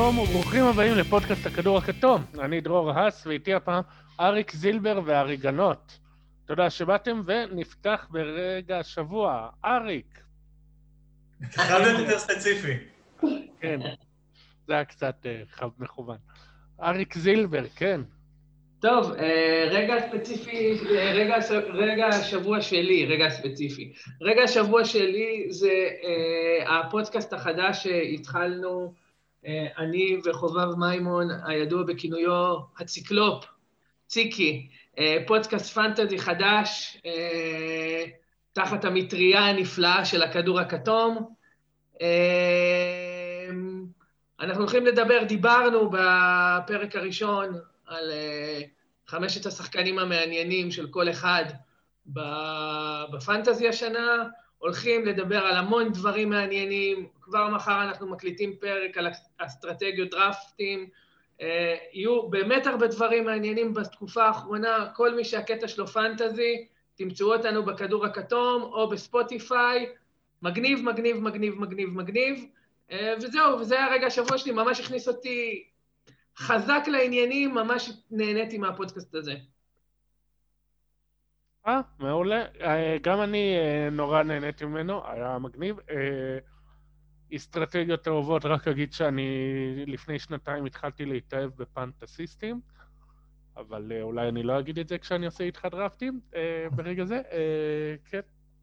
שלום וברוכים הבאים לפודקאסט הכדור הכתום. אני דרור האס ואיתי הפעם אריק זילבר וארי גנות. תודה שבאתם ונפתח ברגע השבוע. אריק. חייב להיות יותר ספציפי. כן, זה היה קצת מכוון. אריק זילבר, כן. טוב, רגע ספציפי, רגע השבוע שלי, רגע ספציפי. רגע השבוע שלי זה הפודקאסט החדש שהתחלנו, אני וחובב מימון, הידוע בכינויו הציקלופ, ציקי, פודקאסט פנטזי חדש, תחת המטריה הנפלאה של הכדור הכתום. אנחנו הולכים לדבר, דיברנו בפרק הראשון על חמשת השחקנים המעניינים של כל אחד בפנטזי השנה, הולכים לדבר על המון דברים מעניינים, כבר מחר אנחנו מקליטים פרק על אסטרטגיות דראפטים, יהיו באמת הרבה דברים מעניינים בתקופה האחרונה, כל מי שהקטע שלו פנטזי, תמצאו אותנו בכדור הכתום או בספוטיפיי, מגניב, מגניב, מגניב, מגניב, מגניב, וזהו, וזה הרגע השבוע שלי, ממש הכניס אותי חזק לעניינים, ממש נהניתי מהפודקאסט הזה. מעולה. גם אני נורא נהניתי ממנו, היה מגניב. אסטרטגיות אהובות, רק אגיד שאני לפני שנתיים התחלתי להתאהב בפנטסיסטים, אבל אולי אני לא אגיד את זה כשאני עושה איתך דראפטים ברגע זה. כן.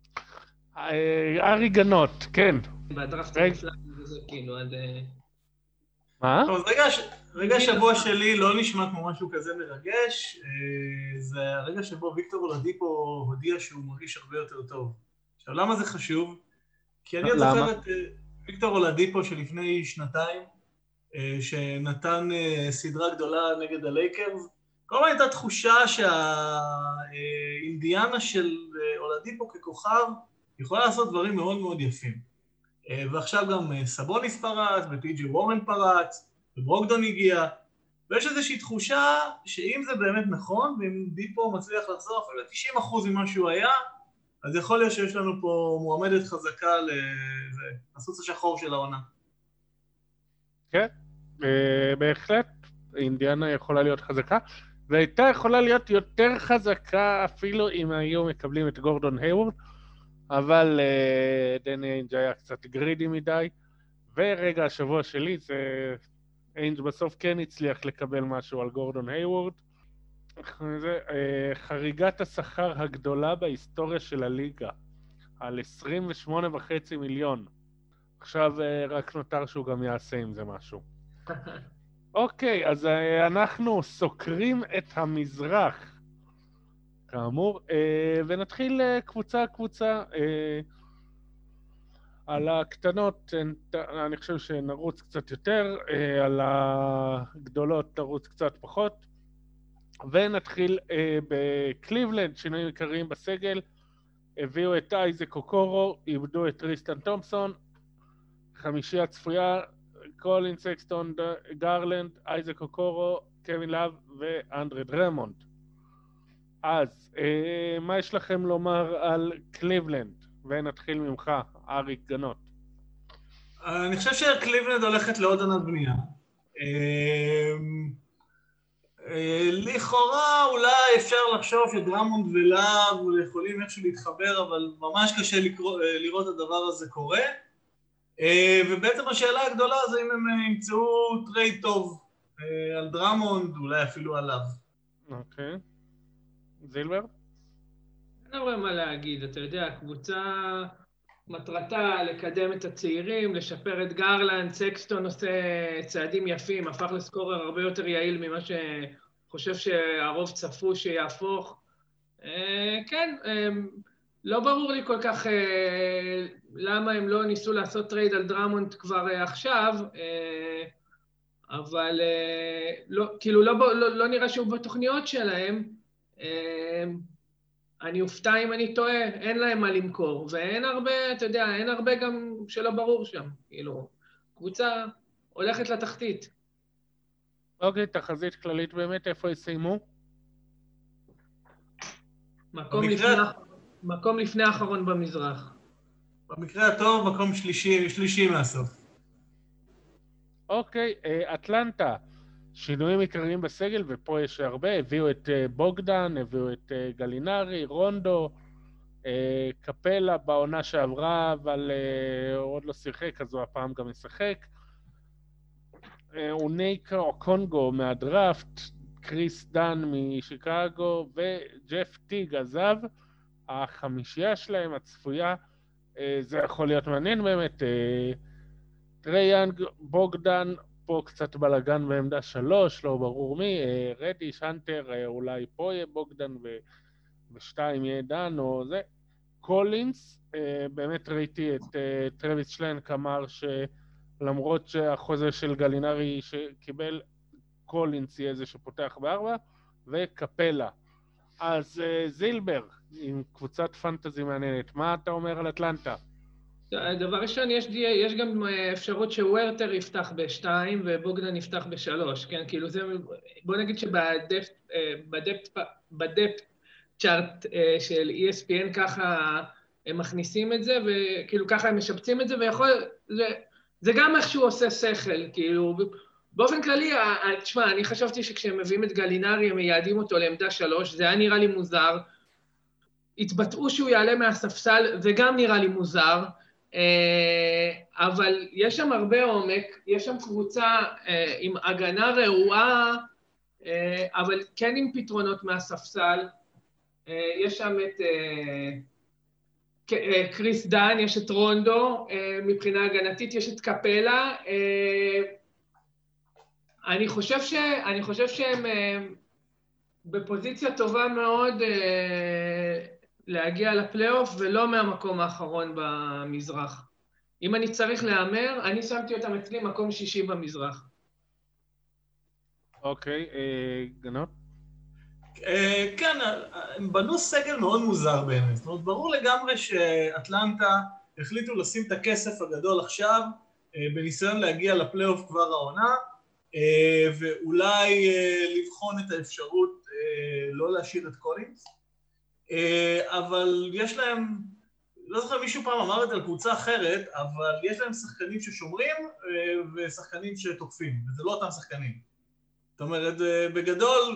ארי גנות, כן. בדראפטים נפלא, זה כאילו עד... מה? טוב, אז רגע השבוע שלי לא נשמע כמו משהו כזה מרגש, זה הרגע שבו ויקטור אולדיפו הודיע שהוא מרגיש הרבה יותר טוב. עכשיו, למה זה חשוב? כי אני עוד זוכר את ויקטור אולדיפו שלפני שנתיים, שנתן סדרה גדולה נגד הלייקרס, כל הזמן הייתה תחושה שהאינדיאנה של אולדיפו ככוכב יכולה לעשות דברים מאוד מאוד יפים. ועכשיו גם סבוניס פרץ, ופי.ג'י וורן פרץ, וברוקדון הגיע, ויש איזושהי תחושה שאם זה באמת נכון, ואם דיפו מצליח לחזור אפילו 90% ממה שהוא היה, אז יכול להיות שיש לנו פה מועמדת חזקה לסוס השחור של העונה. כן, בהחלט, אינדיאנה יכולה להיות חזקה, והייתה יכולה להיות יותר חזקה אפילו אם היו מקבלים את גורדון היוורד, אבל דני איינג' היה קצת גרידי מדי, ורגע השבוע שלי זה איינג' בסוף כן הצליח לקבל משהו על גורדון היוורד. זה חריגת השכר הגדולה בהיסטוריה של הליגה, על 28.5 מיליון. עכשיו רק נותר שהוא גם יעשה עם זה משהו. אוקיי, אז אנחנו סוקרים את המזרח. כאמור, ונתחיל קבוצה, על הקטנות אני חושב שנרוץ קצת יותר, על הגדולות נרוץ קצת פחות, ונתחיל בקליבלנד, שינויים עיקריים בסגל, הביאו את אייזק אוקורו, איבדו את טריסטן תומפסון, חמישייה צפויה, קולין סקסטון, גרלנד, אייזק אוקורו, קווין לאב ואנדרי דרמונד. אז, מה יש לכם לומר על קליבלנד? ונתחיל ממך, אריק גנות. אני חושב שקליבלנד הולכת לעוד עונת בנייה. לכאורה אולי אפשר לחשוב שדרמונד ולאב יכולים איכשהו להתחבר, אבל ממש קשה לראות את הדבר הזה קורה. ובעצם השאלה הגדולה זה אם הם ימצאו טרייד טוב על דרמונד, אולי אפילו עליו. אוקיי. זילבר? אין הרבה מה להגיד, אתה יודע, הקבוצה מטרתה לקדם את הצעירים, לשפר את גרלנד, סקסטון עושה צעדים יפים, הפך לסקורר הרבה יותר יעיל ממה שחושב שהרוב צפו שיהפוך. כן, לא ברור לי כל כך למה הם לא ניסו לעשות טרייד על דרמונד כבר עכשיו, אבל כאילו לא נראה שהוא בתוכניות שלהם. אני אופתע אם אני טועה, אין להם מה למכור, ואין הרבה, אתה יודע, אין הרבה גם שלא ברור שם, כאילו, קבוצה הולכת לתחתית. אוקיי, תחזית כללית באמת, איפה יסיימו? מקום לפני האחרון במזרח. במקרה הטוב, מקום שלישי מהסוף. אוקיי, אטלנטה, שינויים עיקריים בסגל, ופה יש הרבה, הביאו את בוגדן, הביאו את גלינרי, רונדו, קפלה בעונה שעברה, אבל הוא עוד לא שיחק, אז הוא הפעם גם ישחק. אונייקה או קונגו מהדראפט, קריס דן משיקגו, וג'ף טיג עזב. החמישייה שלהם הצפויה, זה יכול להיות מעניין באמת. טרי יאנג, בוגדן, פה קצת בלגן בעמדה 3, לא ברור מי, רדיש, הנטר, אולי פה יהיה בוגדן ושתיים יהיה דן או זה. קולינס, באמת ראיתי את טרוויס שלנק אמר שלמרות שהחוזה של גלינרי שקיבל, קולינס יהיה זה שפותח ב4, וקפלה. אז זילבר, עם קבוצת פנטזי מעניינת, מה אתה אומר על אטלנטה? דבר ראשון, יש גם אפשרות שוורטר יפתח ב2 ובוגדן יפתח ב3, כן? כאילו זה, בוא נגיד שבדפט צ'ארט של ESPN ככה הם מכניסים את זה, וכאילו ככה הם משפצים את זה, זה גם איכשהו עושה שכל, כאילו, באופן כללי, תשמע, אני חשבתי שכשהם מביאים את גלינרי, הם מייעדים אותו לעמדה 3, זה היה נראה לי מוזר, התבטאו שהוא יעלה מהספסל, זה גם נראה לי מוזר, אבל יש שם הרבה עומק, יש שם קבוצה עם הגנה רעועה, אבל כן עם פתרונות מהספסל, יש שם את קריס דן, יש את רונדו, מבחינה הגנתית יש את קפלה, אני חושב שהם בפוזיציה טובה מאוד להגיע לפלייאוף, ולא מהמקום האחרון במזרח. אם אני צריך להאמר, אני שמתי אותם אצלי מקום 6 במזרח. אוקיי, גנות? כן, הם בנו סגל מאוד מוזר באמת. זאת אומרת, ברור לגמרי שאטלנטה החליטו לשים את הכסף הגדול עכשיו, בניסיון להגיע לפלייאוף כבר העונה, ואולי לבחון את האפשרות לא להשאיר את קולינס. אבל יש להם, לא זוכר מישהו פעם אמר את זה על קבוצה אחרת, אבל יש להם שחקנים ששומרים ושחקנים שתוקפים, וזה לא אותם שחקנים. זאת אומרת, בגדול,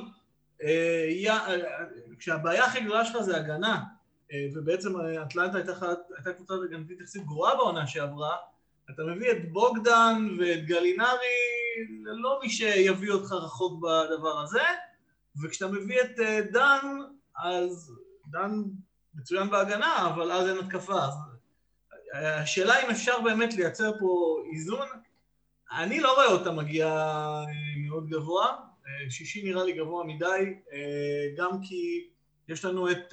כשהבעיה הכי גדולה שלך זה הגנה, ובעצם אטלנטה הייתה קבוצה הגנתית יחסית גרועה בעונה שעברה, אתה מביא את בוגדן ואת גלינרי, לא מי שיביא אותך רחוק בדבר הזה, וכשאתה מביא את דן, אז דן מצוין בהגנה, אבל אז אין התקפה. השאלה אם אפשר באמת לייצר פה איזון, אני לא רואה אותה מגיעה מאוד גבוה, 60 נראה לי גבוה מדי, גם כי יש לנו את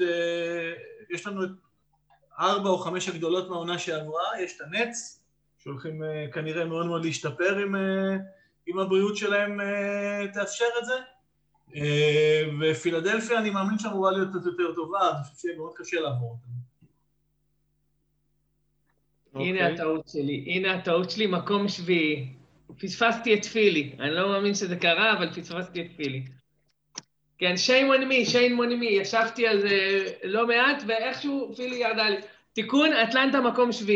4 או 5 הגדולות מהעונה שעברה, יש את הנץ, שהולכים כנראה מאוד מאוד להשתפר אם הבריאות שלהם תאפשר את זה, ופילדלפיה אני מאמין שאמורה להיות קצת יותר טובה, אני חושב שיהיה מאוד קשה לעבור אותם. הנה הטעות שלי, מקום 7. פספסתי את פילי, אני לא מאמין שזה קרה, אבל פספסתי את פילי. כן, shame on me, ישבתי על זה לא מעט, ואיכשהו פילי ירדה לי. תיקון, אטלנטה מקום 7.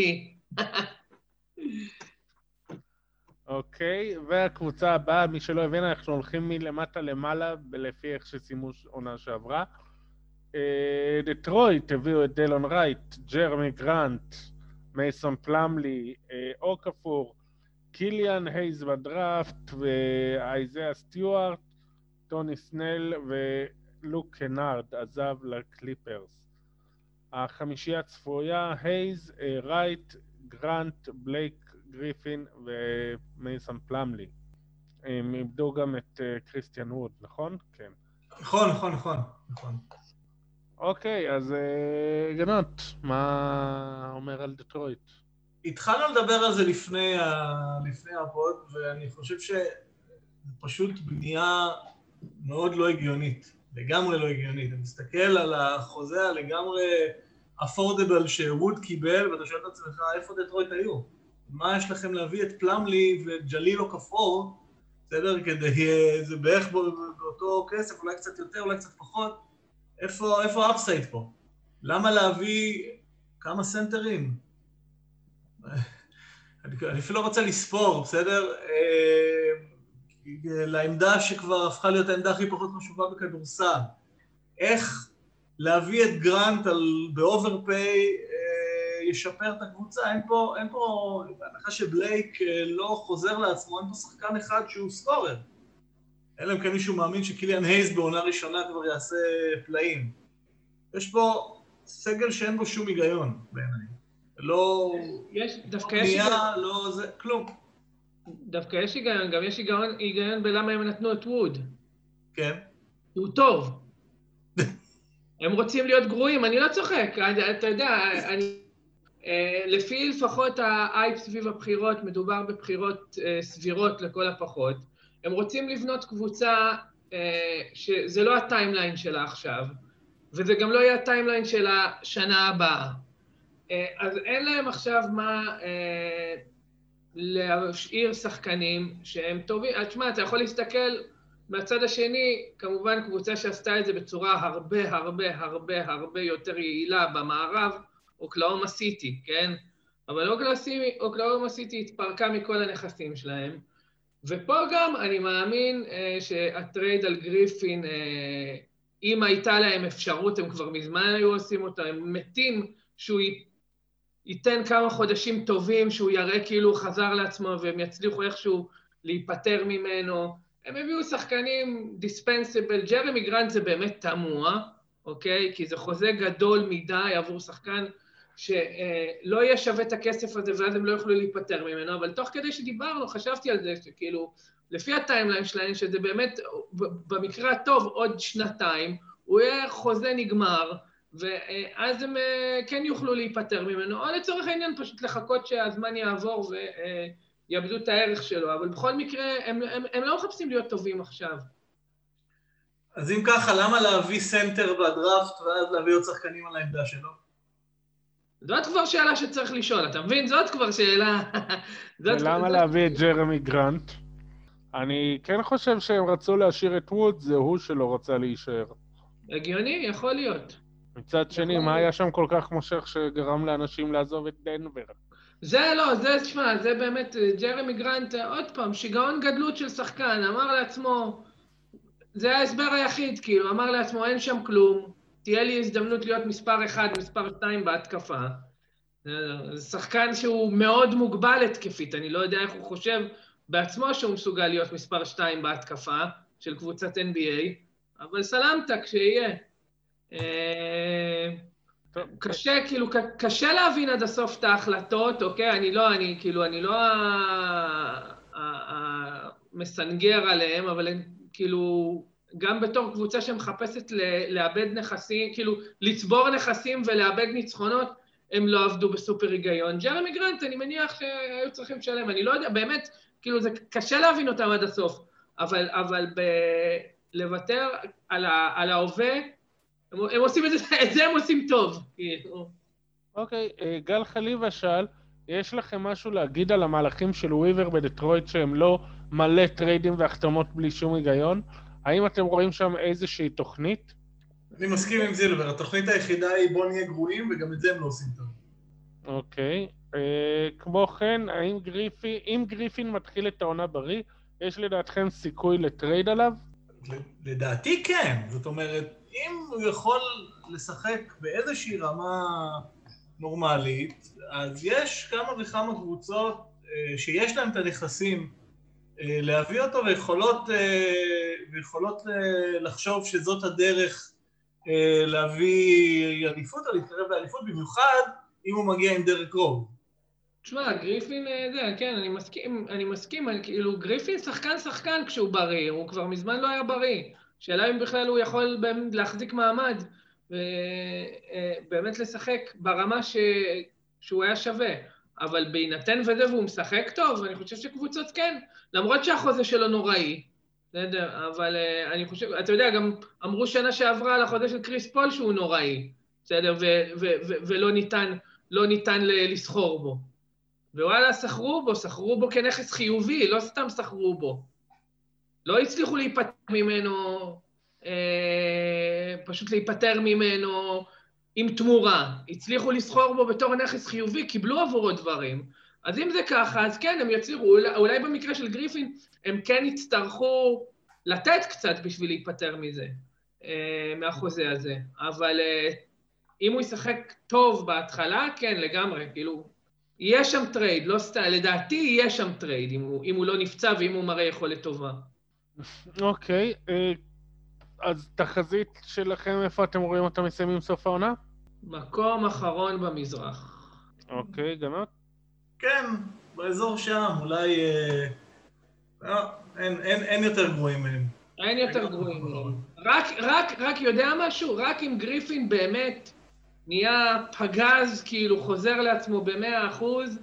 אוקיי, והקבוצה הבאה, מי שלא הבין, אנחנו הולכים מלמטה למעלה, לפי איך שסיימו עונה שעברה. דטרויט הביאו את דלון רייט, ג'רמי גרנט, מייסון פלמלי, אוקפור, קיליאן הייז בדראפט, ואייזיה סטיוארט, טוני סנל ולוק קנארד עזב לקליפרס. החמישייה הצפויה, הייז, רייט, גרנט, בלייק, גריפין ומייסון פלמלי. הם איבדו גם את קריסטיאן ווד, נכון? כן. נכון. אוקיי, אז גנות, מה אומר על דטרויט? התחלנו לדבר על זה לפני הפוד, ואני חושב שזה פשוט בנייה מאוד לא הגיונית, לגמרי לא הגיונית. אני מסתכל על החוזה לגמרי affordable שווד קיבל, ואתה שואל את עצמך, איפה דטרויט היו? מה יש לכם להביא את פלמלי וג'לילו כפור, בסדר? כדי, זה בערך באותו כסף, אולי קצת יותר, אולי קצת פחות. איפה האפסייד פה? למה להביא כמה סנטרים? אני אפילו לא רוצה לספור, בסדר? לעמדה שכבר הפכה להיות העמדה הכי פחות חשובה בכדורסל. איך להביא את גרנט באוברפיי ישפר את הקבוצה? אין פה, בהנחה שבלייק לא חוזר לעצמו, אין פה שחקן אחד שהוא סקורר. אלא אם כן מישהו מאמין שקיליאן הייז בעונה ראשונה כבר יעשה פלאים. יש פה סגל שאין בו שום היגיון בעיניי. לא... דווקא יש היגיון. לא זה, כלום. דווקא יש היגיון, גם יש היגיון בלמה הם נתנו את ווד. כן. הוא טוב. הם רוצים להיות גרועים, אני לא צוחק. אתה יודע, לפי לפחות האייפ סביב הבחירות, מדובר בבחירות סבירות לכל הפחות. הם רוצים לבנות קבוצה שזה לא הטיימליין שלה עכשיו, וזה גם לא יהיה הטיימליין של השנה הבאה. אז אין להם עכשיו מה להשאיר שחקנים שהם טובים. תשמע, אתה יכול להסתכל מהצד השני, כמובן קבוצה שעשתה את זה בצורה הרבה יותר יעילה במערב, אוקלאומה סיטי, כן? אבל אוקלאומה סיטי התפרקה מכל הנכסים שלהם, ופה גם אני מאמין שהטרייד על גריפין, אם הייתה להם אפשרות, הם כבר מזמן היו עושים אותה, הם מתים שהוא ייתן כמה חודשים טובים, שהוא יראה כאילו הוא חזר לעצמו, והם יצליחו איכשהו להיפטר ממנו. הם הביאו שחקנים דיספנסיבל, ג'רמי גרנט זה באמת תמוה, אוקיי? כי זה חוזה גדול מדי עבור שחקן שלא יהיה שווה את הכסף הזה, ואז הם לא יוכלו להיפטר ממנו, אבל תוך כדי שדיברנו, חשבתי על זה, שכאילו, לפי הטיימליין שלהם, שזה באמת, במקרה הטוב, עוד שנתיים, הוא יהיה חוזה נגמר, ואז הם כן יוכלו להיפטר ממנו, או לצורך העניין פשוט לחכות שהזמן יעבור ויאבדו את הערך שלו, אבל בכל מקרה, הם לא מחפשים להיות טובים עכשיו. אז אם ככה, למה להביא סנטר בדראפט, ואז להביא עוד שחקנים על העמדה שלו? זאת כבר שאלה שצריך לשאול, אתה מבין? זאת כבר שאלה... ולמה להביא את ג'רמי גרנט? אני כן חושב שהם רצו להשאיר את ווד, זה הוא שלא רוצה להישאר. הגיוני, יכול להיות. מצד שני, מה היה שם כל כך מושך שגרם לאנשים לעזוב את דנבר? זה לא, תשמע, זה באמת, ג'רמי גרנט, עוד פעם, שיגעון גדלות של שחקן, אמר לעצמו, זה ההסבר היחיד, כאילו, אמר לעצמו, אין שם כלום, תהיה לי הזדמנות להיות מספר 1, מספר 2 בהתקפה. זה שחקן שהוא מאוד מוגבל התקפית, אני לא יודע איך הוא חושב בעצמו שהוא מסוגל להיות מספר 2 בהתקפה של קבוצת NBA, אבל סלמת כשיהיה. קשה להבין עד הסוף את ההחלטות, אוקיי? אני לא מסנגר עליהם, אבל כאילו, גם בתור קבוצה שמחפשת לאבד נכסים, כאילו, לצבור נכסים ולאבד ניצחונות, הם לא עבדו בסופר היגיון. ג'רמי גרנט, אני מניח שהיו צריכים לשלם, אני לא יודע, באמת, כאילו, זה קשה להבין אותם עד הסוף, אבל לוותר על ההווה, הם עושים את זה הם עושים טוב. אוקיי, גל חליבה שאל, יש לכם משהו להגיד על המהלכים של וויבר בדטרויט שהם לא מלא טריידים והחתמות בלי שום היגיון? האם אתם רואים שם איזושהי תוכנית? אני מסכים עם זילבר, התוכנית היחידה היא בוא נהיה גרועים, וגם את זה הם לא עושים טוב. אוקיי, כמו כן, אם גריפין מתחיל את העונה בריא, יש לדעתכם סיכוי לטרייד עליו? לדעתי כן, זאת אומרת, אם הוא יכול לשחק באיזושהי רמה נורמלית, אז יש כמה וכמה קבוצות שיש להם את הנכסים להביא אותו, ויכולות לחשוב שזאת הדרך להביא אליפות או להתקרב לאליפות, במיוחד אם הוא מגיע עם דרק רוב. תשמע, גריפין, כן, אני מסכים, כאילו, גריפין שחקן כשהוא בריא, הוא כבר מזמן לא היה בריא. שאלה אם בכלל הוא יכול להחזיק מעמד, ובאמת לשחק ברמה שהוא היה שווה. אבל בהינתן וזה והוא משחק טוב, אני חושב שקבוצות כן, למרות שהחוזה שלו נוראי, בסדר, אבל אני חושב, אתה יודע, גם אמרו שנה שעברה על החוזה של קריס פול שהוא נוראי, בסדר, ולא ניתן לסחור בו. ווואלה, סחרו בו כנכס חיובי, לא סתם סחרו בו. לא הצליחו פשוט להיפטר ממנו עם תמורה. הצליחו לסחור בו בתור נכס חיובי, קיבלו עבורו דברים. אז אם זה ככה, אז כן, הם יצליחו, אולי במקרה של גריפין, הם כן יצטרכו לתת קצת בשביל להיפטר מזה, מהחוזה הזה. אבל אם הוא ישחק טוב בהתחלה, כן, לגמרי, כאילו, יהיה שם טרייד, לא סתם, לדעתי יהיה שם טרייד, אם הוא לא נפצע ואם הוא מראה יכולת טובה. אוקיי, אז תחזית שלכם, איפה אתם רואים אותם מסיימים סוף העונה? מקום אחרון במזרח. אוקיי, גנות? כן, באזור שם, אולי... אין יותר גרועים מהם. אין יותר גרועים מהם. רק יודע משהו? רק אם גריפין באמת נהיה פגז, כאילו חוזר לעצמו ב100%,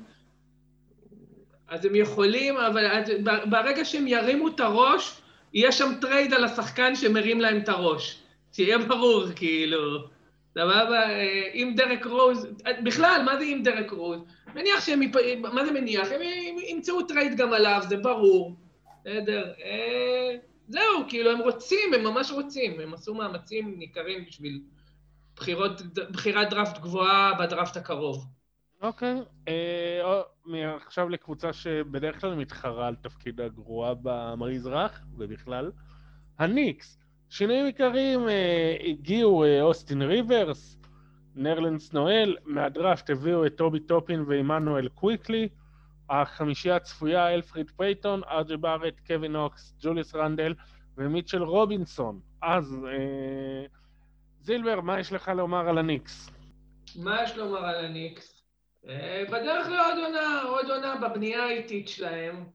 אז הם יכולים, אבל ברגע שהם ירימו את הראש, יהיה שם טרייד על השחקן שמרים להם את הראש. שיהיה ברור, כאילו. סבבה, עם דרק רוז, בכלל, מה זה עם דרק רוז? מניח שהם, מה זה מניח? הם ימצאו טרייד גם עליו, זה ברור. בסדר, זהו, כאילו, הם רוצים, הם ממש רוצים. הם עשו מאמצים ניכרים בשביל בחירת דראפט גבוהה בדראפט הקרוב. אוקיי, עכשיו לקבוצה שבדרך כלל מתחרה על תפקיד הגרועה במזרח, ובכלל, הניקס. שינויים עיקריים, הגיעו אוסטין ריברס, נרלנס נואל, מהדראפט הביאו את טובי טופין ואימנואל קוויקלי, החמישייה הצפויה, אלפריד פייטון, ארג'י בארט, קווין אוקס, ג'וליוס רנדל ומיטשל רובינסון. אז זילבר, מה יש לך לומר על הניקס? מה יש לומר על הניקס? בדרך לעוד עונה בבנייה האיטית שלהם.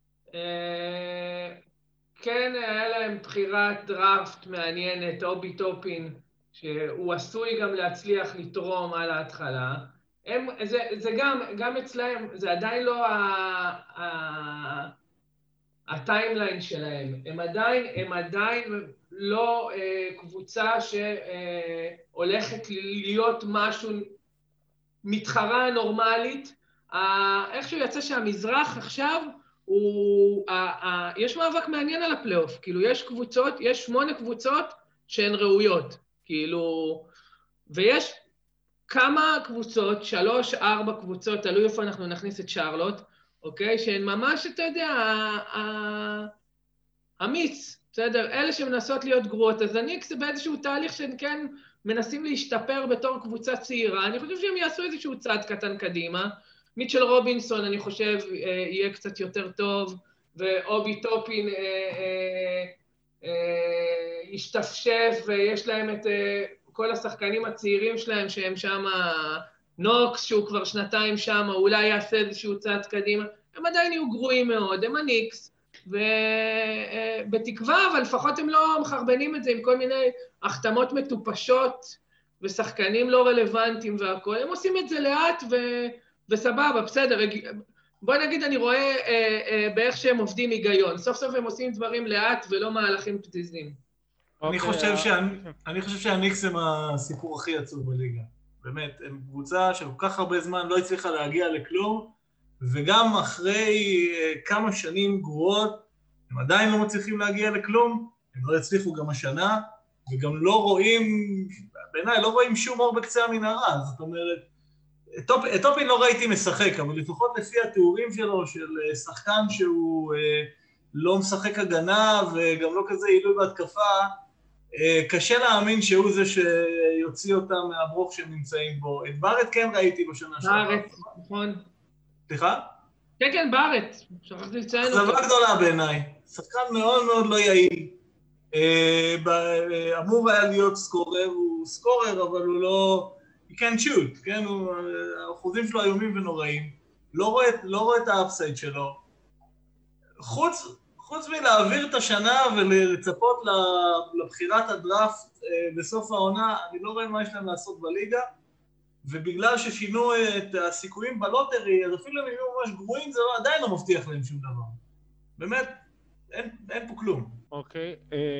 כן, היה להם בחירת דראפט מעניינת, טובי טופין, שהוא עשוי גם להצליח לתרום על ההתחלה. זה גם אצלהם, זה עדיין לא הטיימליין שלהם. הם עדיין לא קבוצה שהולכת להיות משהו מתחרה נורמלית. איכשהו יצא שהמזרח עכשיו, יש מאבק מעניין על הפלייאוף, כאילו יש 8 קבוצות שהן ראויות, כאילו, ויש כמה קבוצות, 3-4 קבוצות, תלוי איפה אנחנו נכניס את שרלוט, אוקיי? שהן ממש, אתה יודע, המיץ, בסדר? אלה שמנסות להיות גרועות, אז הניקס זה באיזשהו תהליך שהם כן מנסים להשתפר בתור קבוצה צעירה, אני חושב שהם יעשו איזשהו צעד קטן קדימה, מיטשל רובינסון, אני חושב, יהיה קצת יותר טוב, ואובי טופין ישתפשף, ויש להם את כל השחקנים הצעירים שלהם, שהם שם, נוקס, שהוא כבר 2 שם, אולי יעשה איזשהו צעד קדימה, הם עדיין יהיו גרועים מאוד, הם הניקס, ובתקווה, אבל לפחות הם לא מחרבנים את זה עם כל מיני החתמות מטופשות, ושחקנים לא רלוונטיים והכל, הם עושים את זה לאט וסבבה, בסדר, בוא נגיד אני רואה באיך שהם עובדים היגיון, סוף סוף הם עושים דברים לאט ולא מהלכים פתיזים. אני חושב שהניקס הם הסיפור הכי עצוב בליגה, באמת, הם קבוצה שכל כך הרבה זמן לא הצליחה להגיע לכלום, וגם אחרי כמה שנים גרועות, הם עדיין לא מצליחים להגיע לכלום, הם לא הצליחו גם השנה, וגם לא רואים, בעיניי לא רואים שום אור בקצה המנהרה, זאת אומרת, את טופין לא ראיתי משחק, אבל לפחות לפי התיאורים שלו, של שחקן שהוא לא משחק הגנה, וגם לא כזה עילוי בהתקפה, קשה להאמין שהוא זה שיוציא אותם מהברוך שהם נמצאים בו. את בארט כן ראיתי בשנה שעברה. בארט, נכון. סליחה? כן, כן, בארט. שכחתי לציין אותו. אכזבה גדולה בעיניי. שחקן מאוד מאוד לא יעיל. אמור היה להיות סקורר, הוא סקורר, אבל הוא לא... he can't shoot, כן? האחוזים שלו איומים ונוראים. לא רואה את האפסייד שלו. חוץ מלהעביר את השנה ולצפות לבחירת הדראפט בסוף העונה, אני לא רואה מה יש להם לעשות בליגה, ובגלל ששינו את הסיכויים בלוטרי, אז אפילו אם הם יהיו ממש גרועים, זה עדיין לא מבטיח להם שום דבר. באמת, אין פה כלום. אוקיי,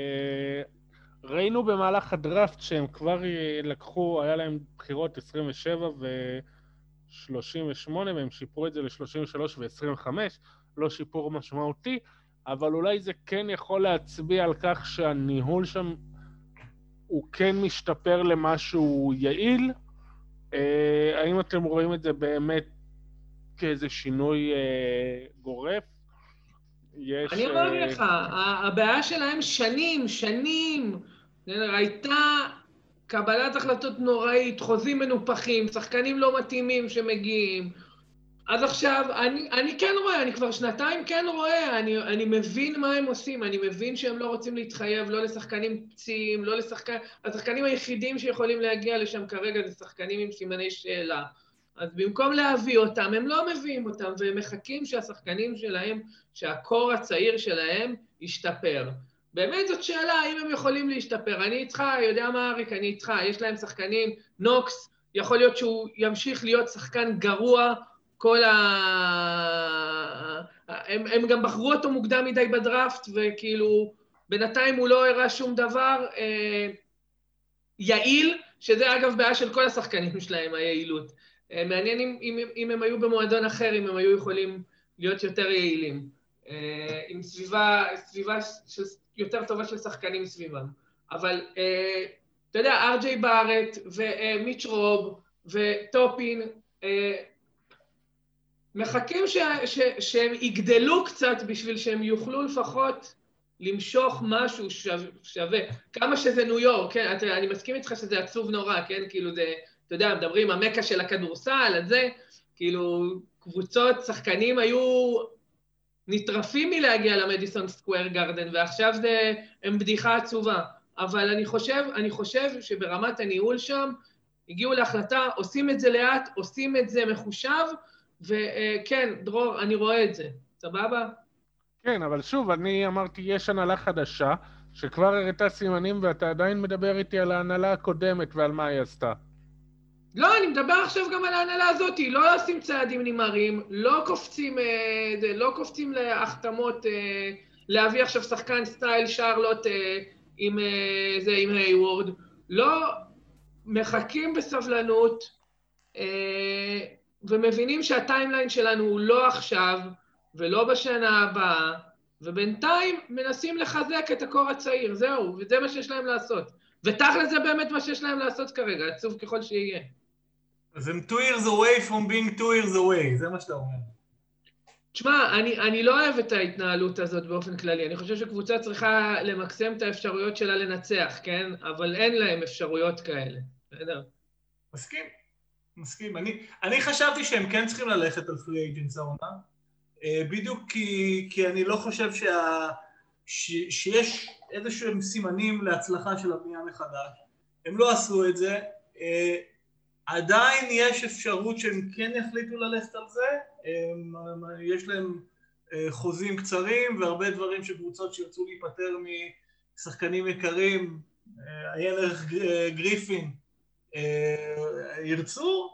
ראינו במהלך הדראפט שהם כבר לקחו, היה להם בחירות 27 ו-38, והם שיפרו את זה ל-33 ו-25, לא שיפור משמעותי, אבל אולי זה כן יכול להצביע על כך שהניהול שם הוא כן משתפר למשהו יעיל. האם אתם רואים את זה באמת כאיזה שינוי גורף. אני אומר לך, הבעיה שלהם שנים, הייתה קבלת החלטות נוראית, חוזים מנופחים, שחקנים לא מתאימים שמגיעים. אז עכשיו, אני כן רואה, אני כבר שנתיים כן רואה, אני מבין מה הם עושים, אני מבין שהם לא רוצים להתחייב, לא לשחקנים פציעים, לא השחקנים היחידים שיכולים להגיע לשם כרגע זה שחקנים עם סימני שאלה. אז במקום להביא אותם, הם לא מביאים אותם, והם מחכים שהשחקנים שלהם, שהקור הצעיר שלהם ישתפר. באמת זאת שאלה, האם הם יכולים להשתפר. אני איתך, יודע מה אריק, אני איתך, יש להם שחקנים, נוקס, יכול להיות שהוא ימשיך להיות שחקן גרוע, הם גם בחרו אותו מוקדם מדי בדראפט, וכאילו, בינתיים הוא לא הראה שום דבר יעיל, שזה אגב בעיה של כל השחקנים שלהם, היעילות. מעניין אם הם היו במועדון אחר, אם הם היו יכולים להיות יותר יעילים, עם סביבה יותר טובה של שחקנים סביבם. אבל, אתה יודע, ארג'יי בארט ומיץ' רוב וטופין, מחכים שהם יגדלו קצת בשביל שהם יוכלו לפחות למשוך משהו שווה. כמה שזה ניו יורק, כן? אני מסכים איתך שזה עצוב נורא, כן? כאילו זה, אתה יודע, מדברים, המקה של הכדורסל, על זה, כאילו, קבוצות, שחקנים היו נטרפים מלהגיע למדיסון סקוואר גרדן, ועכשיו הם בדיחה עצובה. אבל אני חושב שברמת הניהול שם, הגיעו להחלטה, עושים את זה לאט, עושים את זה מחושב, וכן, דרור, אני רואה את זה. סבבה? כן, אבל שוב, אני אמרתי, יש הנהלה חדשה, שכבר הראתה סימנים, ואתה עדיין מדבר איתי על ההנהלה הקודמת ועל מה היא עשתה. לא, אני מדבר עכשיו גם על ההנהלה הזאת, לא עושים צעדים נמהרים, לא קופצים להחתמות, להביא עכשיו שחקן סטייל שרלוט עם היוורד, לא מחכים בסבלנות, ומבינים שהטיימליין שלנו הוא לא עכשיו, ולא בשנה הבאה, ובינתיים מנסים לחזק את הקור הצעיר, זהו, וזה מה שיש להם לעשות. ותכל'ס זה באמת מה שיש להם לעשות כרגע, עצוב ככל שיהיה. אז הם 2 years away from being 2 years away, זה מה שאתה אומר. תשמע, אני לא אוהב את ההתנהלות הזאת באופן כללי, אני חושב שקבוצה צריכה למקסם את האפשרויות שלה לנצח, כן? אבל אין להם אפשרויות כאלה, בסדר? מסכים. אני חשבתי שהם כן צריכים ללכת על פרי אייג'נטס העונה, בדיוק כי אני לא חושב שיש איזשהם סימנים להצלחה של הבנייה מחדש. הם לא עשו את זה, עדיין יש אפשרות שהם כן יחליטו ללכת על זה, יש להם חוזים קצרים והרבה דברים שקבוצות שירצו להיפטר משחקנים יקרים, עיין ערך גריפין, ירצו,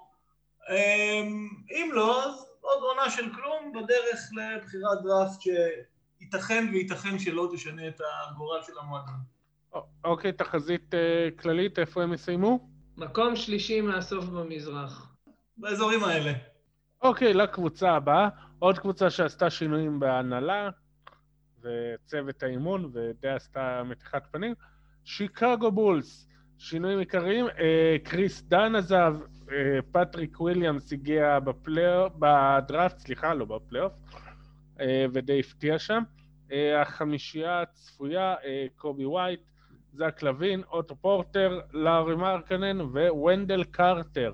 אם לא, אז עוד עונה של כלום בדרך לבחירת דראפט שייתכן שלא תשנה את הגורל של המועדון. אוקיי, תחזית כללית, איפה הם יסיימו? מקום שלישי מהסוף במזרח. באזורים האלה. אוקיי, לקבוצה הבאה, עוד קבוצה שעשתה שינויים בהנהלה וצוות האימון ודי עשתה מתיחת פנים, שיקגו בולס, שינויים עיקריים, קריס דן עזב, פטריק וויליאמס הגיע בדראפט, לא בפלייאוף, ודי הפתיע שם. החמישייה הצפויה, קובי ווייט, זק לוין, אוטו פורטר, לארי מרקנן וונדל קרטר.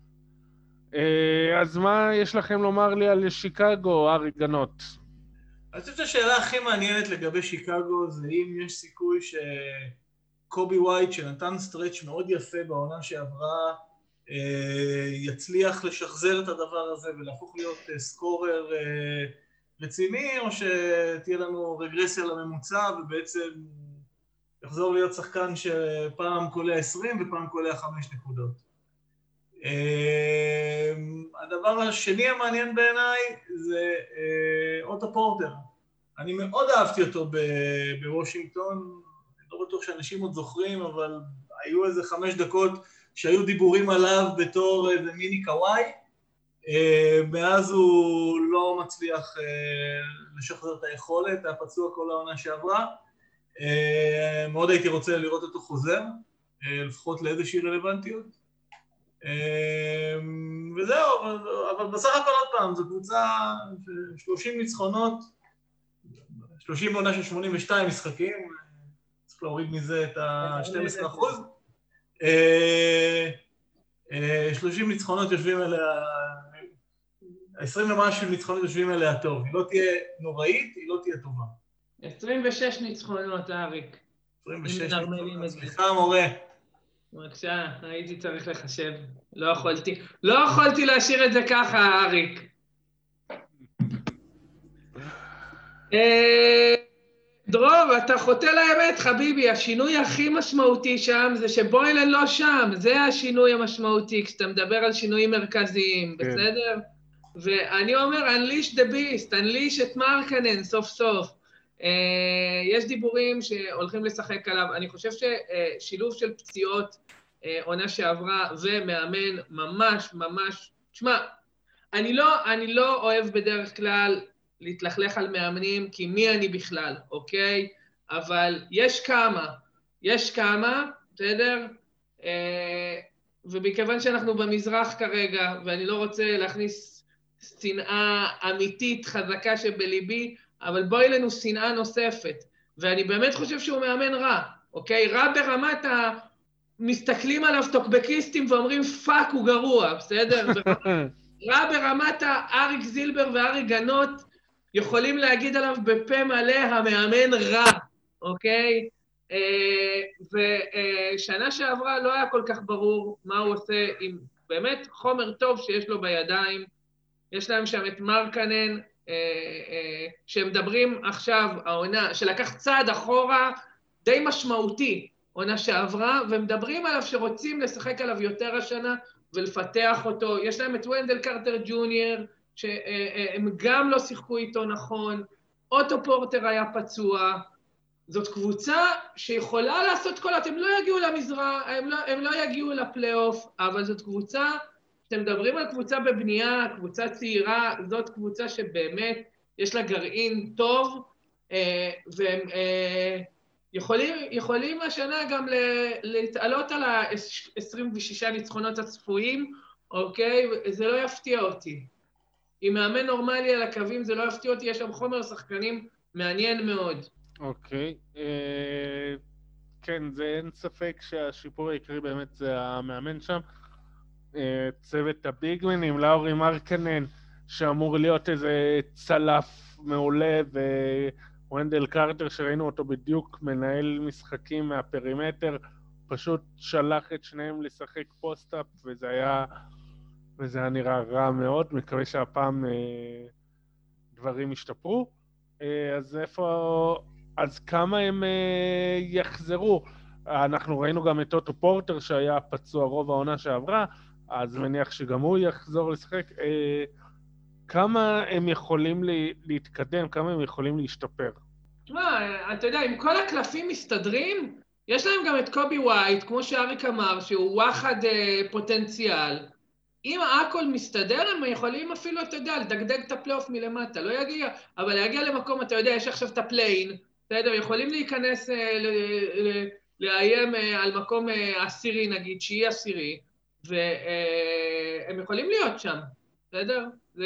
אז מה יש לכם לומר לי על שיקגו, ארי גנות? אני חושב שהשאלה הכי מעניינת לגבי שיקגו זה אם יש סיכוי שקובי ווייט שנתן סטרץ' מאוד יפה בעונה שעברה יצליח לשחזר את הדבר הזה ולהפוך להיות סקורר רציני, או שתהיה לנו רגרסיה לממוצע ובעצם יחזור להיות שחקן שפעם קולע 20 ופעם קולע 5 נקודות. הדבר השני המעניין בעיניי זה אוטו פורטר. אני מאוד אהבתי אותו בוושינגטון, לא בטוח שאנשים עוד זוכרים, אבל היו איזה 5 דקות שהיו דיבורים עליו בתור איזה מיני קוואי, מאז הוא לא מצליח לשחרר את היכולת, היה פצוע כל העונה שעברה, מאוד הייתי רוצה לראות אותו חוזר, לפחות לאיזושהי רלוונטיות. וזהו, אבל בסך הכל עוד פעם, זו קבוצה 30 ניצחונות, 30 עונה של 82 משחקים, צריך להוריד מזה את ה-12%. 30 ניצחונות יושבים אליה, 20 ומשהו ניצחונות יושבים אליה טוב, היא לא תהיה נוראית, היא לא תהיה טובה. 26 ניצחונות, אריק. 26 ניצחונות, סליחה מורה. בבקשה, הייתי צריך לחשב. לא יכולתי להשאיר את זה ככה, אריק. דרור, אתה חוטא לאמת, חביבי, השינוי הכי משמעותי שם זה שבוילן לא שם, זה השינוי המשמעותי, כשאתה מדבר על שינויים מרכזיים, בסדר? ואני אומר, unleash the beast, unleash את מרקנן סוף סוף. יש דיבורים שהולכים לשחק עליו, אני חושב ששילוב של פציעות, עונה שעברה ומאמן ממש ממש, תשמע, אני לא אוהב בדרך כלל להתלכלך על מאמנים, כי מי אני בכלל, אוקיי? אבל יש כמה, בסדר? ובכיוון שאנחנו במזרח כרגע, ואני לא רוצה להכניס שנאה אמיתית חזקה שבליבי, אבל בוילן הוא שנאה נוספת, ואני באמת חושב שהוא מאמן רע, אוקיי? רע ברמת מסתכלים עליו טוקבקיסטים ואומרים פאק הוא גרוע, בסדר? רע ברמת אריק זילבר ואריק גנות, יכולים להגיד עליו בפה מלא המאמן רע, אוקיי? ושנה שעברה לא היה כל כך ברור מה הוא עושה עם באמת חומר טוב שיש לו בידיים, יש להם שם את מרקנן, שמדברים עכשיו, העונה, שלקח צעד אחורה די משמעותי, עונה שעברה, ומדברים עליו שרוצים לשחק עליו יותר השנה ולפתח אותו. יש להם את ונדל קרטר ג'וניור, שהם גם לא שיחקו איתו נכון, אוטו פורטר היה פצוע, זאת קבוצה שיכולה לעשות כל, אתם לא יגיעו למזרח, הם לא יגיעו לפלייאוף, אבל זאת קבוצה, אתם מדברים על קבוצה בבנייה, קבוצה צעירה, זאת קבוצה שבאמת יש לה גרעין טוב, והם יכולים השנה גם להתעלות על ה-26 ניצחונות הצפויים, אוקיי? זה לא יפתיע אותי. עם מאמן נורמלי על הקווים זה לא יפתיע אותי, יש שם חומר שחקנים מעניין מאוד. אוקיי. כן, זה אין ספק שהשיפור העיקרי באמת זה המאמן שם. צוות הביגמן עם לאורי מרקנן, שאמור להיות איזה צלף מעולה, ווונדל קרטר שראינו אותו בדיוק מנהל משחקים מהפרימטר, פשוט שלח את שניהם לשחק פוסט-אפ, וזה היה נראה רע מאוד. מקווה שהפעם דברים ישתפרו. אז כמה הם יחזרו? אנחנו ראינו גם את אוטו פורטר שהיה פצוע רוב העונה שעברה, אז מניח שגם הוא יחזור לשחק. כמה הם יכולים להתקדם, כמה הם יכולים להשתפר? תשמע, אתה יודע, אם כל הקלפים מסתדרים, יש להם גם את קובי ווייט, כמו שאריק אמר, שהוא וואחד פוטנציאל. אם הכל מסתדר, הם יכולים אפילו, אתה יודע, לדגדג את הפלייאוף מלמטה, לא יגיע, אבל להגיע למקום, אתה יודע, יש עכשיו את הפליין, בסדר, יכולים להיכנס, לאיים על מקום עשירי, נגיד, שהיא עשירי, והם יכולים להיות שם, בסדר?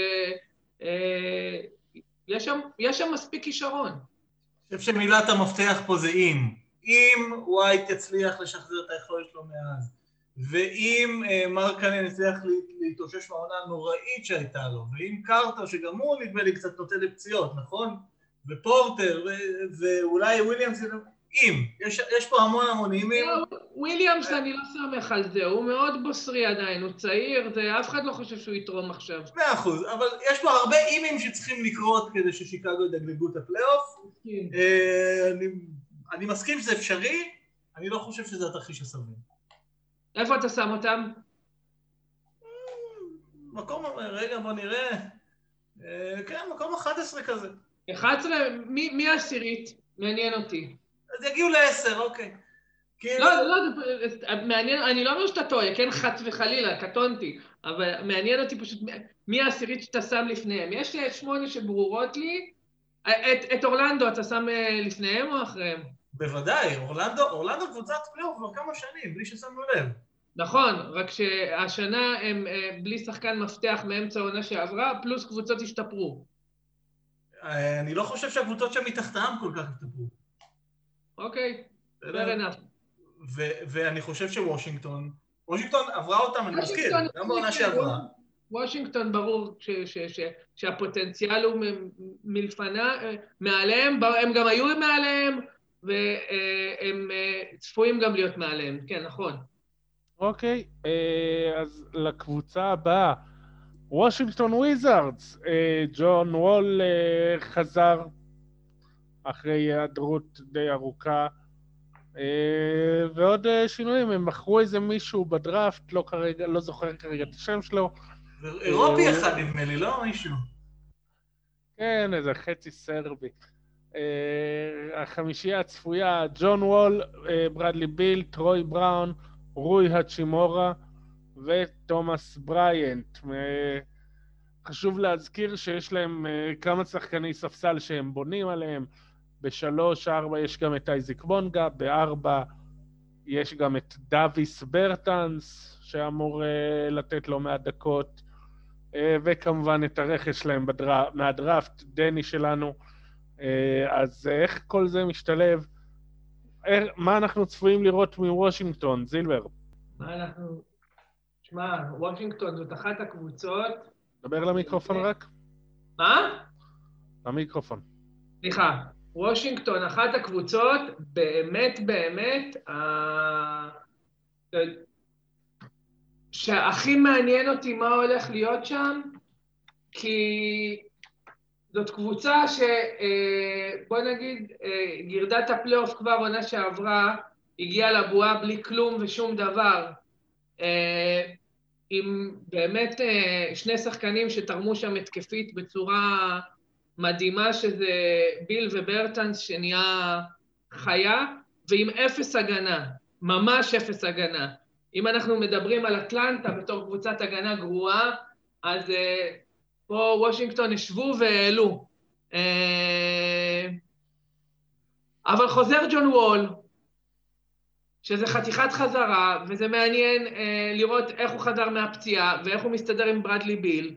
יש שם מספיק כישרון. אני חושב שמילת המפתח פה זה אם ווייט יצליח לשחזר את היכולת שלו מאז, ואם מרקנן יצליח להתאושש מהעונה הנוראית שהייתה לו, ואם קרטר שגם הוא נדמה לי קצת נוטה לפציעות, נכון? ופורטר, ואולי וויליאמס, יש פה המון אימים. וויליאמס אני לא סומך על זה, הוא מאוד בוסרי עדיין, הוא צעיר, אף אחד לא חושב שהוא יתרום עכשיו. 100%, אבל יש פה הרבה אימים שצריכים לקרות כדי ששיקגו ידגדגו את הפלייאוף. אני מסכים שזה אפשרי, אני לא חושב שזה התרחיש הסביר. איפה אתה שם אותם? מקום, רגע בוא נראה. כן, מקום 11 כזה. 11? מי העשירית? מעניין אותי. אז יגיעו ל10, אוקיי. לא, מעניין, אני לא אומר שאתה טועה, כן חץ וחלילה, קטונתי, אבל מעניין אותי פשוט מי העשירית שאתה שם לפניהם. יש 8 שברורות לי, את אורלנדו אתה שם לפניהם או אחריהם? בוודאי, אורלנדו קבוצת פלייאוף כבר כמה שנים, בלי ששמנו לב. נכון, רק שהשנה הם בלי שחקן מפתח מאמצע העונה שעברה, פלוס קבוצות השתפרו. אני לא חושב שהקבוצות שם מתחתם כל כך השתפרו. אוקיי, fair enough. ואני חושב שוושינגטון עברה אותם, אני מזכיר, גם בעונה שעברה. וושינגטון ברור שהפוטנציאל הוא מלפנה, מעליהם, הם גם היו מעליהם, והם צפויים גם להיות מעליהם, כן, נכון. אוקיי, אז לקבוצה הבאה, וושינגטון וויזארדס, ג'ון וול חזר אחרי היעדרות די ארוכה, ועוד שינויים, הם מכרו איזה מישהו בדראפט, לא זוכר כרגע את השם שלו. אירופי אחד נדמה לי, לא מישהו. כן, איזה חצי סרבי. החמישייה הצפויה, ג'ון וול, ברדלי ביל, טרוי בראון, רוי הצ'ימורה ותומאס בריינט. חשוב להזכיר שיש להם כמה שחקני ספסל שהם בונים עליהם. ב3-4 יש גם את אייזיק בונגה, ב4 יש גם את דוויס ברטנס שאמור לתת לו מהדקות, וכמובן את הרכש שלהם מהדראפט, דני שלנו. אז איך כל זה משתלב? מה אנחנו צפויים לראות מוושינגטון, זילבר? תשמע, וושינגטון זאת אחת הקבוצות... דבר למיקרופון רק. מה? למיקרופון. סליחה, וושינגטון אחת הקבוצות באמת, שהכי מעניין אותי מה הולך להיות שם, כי זאת קבוצה בוא נגיד, גרדת הפלייאוף כבר עונה שעברה, הגיעה לבועה בלי כלום ושום דבר, עם באמת שני שחקנים שתרמו שם התקפית בצורה מדהימה, שזה ביל וברטנס שנהיה חיה, ועם אפס הגנה, ממש אפס הגנה. אם אנחנו מדברים על אטלנטה בתור קבוצת הגנה גרועה, אז פה וושינגטון ישבו והעלו. אבל חוזר ג'ון וול, שזה חתיכת חזרה, וזה מעניין לראות איך הוא חזר מהפציעה, ואיך הוא מסתדר עם ברדלי ביל.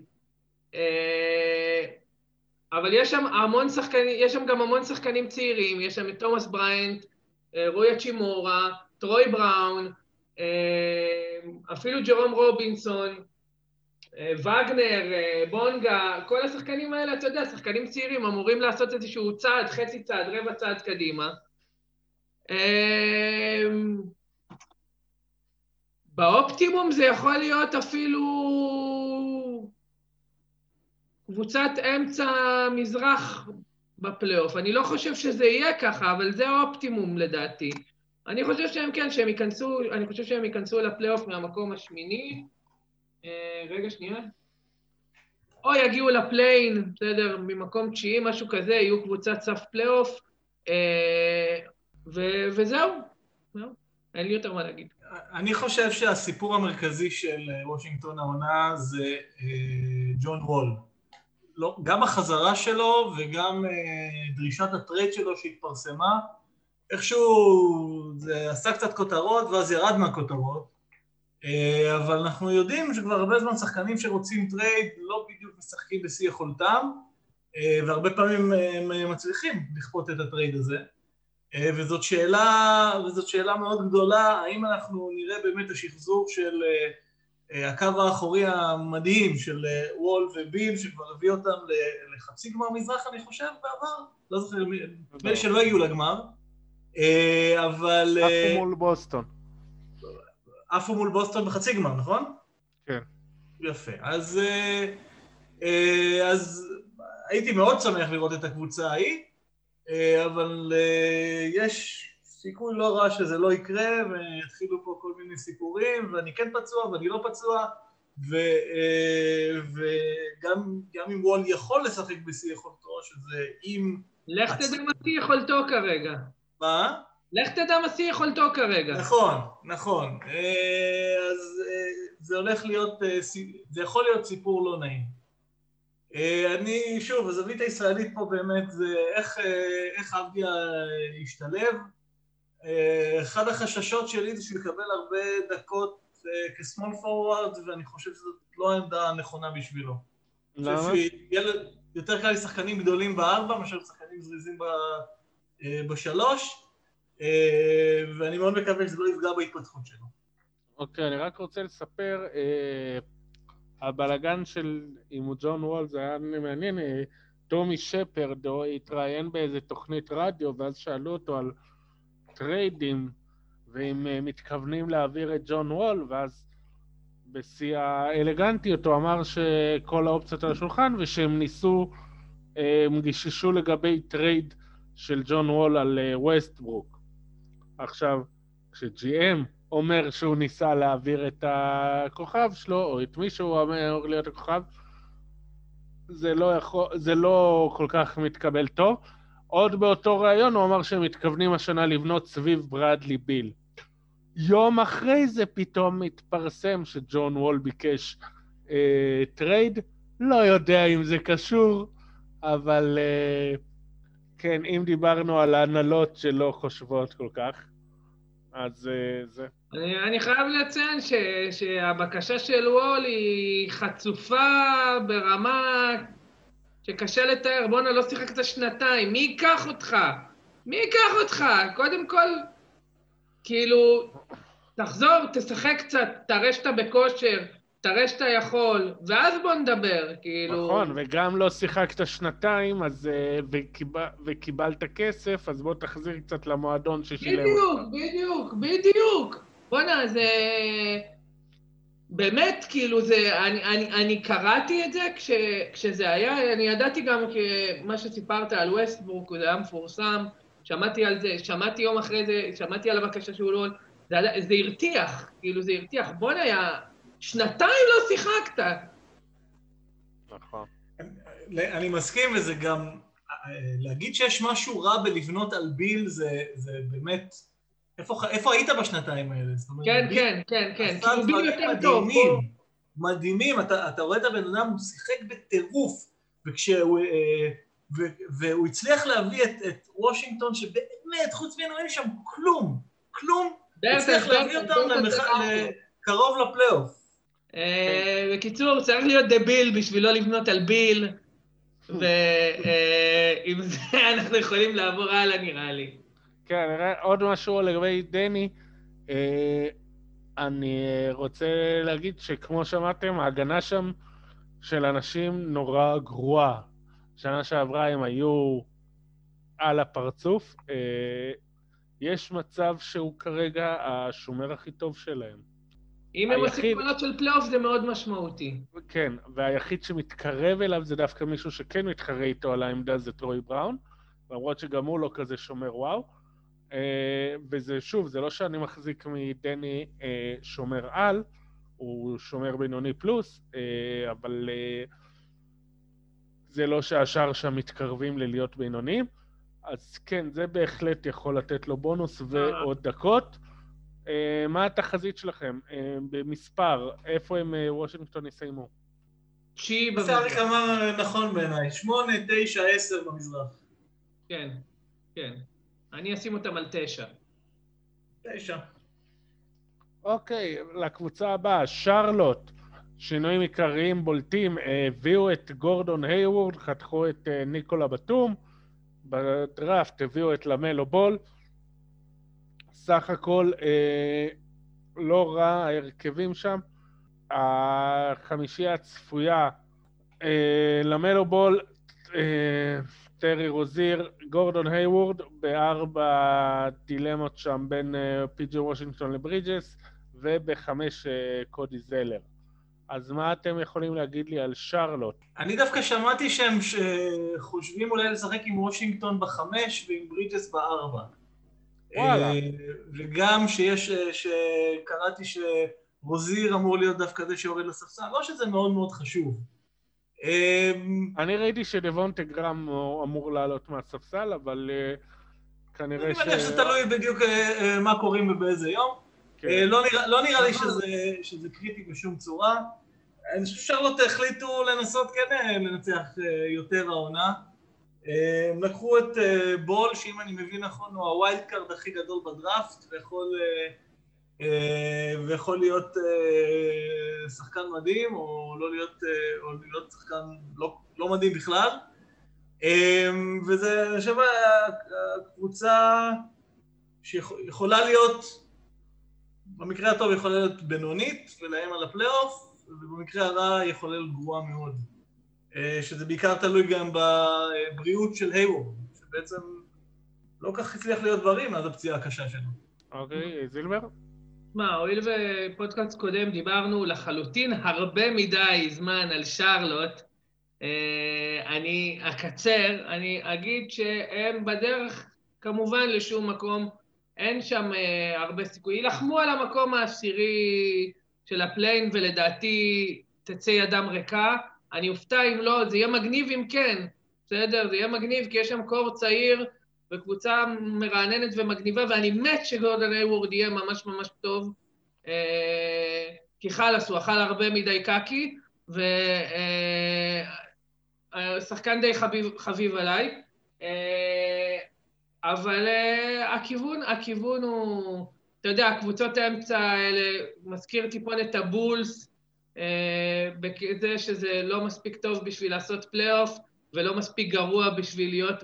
אבל יש שם גם המון שחקנים צעירים, יש שם את תומאס בריינט, רוי הצ'ימורה, טרוי בראון, אפילו ג'רום רובינסון, וגנר, בונגה, כל השחקנים האלה, אתה יודע, שחקנים צעירים אמורים לעשות איזשהו צעד, חצי צעד, רבע צעד קדימה. באופטימום זה יכול להיות אפילו קבוצת אמצע מזרח בפלייאוף. אני לא חושב שזה יהיה ככה, אבל זה האופטימום לדעתי. אני חושב שהם ייכנסו לפלייאוף מהמקום השמיני. רגע, שנייה. או יגיעו לפליין, בסדר, ממקום 9, משהו כזה, יהיו קבוצת סף פלייאוף, וזהו. אין לי יותר מה להגיד. אני חושב שהסיפור המרכזי של וושינגטון העונה זה ג'ון וול. לא, גם החזרה שלו וגם דרישת הטרייד שלו שהתפרסמה, איכשהו זה עשה קצת כותרות ואז ירד מהכותרות, אבל אנחנו יודעים שכבר הרבה זמן שחקנים שרוצים טרייד לא בדיוק משחקים בשיא יכולתם, והרבה פעמים הם מצליחים לכפות את הטרייד הזה, וזאת שאלה מאוד גדולה, האם אנחנו נראה באמת השחזור של הקו האחורי המדהים של וול וביל, שכבר הביא אותם לחצי גמר מזרח, אני חושב, בעבר, לא זוכר, נדמה שלא הגיעו לגמר, אבל... עפו מול בוסטון. עפו מול בוסטון בחצי גמר, נכון? כן. יפה. אז הייתי מאוד שמח לראות את הקבוצה ההיא, אבל יש סיכוי לא רע שזה לא יקרה, ויתחילו פה כל מיני סיפורים, ואני כן פצוע ואני לא פצוע, וגם אם וול יכול לשחק בשיא יכולתו, שזה אם... לך תדע מה שיא יכולתו כרגע. מה? לך תדע מה שיא יכולתו כרגע. נכון. אז זה הולך להיות, זה יכול להיות סיפור לא נעים. אני, שוב, הזווית הישראלית פה באמת זה איך אבדיה ישתלב. אחד החששות שלי זה שהוא יקבל הרבה דקות כסמול פורוורד, ואני חושב שזאת לא העמדה הנכונה בשבילו. למה? אני חושב שיהיה יותר קל לשחקנים גדולים בארבע, מאשר לשחקנים זריזים בשלוש, ואני מאוד מקווה שזה לא יפגע בהתפתחות שלו. אוקיי, אני רק רוצה לספר, הבלגן עם ג'ון וול זה היה מעניין, טומי שפרד התראיין באיזה תוכנית רדיו, ואז שאלו אותו על טריידים, ואם מתכוונים להעביר את ג'ון וול, ואז בשיא האלגנטיות הוא אמר שכל האופציות על השולחן, ושהם ניסו, הם גיששו לגבי טרייד של ג'ון וול על ווסטברוק. עכשיו, כש-GM אומר שהוא ניסה להעביר את הכוכב שלו, או את מי שהוא אומר להיות הכוכב, זה לא כל כך מתקבל טוב. עוד באותו רעיון הוא אמר שהם מתכוונים השנה לבנות סביב ברדלי ביל. יום אחרי זה פתאום התפרסם שג'ון וול ביקש טרייד, לא יודע אם זה קשור, אבל כן, אם דיברנו על ההנהלות שלא חושבות כל כך, אז זה. אני חייב לציין שהבקשה של וול היא חצופה ברמה שקשה לתאר. בוא'נה, לא שיחקת שנתיים, מי ייקח אותך? מי ייקח אותך? קודם כל, כאילו, תחזור, תשחק קצת, תראה שאתה בכושר, תראה שאתה יכול, ואז בוא נדבר, כאילו. נכון, וגם לא שיחקת שנתיים, אז וקיבלת כסף, אז בוא תחזיר קצת למועדון ששילם. בדיוק. בוא'נה, זה באמת, כאילו, אני קראתי את זה כשזה היה, אני ידעתי גם מה שסיפרת על ווסטברוק, זה היה מפורסם, שמעתי על זה, שמעתי יום אחרי זה, שמעתי על הבקשה שהוא לא, זה הרתיח, כאילו זה הרתיח, בוא'נה, שנתיים לא שיחקת. נכון. אני מסכים, וזה גם, להגיד שיש משהו רע בלבנות על ביל, זה באמת, איפה היית בשנתיים האלה? כן. עשה דברים מדהימים, אתה רואה את הבן אדם, הוא שיחק בטירוף, והוא הצליח להביא את וושינגטון, שבאמת, חוץ ממנו אין שם כלום, הצליח להביא אותם קרוב לפלייאוף. בקיצור, צריך להיות דביל בשביל לא לבנות על ביל, ועם זה אנחנו יכולים לעבור הלאה, נראה לי. כן, עוד משהו לגבי דני, אני רוצה להגיד שכמו שמעתם, ההגנה שם של אנשים נורא גרועה. שנה שעברה הם היו על הפרצוף, יש מצב שהוא כרגע השומר הכי טוב שלהם. אם הם עושים קולות של פלייאוף זה מאוד משמעותי. כן, והיחיד שמתקרב אליו זה דווקא מישהו שכן מתחרה איתו על העמדה, זה טרוי בראון, למרות שגם הוא לא כזה שומר וואו. וזה שוב, זה לא שאני מחזיק מדני שומר על, הוא שומר בינוני פלוס, אבל זה לא שהשאר שם מתקרבים ללהיות בינוניים, אז כן, זה בהחלט יכול לתת לו בונוס ועוד דקות. מה התחזית שלכם? במספר, איפה הם וושינגטון יסיימו? סאריק אמר נכון בעיניי, 8, 9, 10 במזרח. כן. אני אשים אותם על 9. 9. אוקיי, לקבוצה הבאה, שרלוט, שינויים עיקריים בולטים, הביאו את גורדון הייוורד, חתכו את ניקולה בטום, בדראפט הביאו את למלו בול, סך הכל לא רע ההרכבים שם, החמישייה הצפויה, למלו בול, טרי רוזיר, גורדון הייוורד, ב4 דילמות שם בין פי.ג'י וושינגטון לברידג'ס, וב5 קודי זלר. אז מה אתם יכולים להגיד לי על שרלוט? אני דווקא שמעתי שהם חושבים אולי לשחק עם וושינגטון ב5 ועם ברידג'ס ב4. וואלה. וגם שקראתי שרוזיר אמור להיות דווקא זה שיורד לספסל, לא שזה מאוד מאוד חשוב. אני ראיתי שדוונטה גרם אמור לעלות מהספסל, אבל כנראה אני מניח שזה תלוי בדיוק מה קוראים ובאיזה יום. לא נראה לי שזה קריטי בשום צורה. אני חושב ששרלוט החליטו לנסות כן לנצח יותר העונה. הם לקחו את בול, שאם אני מבין נכון, הוא הווילד קארד הכי גדול בדראפט, ויכול להיות שחקן מדהים, או להיות שחקן לא מדהים בכלל. וזה, אני חושב, הקבוצה שיכולה להיות, במקרה הטוב יכולה להיות בינונית ולהם על הפלייאוף, ובמקרה הרע יכולה להיות גרועה מאוד. שזה בעיקר תלוי גם בבריאות של היוורד, שבעצם לא כך הצליח להיות דברים עד הפציעה הקשה שלנו. אוקיי, זילבר? מה, הואיל בפודקאסט קודם דיברנו לחלוטין הרבה מדי זמן על שרלוט, אני אקצר, אני אגיד שהם בדרך כמובן לשום מקום, אין שם הרבה סיכוי. ילחמו על המקום העשירי של הפליין, ולדעתי תצא ידם ריקה. אני אופתע אם לא, זה יהיה מגניב אם כן, בסדר? זה יהיה מגניב כי יש שם קור צעיר וקבוצה מרעננת ומגניבה, ואני מת שגורדון היוורד יהיה ממש ממש טוב, כי חלס, הוא אכל הרבה מדי קקי, ושחקן די חביב עליי, אבל הכיוון הוא, אתה יודע, הקבוצות האמצע האלה מזכיר טיפון את הבולס, בזה שזה לא מספיק טוב בשביל לעשות פלייאוף, ולא מספיק גרוע בשביל להיות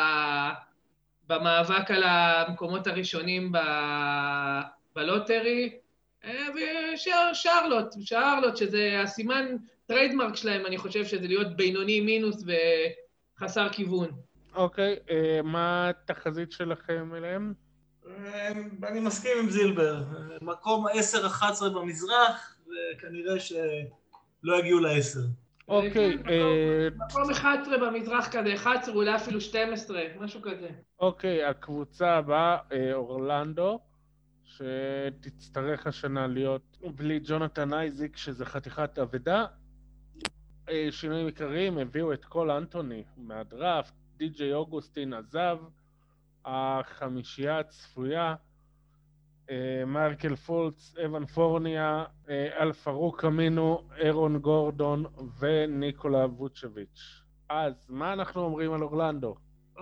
במאבק על המקומות הראשונים בלוטרי, ושרלוט, שזה הסימן טריידמרק שלהם, אני חושב שזה להיות בינוני מינוס וחסר כיוון. אוקיי, מה התחזית שלכם אליהם? אני מסכים עם זילבר, מקום 10-11 במזרח, וכנראה שלא יגיעו ל-10. אוקיי. מקום 11 במזרח כזה, 11, אולי אפילו 12, משהו כזה. אוקיי, הקבוצה הבאה, אורלנדו, שתצטרך השנה להיות בלי ג'ונתן אייזיק, שזה חתיכת עבדה. שינויים עיקריים, הביאו את קול אנטוני מהדראפט, די.ג'יי אוגוסטין עזב, החמישייה הצפויה, מרקל פולץ, אבן פורניה, אלפרוק אמינו, אירון גורדון וניקולה ווצ'ביץ'. אז מה אנחנו אומרים על אורלנדו?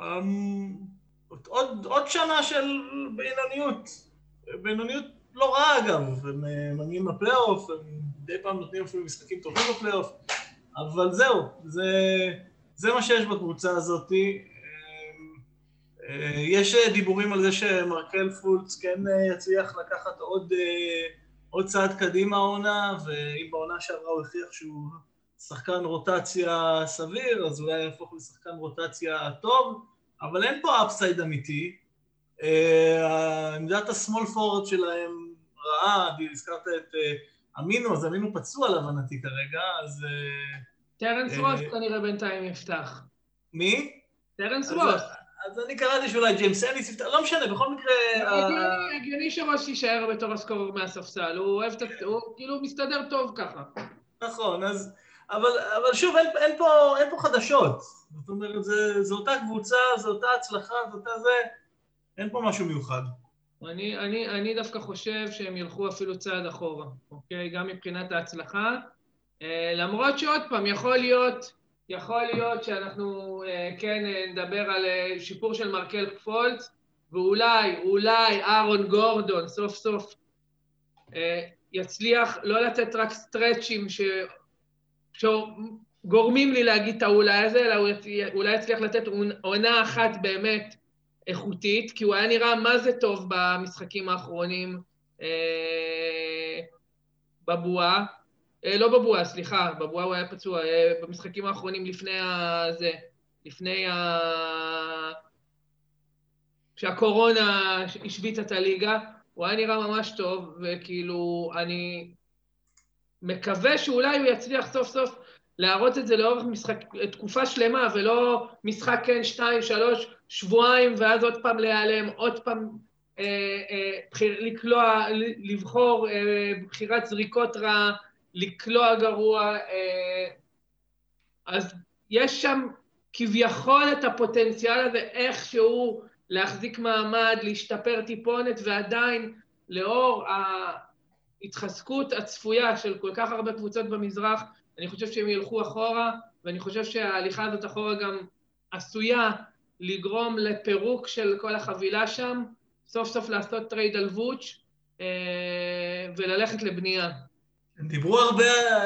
עוד שנה של בינוניות לא רעה אגב, הם מגיעים לפלייאוף, הם די פעם נותנים אפילו משחקים טובים בפלייאוף, אבל זהו, זה מה שיש בקבוצה הזאת. יש דיבורים על זה שמרקל פולץ כן יצליח לקחת עוד צעד קדימה העונה, ואם בעונה שעברה הוא הכריח שהוא שחקן רוטציה סביר, אז אולי יהפוך לשחקן רוטציה טוב, אבל אין פה אפסייד אמיתי. עמדת הסמול פורד שלהם רעה, הזכרת את אמינו, אז אמינו פצוע להבנתי כרגע, אז... טרנס רוס כנראה בינתיים יפתח. מי? טרנס רוס. אז אני קראתי שאולי ג'יימס אניס יפתח, לא משנה, בכל מקרה... הגיוני שרוס יישאר בתור הסקורר מהספסל, הוא כאילו מסתדר טוב ככה. נכון, אז... אבל שוב, אין פה חדשות. זאת אומרת, זו אותה קבוצה, זו אותה הצלחה, זו אותה זה... אין פה משהו מיוחד. אני דווקא חושב שהם ילכו אפילו צעד אחורה, אוקיי? גם מבחינת ההצלחה. למרות שעוד פעם, יכול להיות שאנחנו כן נדבר על שיפור של מרקל פולץ, ואולי אהרון גורדון סוף סוף יצליח לא לתת רק סטרצ'ים שגורמים לי להגיד את האולי הזה, אלא אולי יצליח לתת עונה אחת באמת איכותית, כי הוא היה נראה מה זה טוב במשחקים האחרונים בבועה, לא בבועה, סליחה, בבועה הוא היה פצוע, במשחקים האחרונים לפני שהקורונה השביתה את הליגה, הוא היה נראה ממש טוב, וכאילו אני מקווה שאולי הוא יצליח סוף סוף להראות את זה לאורך תקופה שלמה, ולא משחק כן 2, 3, שבועיים, ואז עוד פעם להיעלם, עוד פעם לבחור בחירת זריקות רע, לקלוע גרוע, אז יש שם כביכול את הפוטנציאל הזה איכשהו להחזיק מעמד, להשתפר טיפונת, ועדיין לאור ההתחזקות הצפויה של כל כך הרבה קבוצות במזרח, אני חושב שהם ילכו אחורה, ואני חושב שההליכה הזאת אחורה גם עשויה לגרום לפירוק של כל החבילה שם, סוף סוף לעשות טרייד על ווץ', וללכת לבנייה. דיברו הרבה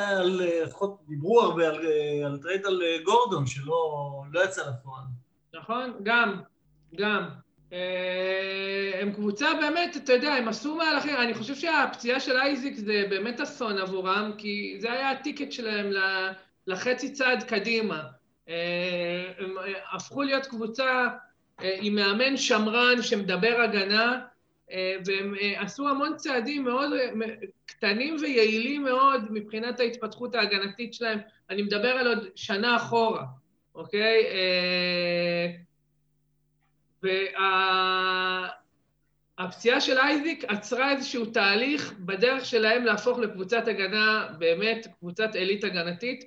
על טרייד על גורדון, שלא יצא לפועל. נכון? גם. הם קבוצה באמת, אתה יודע, הם עשו מהלכים, אני חושב שהפציעה של אייזיק זה באמת אסון עבורם, כי זה היה הטיקט שלהם לחצי צעד קדימה. הם הפכו להיות קבוצה עם מאמן שמרן שמדבר הגנה, והם עשו המון צעדים מאוד קטנים ויעילים מאוד מבחינת ההתפתחות ההגנתית שלהם. אני מדבר על עוד שנה אחורה, אוקיי? והפציעה של אייזיק עצרה איזשהו תהליך בדרך שלהם להפוך לקבוצת הגנה, באמת קבוצת עילית הגנתית.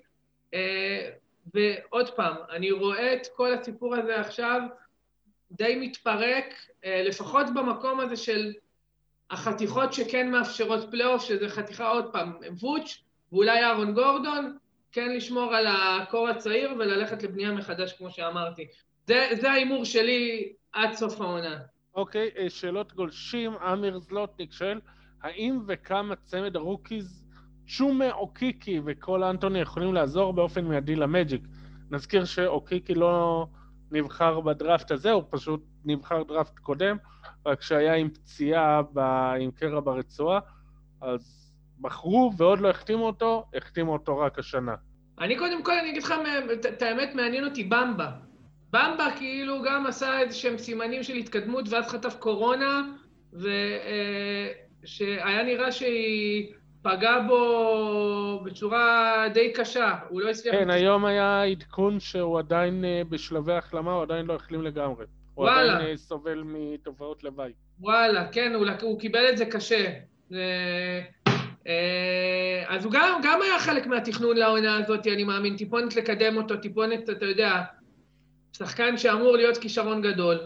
ועוד פעם, אני רואה את כל הסיפור הזה עכשיו די מתפרק, לפחות במקום הזה של החתיכות שכן מאפשרות פלייאוף, שזה חתיכה עוד פעם, ווץ' ואולי אהרון גורדון, כן לשמור על הקור הצעיר וללכת לבנייה מחדש כמו שאמרתי. זה האימור שלי עד סוף העונה. אוקיי, שאלות גולשים, אמיר זלוטניק שואל, האם וכמה צמד הרוקיז צ'ומה אוקיקי וכל אנטוני יכולים לעזור באופן מיידי למג'יק? נזכיר שאוקיקי לא נבחר בדראפט הזה, הוא פשוט נבחר דראפט קודם, רק שהיה עם פציעה עם קרע ברצועה, אז בחרו ועוד לא החתימו אותו רק השנה. אני קודם כל, אני אגיד לך, את האמת מעניין אותי במבה. במבה כאילו גם עשה איזשהם סימנים של התקדמות, ואז חטף קורונה, ושהיה נראה שהיא פגעה בו בצורה די קשה, הוא לא הצליח... כן, היום היה עדכון שהוא עדיין בשלבי החלמה, הוא עדיין לא החלים לגמרי. הוא עדיין סובל מתופעות לוואי. וואלה, כן, הוא קיבל את זה קשה. אז הוא גם היה חלק מהתכנון לעונה הזאת, אני מאמין, טיפונת לקדם אותו, טיפונת, אתה יודע, שחקן שאמור להיות כישרון גדול.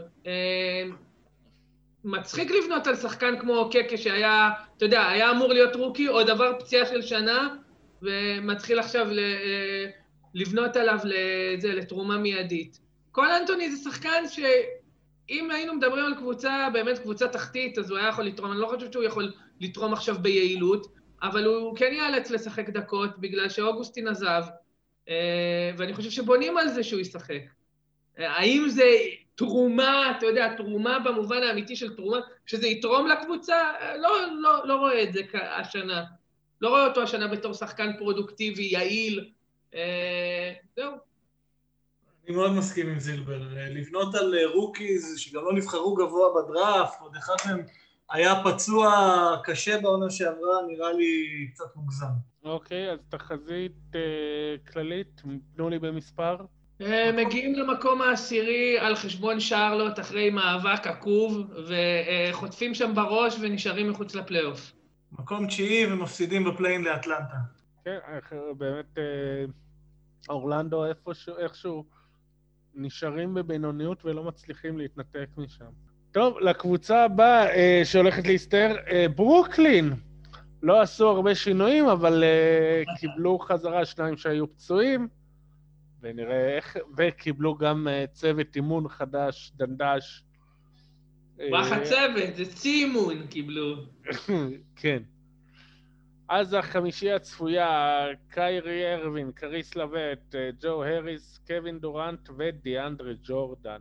מצחיק לבנות על שחקן כמו קקה שהיה, אתה יודע, היה אמור להיות רוקי, או דבר פציעה של שנה, ומתחיל עכשיו לבנות עליו לתרומה מיידית. כל אנטוני זה שחקן שאם היינו מדברים על קבוצה, באמת קבוצה תחתית, אז הוא היה יכול לתרום, אני לא חושבת שהוא יכול לתרום עכשיו ביעילות, אבל הוא כן ייאלץ לשחק דקות, בגלל שאוגוסטין עזב, ואני חושב שבונים על זה שהוא ישחק. האם זה תרומה, אתה יודע, תרומה במובן האמיתי של תרומה, שזה יתרום לקבוצה? לא רואה את זה השנה. לא רואה אותו השנה בתור שחקן פרודוקטיבי, יעיל. זהו. אני מאוד מסכים עם זילבר. לבנות על רוקיז שגם לא נבחרו גבוה בדראפט, עוד אחד מהם היה פצוע קשה בעונה שעברה, נראה לי קצת מוגזם. אוקיי, אז תחזית כללית, תנו לי במספר. מגיעים למקום העשירי על חשבון שרלוט אחרי מאבק עקוב, וחוטפים שם בראש ונשארים מחוץ לפלייאוף. מקום 9 ומפסידים בפליין לאטלנטה. כן, באמת אורלנדו איכשהו נשארים בבינוניות ולא מצליחים להתנתק משם. טוב, לקבוצה הבאה שהולכת להסתער, ברוקלין. לא עשו הרבה שינויים, אבל קיבלו חזרה 2 שהיו פצועים. ונראה איך, וקיבלו גם צוות אימון חדש, דנדש. וואחד צוות, זה צי אימון קיבלו. כן. אז החמישייה הצפויה, קיירי ארווין, קריס לוט, ג'ו הריס, קווין דורנט ודיאנדרה ג'ורדן.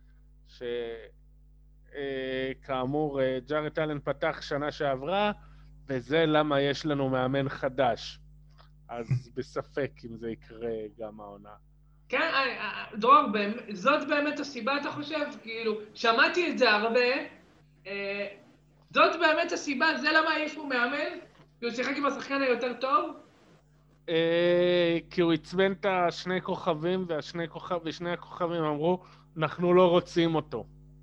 שכאמור, ג'ארט אלן פתח שנה שעברה, וזה למה יש לנו מאמן חדש. אז בספק אם זה יקרה גם העונה. כן, דרור, זאת באמת הסיבה, אתה חושב? כאילו, שמעתי את זה הרבה, זאת באמת הסיבה, זה למה העיפו מאמן? כי הוא שיחק עם השחקן היותר טוב? כי הוא עצבן את השני כוכבים, ושני הכוכבים אמרו, אנחנו לא רוצים אותו.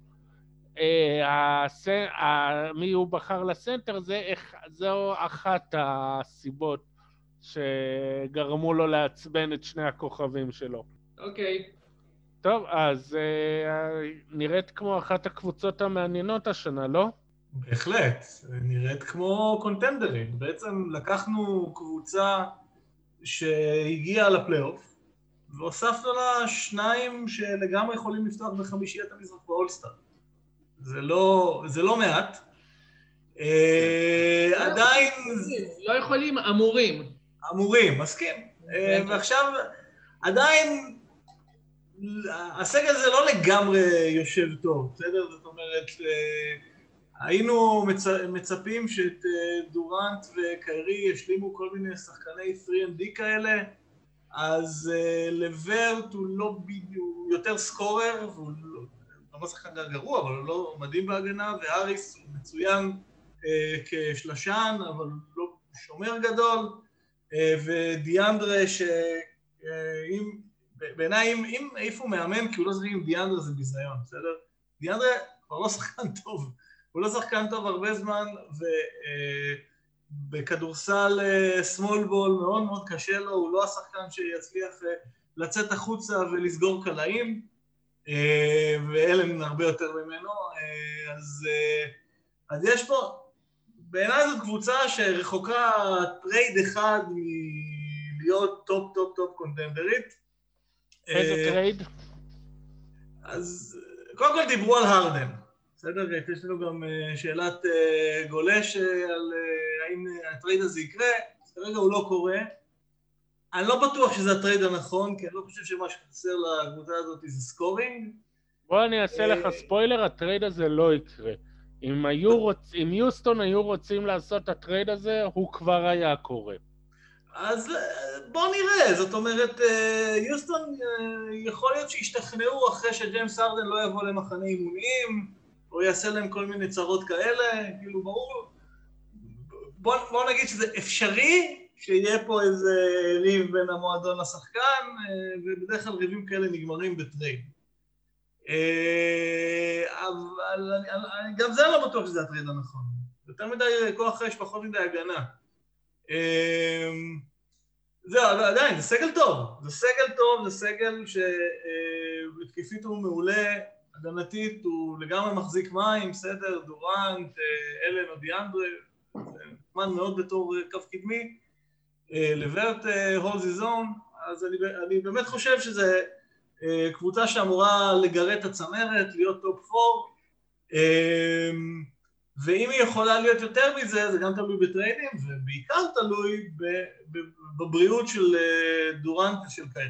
מי הוא בחר לסנטר, זו אחת הסיבות שגרמו לו לעצבן את שני הכוכבים שלו. אוקיי. טוב, אז נראית כמו אחת הקבוצות המעניינות השנה, לא? בהחלט, נראית כמו קונטנדרים. בעצם לקחנו קבוצה שהגיעה לפלייאוף, והוספנו לה 2 שלגמרי יכולים לפתוח בחמישיית המזרח באולסטאר. זה לא מעט. עדיין... לא יכולים, אמורים. אמורים, מסכים. ועכשיו, עדיין, הסגל הזה לא לגמרי יושב טוב, בסדר? זאת אומרת, היינו מצפים שאת דורנט וקיירי ישלימו כל מיני שחקני 3&D כאלה, אז לברט הוא לא בדיוק, יותר סקורר, והוא לא שחקן גרוע, אבל הוא לא מדהים בהגנה, והאריס הוא מצוין כשלשן, אבל לא שומר גדול, ודיאנדרה בעיניי אם העיפו מאמן, כי הוא לא זריק עם דיאנדרה זה ביזיון, בסדר? דיאנדרה כבר לא שחקן טוב, הוא לא שחקן טוב הרבה זמן, ובכדורסל סמול בול מאוד מאוד קשה לו, הוא לא השחקן שיצליח לצאת החוצה ולסגור קלעים, ואלן הרבה יותר ממנו, אז יש פה, בעיניי זאת קבוצה שרחוקה טרייד אחד מלהיות טופ טופ טופ קונטנדרית. איזה טרייד? אז קודם כל דיברו על הרדן, בסדר? יש לנו גם שאלת גולש על האם הטרייד הזה יקרה, כרגע הוא לא קורה. אני לא בטוח שזה הטרייד הנכון, כי אני לא חושב שמה שחסר לקבוצה הזאת זה סקורינג. בוא אני אעשה לך ספוילר, הטרייד הזה לא יקרה. אם יוסטון היו רוצים לעשות את הטרייד הזה, הוא כבר היה קורה. אז בוא נראה, זאת אומרת, יוסטון יכול להיות שישתכנעו אחרי שג'יימס הרדן לא יבוא למחנה אימונים, או יעשה להם כל מיני צרות כאלה, כאילו ברור. בוא נגיד שזה אפשרי, שיהיה פה איזה ריב בין המועדון לשחקן, ובדרך כלל ריבים כאלה נגמרים בטרייד. אבל גם זה לא בטוח שזה הטרייד הנכון. יותר מדי כוח יש, פחות מדי הגנה. זהו, עדיין, זה סגל טוב. זה סגל טוב, זה סגל שבתקיפית הוא מעולה, הגנתית הוא לגמרי מחזיק מים, בסדר, דורנט, אלן או דיאנדרה, זה זמן מאוד בתור קו קדמי. לברט הולזיזון, אז אני באמת חושב שזה קבוצה שאמורה לגרד את הצמרת, להיות טופ 4, ואם היא יכולה להיות יותר מזה, זה גם תלוי בטריידים, ובעיקר תלוי בבריאות של דורנט ושל קיירי.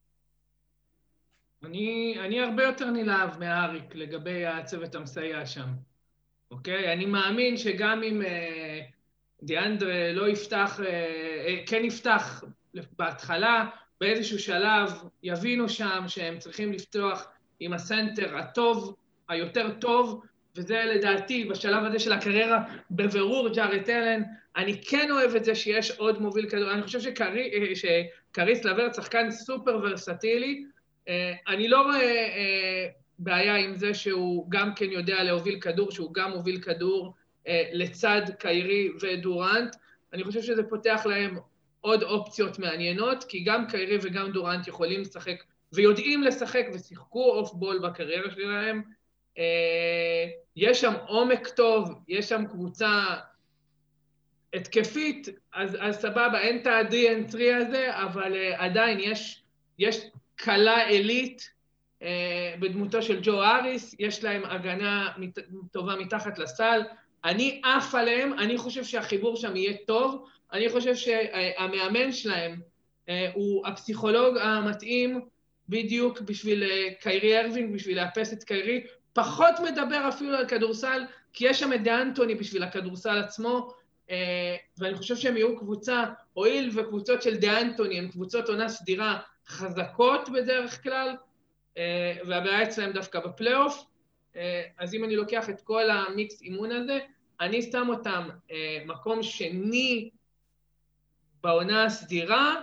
אני הרבה יותר נלהב מהאריק לגבי הצוות המסייע שם, אוקיי? אני מאמין שגם אם דיאנדרה לא יפתח, כן יפתח בהתחלה, באיזשהו שלב יבינו שם שהם צריכים לפתוח עם הסנטר הטוב, היותר טוב, וזה לדעתי בשלב הזה של הקריירה בבירור ג'ארט אלן. אני כן אוהב את זה שיש עוד מוביל כדור, אני חושב שקריס לברט שחקן סופר ורסטילי, אני לא רואה בעיה עם זה שהוא גם כן יודע להוביל כדור, שהוא גם מוביל כדור לצד קיירי ודורנט. אני חושב שזה פותח להם עוד אופציות מעניינות, כי גם קיירי וגם דורנט יכולים לשחק, ויודעים לשחק ושיחקו אוף בול בקריירה שלהם. יש שם עומק טוב, יש שם קבוצה התקפית, אז סבבה, אין את ה-D&3 הזה, אבל עדיין יש קלה אלית בדמותו של ג'ו אריס, יש להם הגנה טובה מתחת לסל, אני עף עליהם, אני חושב שהחיבור שם יהיה טוב, אני חושב שהמאמן שלהם הוא הפסיכולוג המתאים בדיוק בשביל קיירי ארווינג, בשביל לאפס את קיירי, פחות מדבר אפילו על כדורסל, כי יש שם את דאנטוני בשביל הכדורסל עצמו, ואני חושב שהם יהיו קבוצה, הואיל וקבוצות של דאנטוני הן קבוצות עונה סדירה חזקות בדרך כלל, והבעיה אצלהם דווקא בפלייאוף, אז אם אני לוקח את כל המיקס אימון הזה, אני שם אותם מקום שני בעונה הסדירה,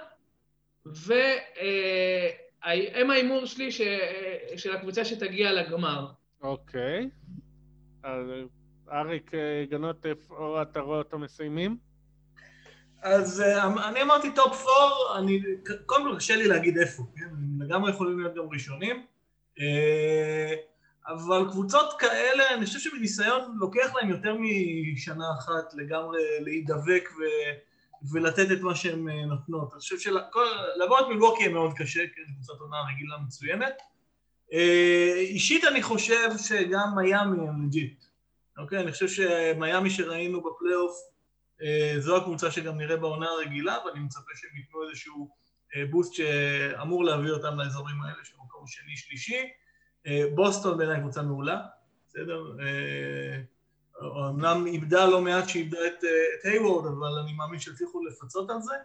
והם האימור שלי של הקבוצה שתגיע לגמר. אוקיי. אז אריק גנות, איפה אתה רואה אותם מסיימים? אז אני אמרתי טופ 4, קודם כל קשה לי להגיד איפה, הם לגמרי יכולים להיות גם ראשונים, אבל קבוצות כאלה, אני חושב שבניסיון לוקח להם יותר משנה אחת לגמרי להידבק ולתת את מה שהן נותנות. אני חושב שלעבור את מילווקי יהיה מאוד קשה, כי זו קבוצת עונה רגילה מצוינת. אישית אני חושב שגם מיאמי הם לג'יט. אוקיי, אני חושב שמיימי שראינו בפלייאוף, זו הקבוצה שגם נראה בעונה הרגילה, ואני מצפה שהם ייתנו איזשהו בוסט שאמור להביא אותם לאזורים האלה, של מקום שני, שלישי. בוסטון בעיניי קבוצה מעולה, בסדר? אמנם איבדה לא מעט שאיבדה את היוורד, אבל אני מאמין שהצליחו לפצות על זה.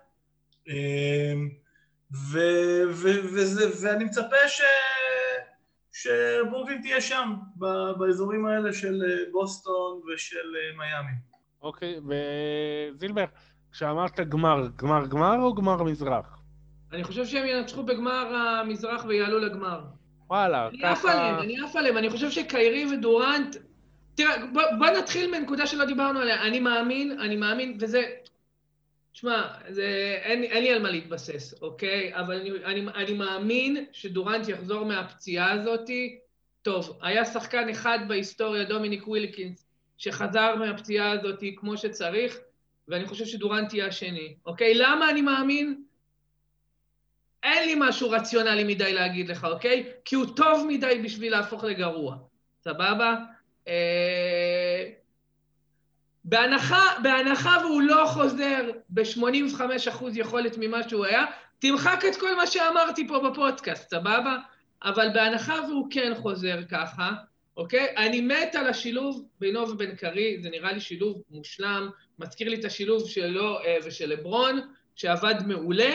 ואני מצפה שבורקלין תהיה שם, באזורים האלה של בוסטון ושל מיימי. אוקיי, וזילבר, כשאמרת גמר או גמר מזרח? אני חושב שהם ינצחו בגמר המזרח ויעלו לגמר. וואלה, ככה... אני עף עליהם, אני חושב שקיירי ודורנט... תראה, בוא נתחיל מנקודה שלא דיברנו עליה. אני מאמין, וזה... תשמע, אין לי על מה להתבסס, אוקיי? אבל אני מאמין שדורנט יחזור מהפציעה הזאת. טוב, היה שחקן אחד בהיסטוריה, דומיניק ווילקינס, שחזר מהפציעה הזאת כמו שצריך, ואני חושב שדורנט יהיה השני, אוקיי? למה אני מאמין? אין לי משהו רציונלי מדי להגיד לך, אוקיי? כי הוא טוב מדי בשביל להפוך לגרוע. סבבה? בהנחה והוא לא חוזר ב-85% יכולת ממה שהוא היה, תמחק את כל מה שאמרתי פה בפודקאסט, סבבה? אבל בהנחה והוא כן חוזר ככה, אוקיי? אני מת על השילוב בינו ובין קרי, זה נראה לי שילוב מושלם, מזכיר לי את השילוב שלו ושל לברון, שעבד מעולה,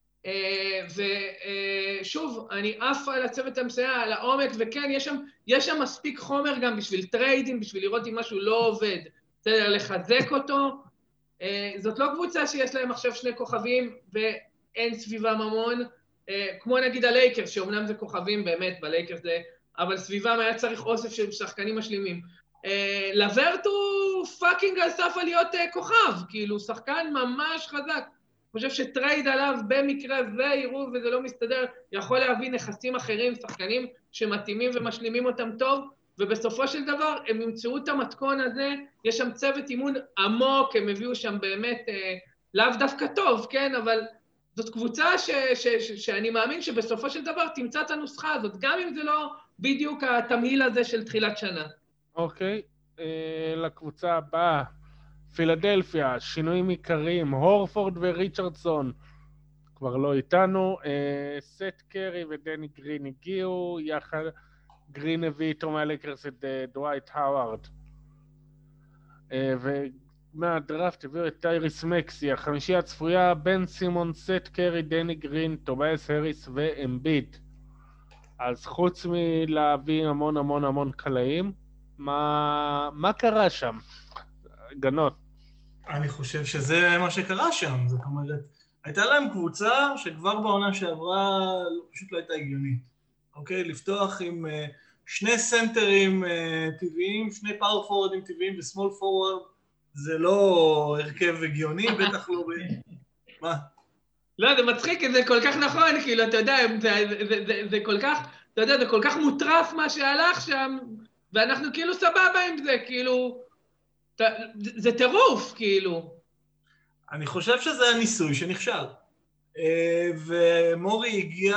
ושוב, אני עף על הצוות המסייע, על העומק, וכן, יש שם מספיק חומר גם בשביל טריידים, בשביל לראות אם משהו לא עובד, בסדר, לחזק אותו. זאת לא קבוצה שיש להם עכשיו 2 כוכבים, ואין סביבם המון, כמו נגיד הלייקרס, שאומנם זה כוכבים באמת, בלייקרס זה, אבל סביבם היה צריך אוסף של שחקנים משלימים. לברט הוא פאקינג על סף להיות כוכב, כאילו, שחקן ממש חזק. אני חושב שטרייד עליו במקרה ויראו וזה לא מסתדר, יכול להביא נכסים אחרים, שחקנים שמתאימים ומשלימים אותם טוב, ובסופו של דבר הם ימצאו את המתכון הזה, יש שם צוות אימון עמוק, הם הביאו שם באמת לאו דווקא טוב, כן? אבל זאת קבוצה שאני מאמין שבסופו של דבר תמצא את הנוסחה הזאת, גם אם זה לא בדיוק התמהיל הזה של תחילת שנה. אוקיי, לקבוצה הבאה, פילדלפיה, שינויים עיקריים, הורפורד וריצ'רדסון, כבר לא איתנו, סט קרי ודני גרין הגיעו, יחד גרין הביא איתו מהלקרס את דווייט האווארד, ומהדראפט הביאו את טייריס מקסי, החמישייה הצפויה, בן סימון, סט קרי, דני גרין, טובייס הריס ואמביד. אז חוץ מלהביא המון קלעים, מה קרה שם? גנות. אני חושב שזה מה שקרה שם, זאת אומרת, הייתה להם קבוצה שכבר בעונה שעברה פשוט לא הייתה הגיונית, אוקיי? לפתוח עם 2 סנטרים טבעיים, 2 פאור פורורדים טבעיים וסמול פורוורד, זה לא הרכב הגיוני, בטח לא מה? לא, זה מצחיק, זה כל כך נכון, כאילו, אתה יודע, זה כל כך, אתה יודע, זה כל כך מוטרף מה שהלך שם, ואנחנו כאילו סבבה עם זה, כאילו, זה טירוף, כאילו. אני חושב שזה הניסוי שנכשל. ומורי הגיע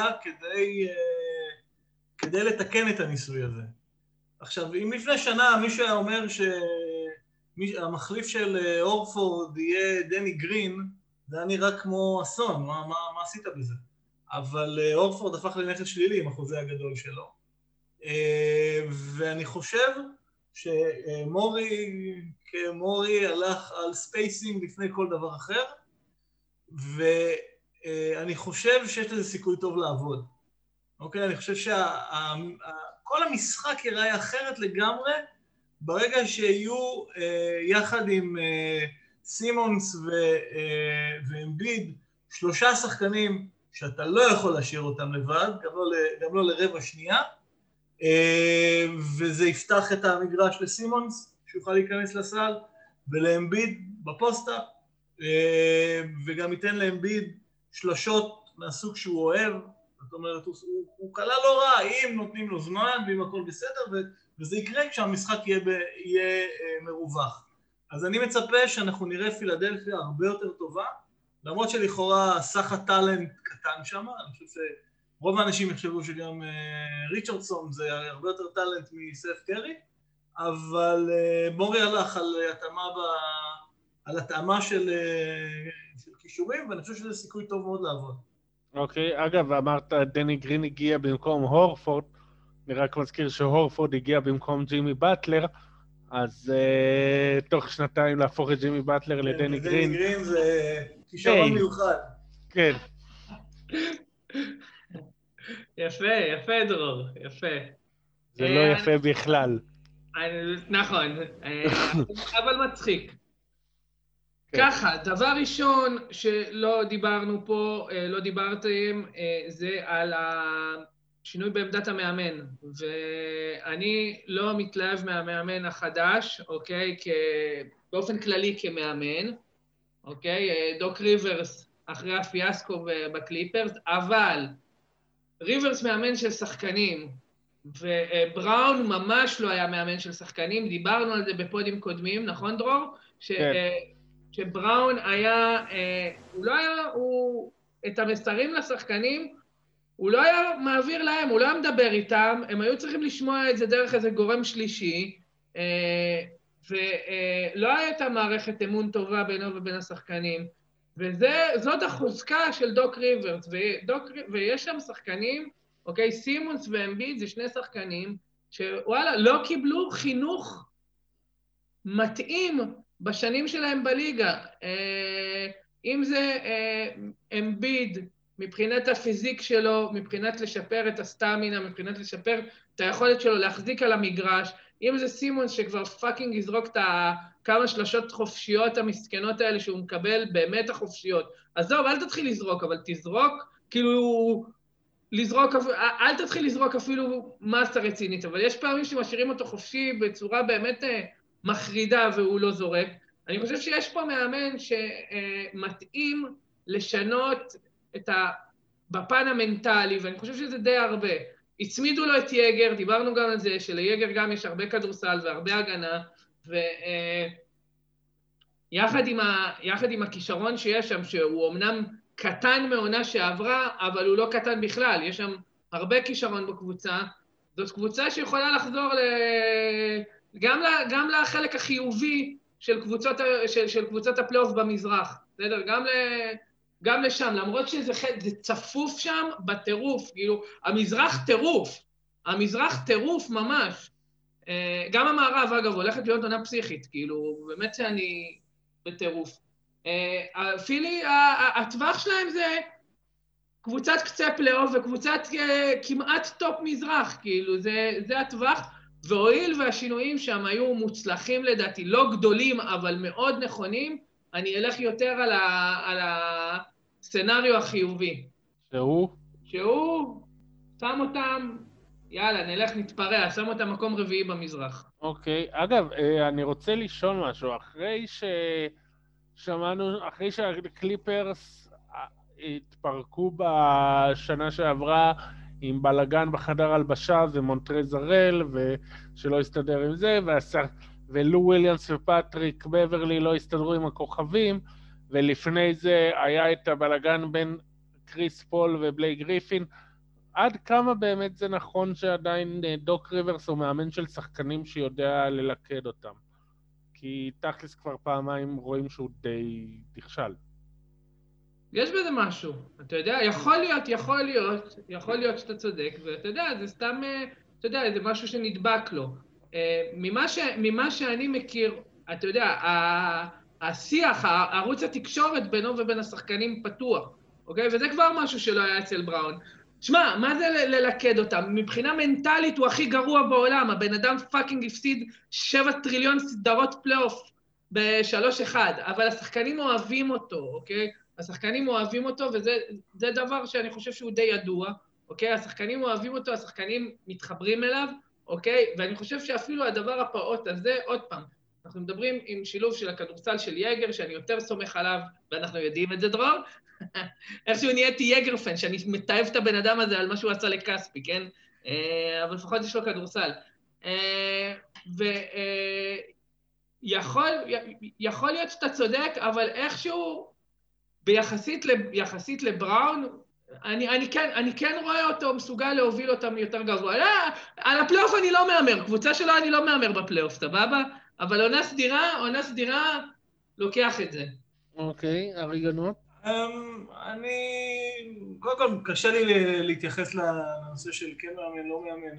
כדי לתקן את הניסוי הזה. עכשיו, אם לפני שנה מישהו היה אומר שהמחליף של הורפורד יהיה דני גרין, זה היה נראה כמו אסון, מה עשית בזה? אבל הורפורד הפך לנכס שלילי עם החוזה הגדול שלו. ואני חושב שמורי הלך על ספייסינג לפני כל דבר אחר, ואני חושב שיש לזה סיכוי טוב לעבוד. אוקיי? אני חושב שכל המשחק ייראה אחרת לגמרי, ברגע שיהיו יחד עם סימונס ואמביד 3 שחקנים שאתה לא יכול להשאיר אותם לבד, גם לא לרבע שנייה, וזה יפתח את המגרש לסימונס, שיוכל להיכנס לסל, ולאמביד בפוסטה, וגם ייתן לאמביד שלשות מהסוג שהוא אוהב, זאת אומרת, הוא קלה לא רע, אם נותנים לו זמן, ואם הכל בסדר, וזה יקרה כשהמשחק יהיה מרווח. אז אני מצפה שאנחנו נראה פילדלפיה הרבה יותר טובה, למרות שלכאורה סך הטלנט קטן שם, אני חושב רוב האנשים יחשבו שגם ריצ'רדסון זה הרבה יותר טלנט מסף קרי, אבל מורי הלך על התאמה של כישורים, ואני חושב שזה סיכוי טוב מאוד לעבוד. אוקיי, אגב, אמרת דני גרין הגיע במקום הורפורד, אני רק מזכיר שהורפורד הגיע במקום ג'ימי באטלר, אז תוך שנתיים להפוך את ג'ימי באטלר לדני גרין. דני גרין זה כישרון מיוחד. כן. יפה דרור, יפה. זה לא יפה בכלל. נכון, אבל מצחיק. ככה, דבר ראשון שלא דיברנו פה, לא דיברתם, זה על השינוי בעמדת המאמן. ואני לא מתלהב מהמאמן החדש, אוקיי? באופן כללי כמאמן, אוקיי? דוק ריברס אחרי הפיאסקו בקליפרס, אבל ריברס מאמן של שחקנים, ובראון ממש לא היה מאמן של שחקנים, דיברנו על זה בפודים קודמים, נכון דרור? שבראון היה, את המסרים לשחקנים, הוא לא היה מעביר להם, הוא לא היה מדבר איתם, הם היו צריכים לשמוע את זה דרך איזה גורם שלישי, ולא הייתה מערכת אמון טובה בינו ובין השחקנים, וזאת החוזקה של דוק ריברס, ויש שם שחקנים, אוקיי, סימונס ואמביד זה שני שחקנים, שוואלה, לא קיבלו חינוך מתאים בשנים שלהם בליגה. אם זה אמביד, מבחינת הפיזיק שלו, מבחינת לשפר את הסטמינה, מבחינת לשפר את היכולת שלו להחזיק על המגרש, אם זה סימונס שכבר פאקינג יזרוק את כמה שלשות חופשיות המסכנות האלה שהוא מקבל באמת החופשיות. עזוב, אל תתחיל לזרוק, אבל תזרוק, כאילו, אל תתחיל לזרוק אפילו מסה רצינית, אבל יש פעמים שמשאירים אותו חופשי בצורה באמת מחרידה והוא לא זורק. אני חושב שיש פה מאמן שמתאים לשנות בפן המנטלי, ואני חושב שזה די הרבה. הצמידו לו את יגר, דיברנו גם על זה, שליגר גם יש הרבה כדורסל והרבה הגנה, ויחד עם הכישרון שיש שם, שהוא אמנם קטן מעונה שעברה, אבל הוא לא קטן בכלל, יש שם הרבה כישרון בקבוצה, זאת קבוצה שיכולה לחזור גם לחלק החיובי של קבוצת הפלייאוף במזרח, בסדר? גם לשם, למרות שזה צפוף שם בטירוף, כאילו, המזרח טירוף ממש. גם המערב, אגב, הולכת להיות עונה פסיכית, כאילו, באמת שאני בטירוף. פילי, הטווח שלהם זה קבוצת קצה פלייאוף וקבוצת כמעט טופ מזרח, כאילו, זה הטווח, והואיל והשינויים שם היו מוצלחים לדעתי, לא גדולים, אבל מאוד נכונים, אני אלך יותר על הסצנריו החיובי. שהוא שם אותם, יאללה, נלך נתפרע, שם אותם מקום רביעי במזרח. אוקיי, אגב, אני רוצה לשאול משהו, אחרי שהקליפרס התפרקו בשנה שעברה עם בלגן בחדר הלבשה ומונטרזרל, ושלא הסתדר עם זה, ולו וויליאמס ופטריק בברלי לא הסתדרו עם הכוכבים, ולפני זה היה את הבלגן בין קריס פול ובלי גריפין. עד כמה באמת זה נכון שעדיין דוק ריברס הוא מאמן של שחקנים שיודע ללכד אותם? כי תכלס כבר פעמיים רואים שהוא די נכשל. יש בזה משהו, אתה יודע, יכול להיות שאתה צודק, ואתה יודע, זה סתם, אתה יודע, זה משהו שנדבק לו. ממה שאני מכיר, אתה יודע, השיח, ערוץ התקשורת בינו ובין השחקנים פתוח, אוקיי? וזה כבר משהו שלא היה אצל בראון. תשמע, מה זה ללכד אותם? מבחינה מנטלית הוא הכי גרוע בעולם, הבן אדם פאקינג הפסיד 7 טריליון סדרות פלייאוף ב3-1, אבל השחקנים אוהבים אותו, אוקיי? השחקנים אוהבים אותו, וזה דבר שאני חושב שהוא די ידוע, אוקיי? השחקנים אוהבים אותו, השחקנים מתחברים אליו, אוקיי? ואני חושב שאפילו הדבר הפעוט הזה, עוד פעם, אנחנו מדברים עם שילוב של הכדורסל של יגר, שאני יותר סומך עליו, ואנחנו יודעים את זה, דרור. איכשהו נהייתי יגר פן, שאני מתאהב את הבן אדם הזה על מה שהוא עשה לקספי, כן? אבל לפחות יש לו כדורסל. יכול להיות שאתה צודק, אבל איכשהו, ביחסית לבראון, אני כן רואה אותו מסוגל להוביל אותם יותר גבוה. על הפלייאוף אני לא מאמר, קבוצה שלו אני לא מאמר בפלייאוף, סבבה? אבל עונה סדירה, לוקח את זה. אוקיי, הריגנות? קודם כל, קשה לי להתייחס לנושא של כן מאמן, לא מאמן.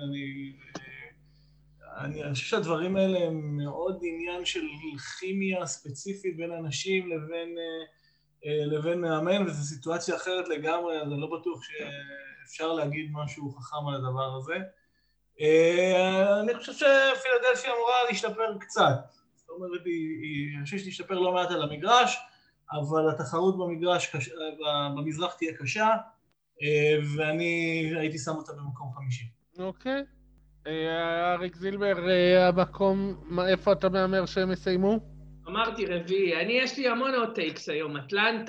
אני חושב שהדברים האלה הם מאוד עניין של כימיה ספציפית בין אנשים לבין מאמן, וזו סיטואציה אחרת לגמרי, אז אני לא בטוח שאפשר להגיד משהו חכם על הדבר הזה. אני חושב שפילדלפיה אמורה להשתפר קצת. זאת אומרת, אני חושב שתשתפר לא מעט על המגרש, אבל התחרות במזרח תהיה קשה, ואני הייתי שם אותה במקום 50. אוקיי. אריק זילבר, המקום, איפה אתה מאמר שהם יסיימו? אמרתי רביעי, יש לי המון עוד טייקס היום, אטלנטה,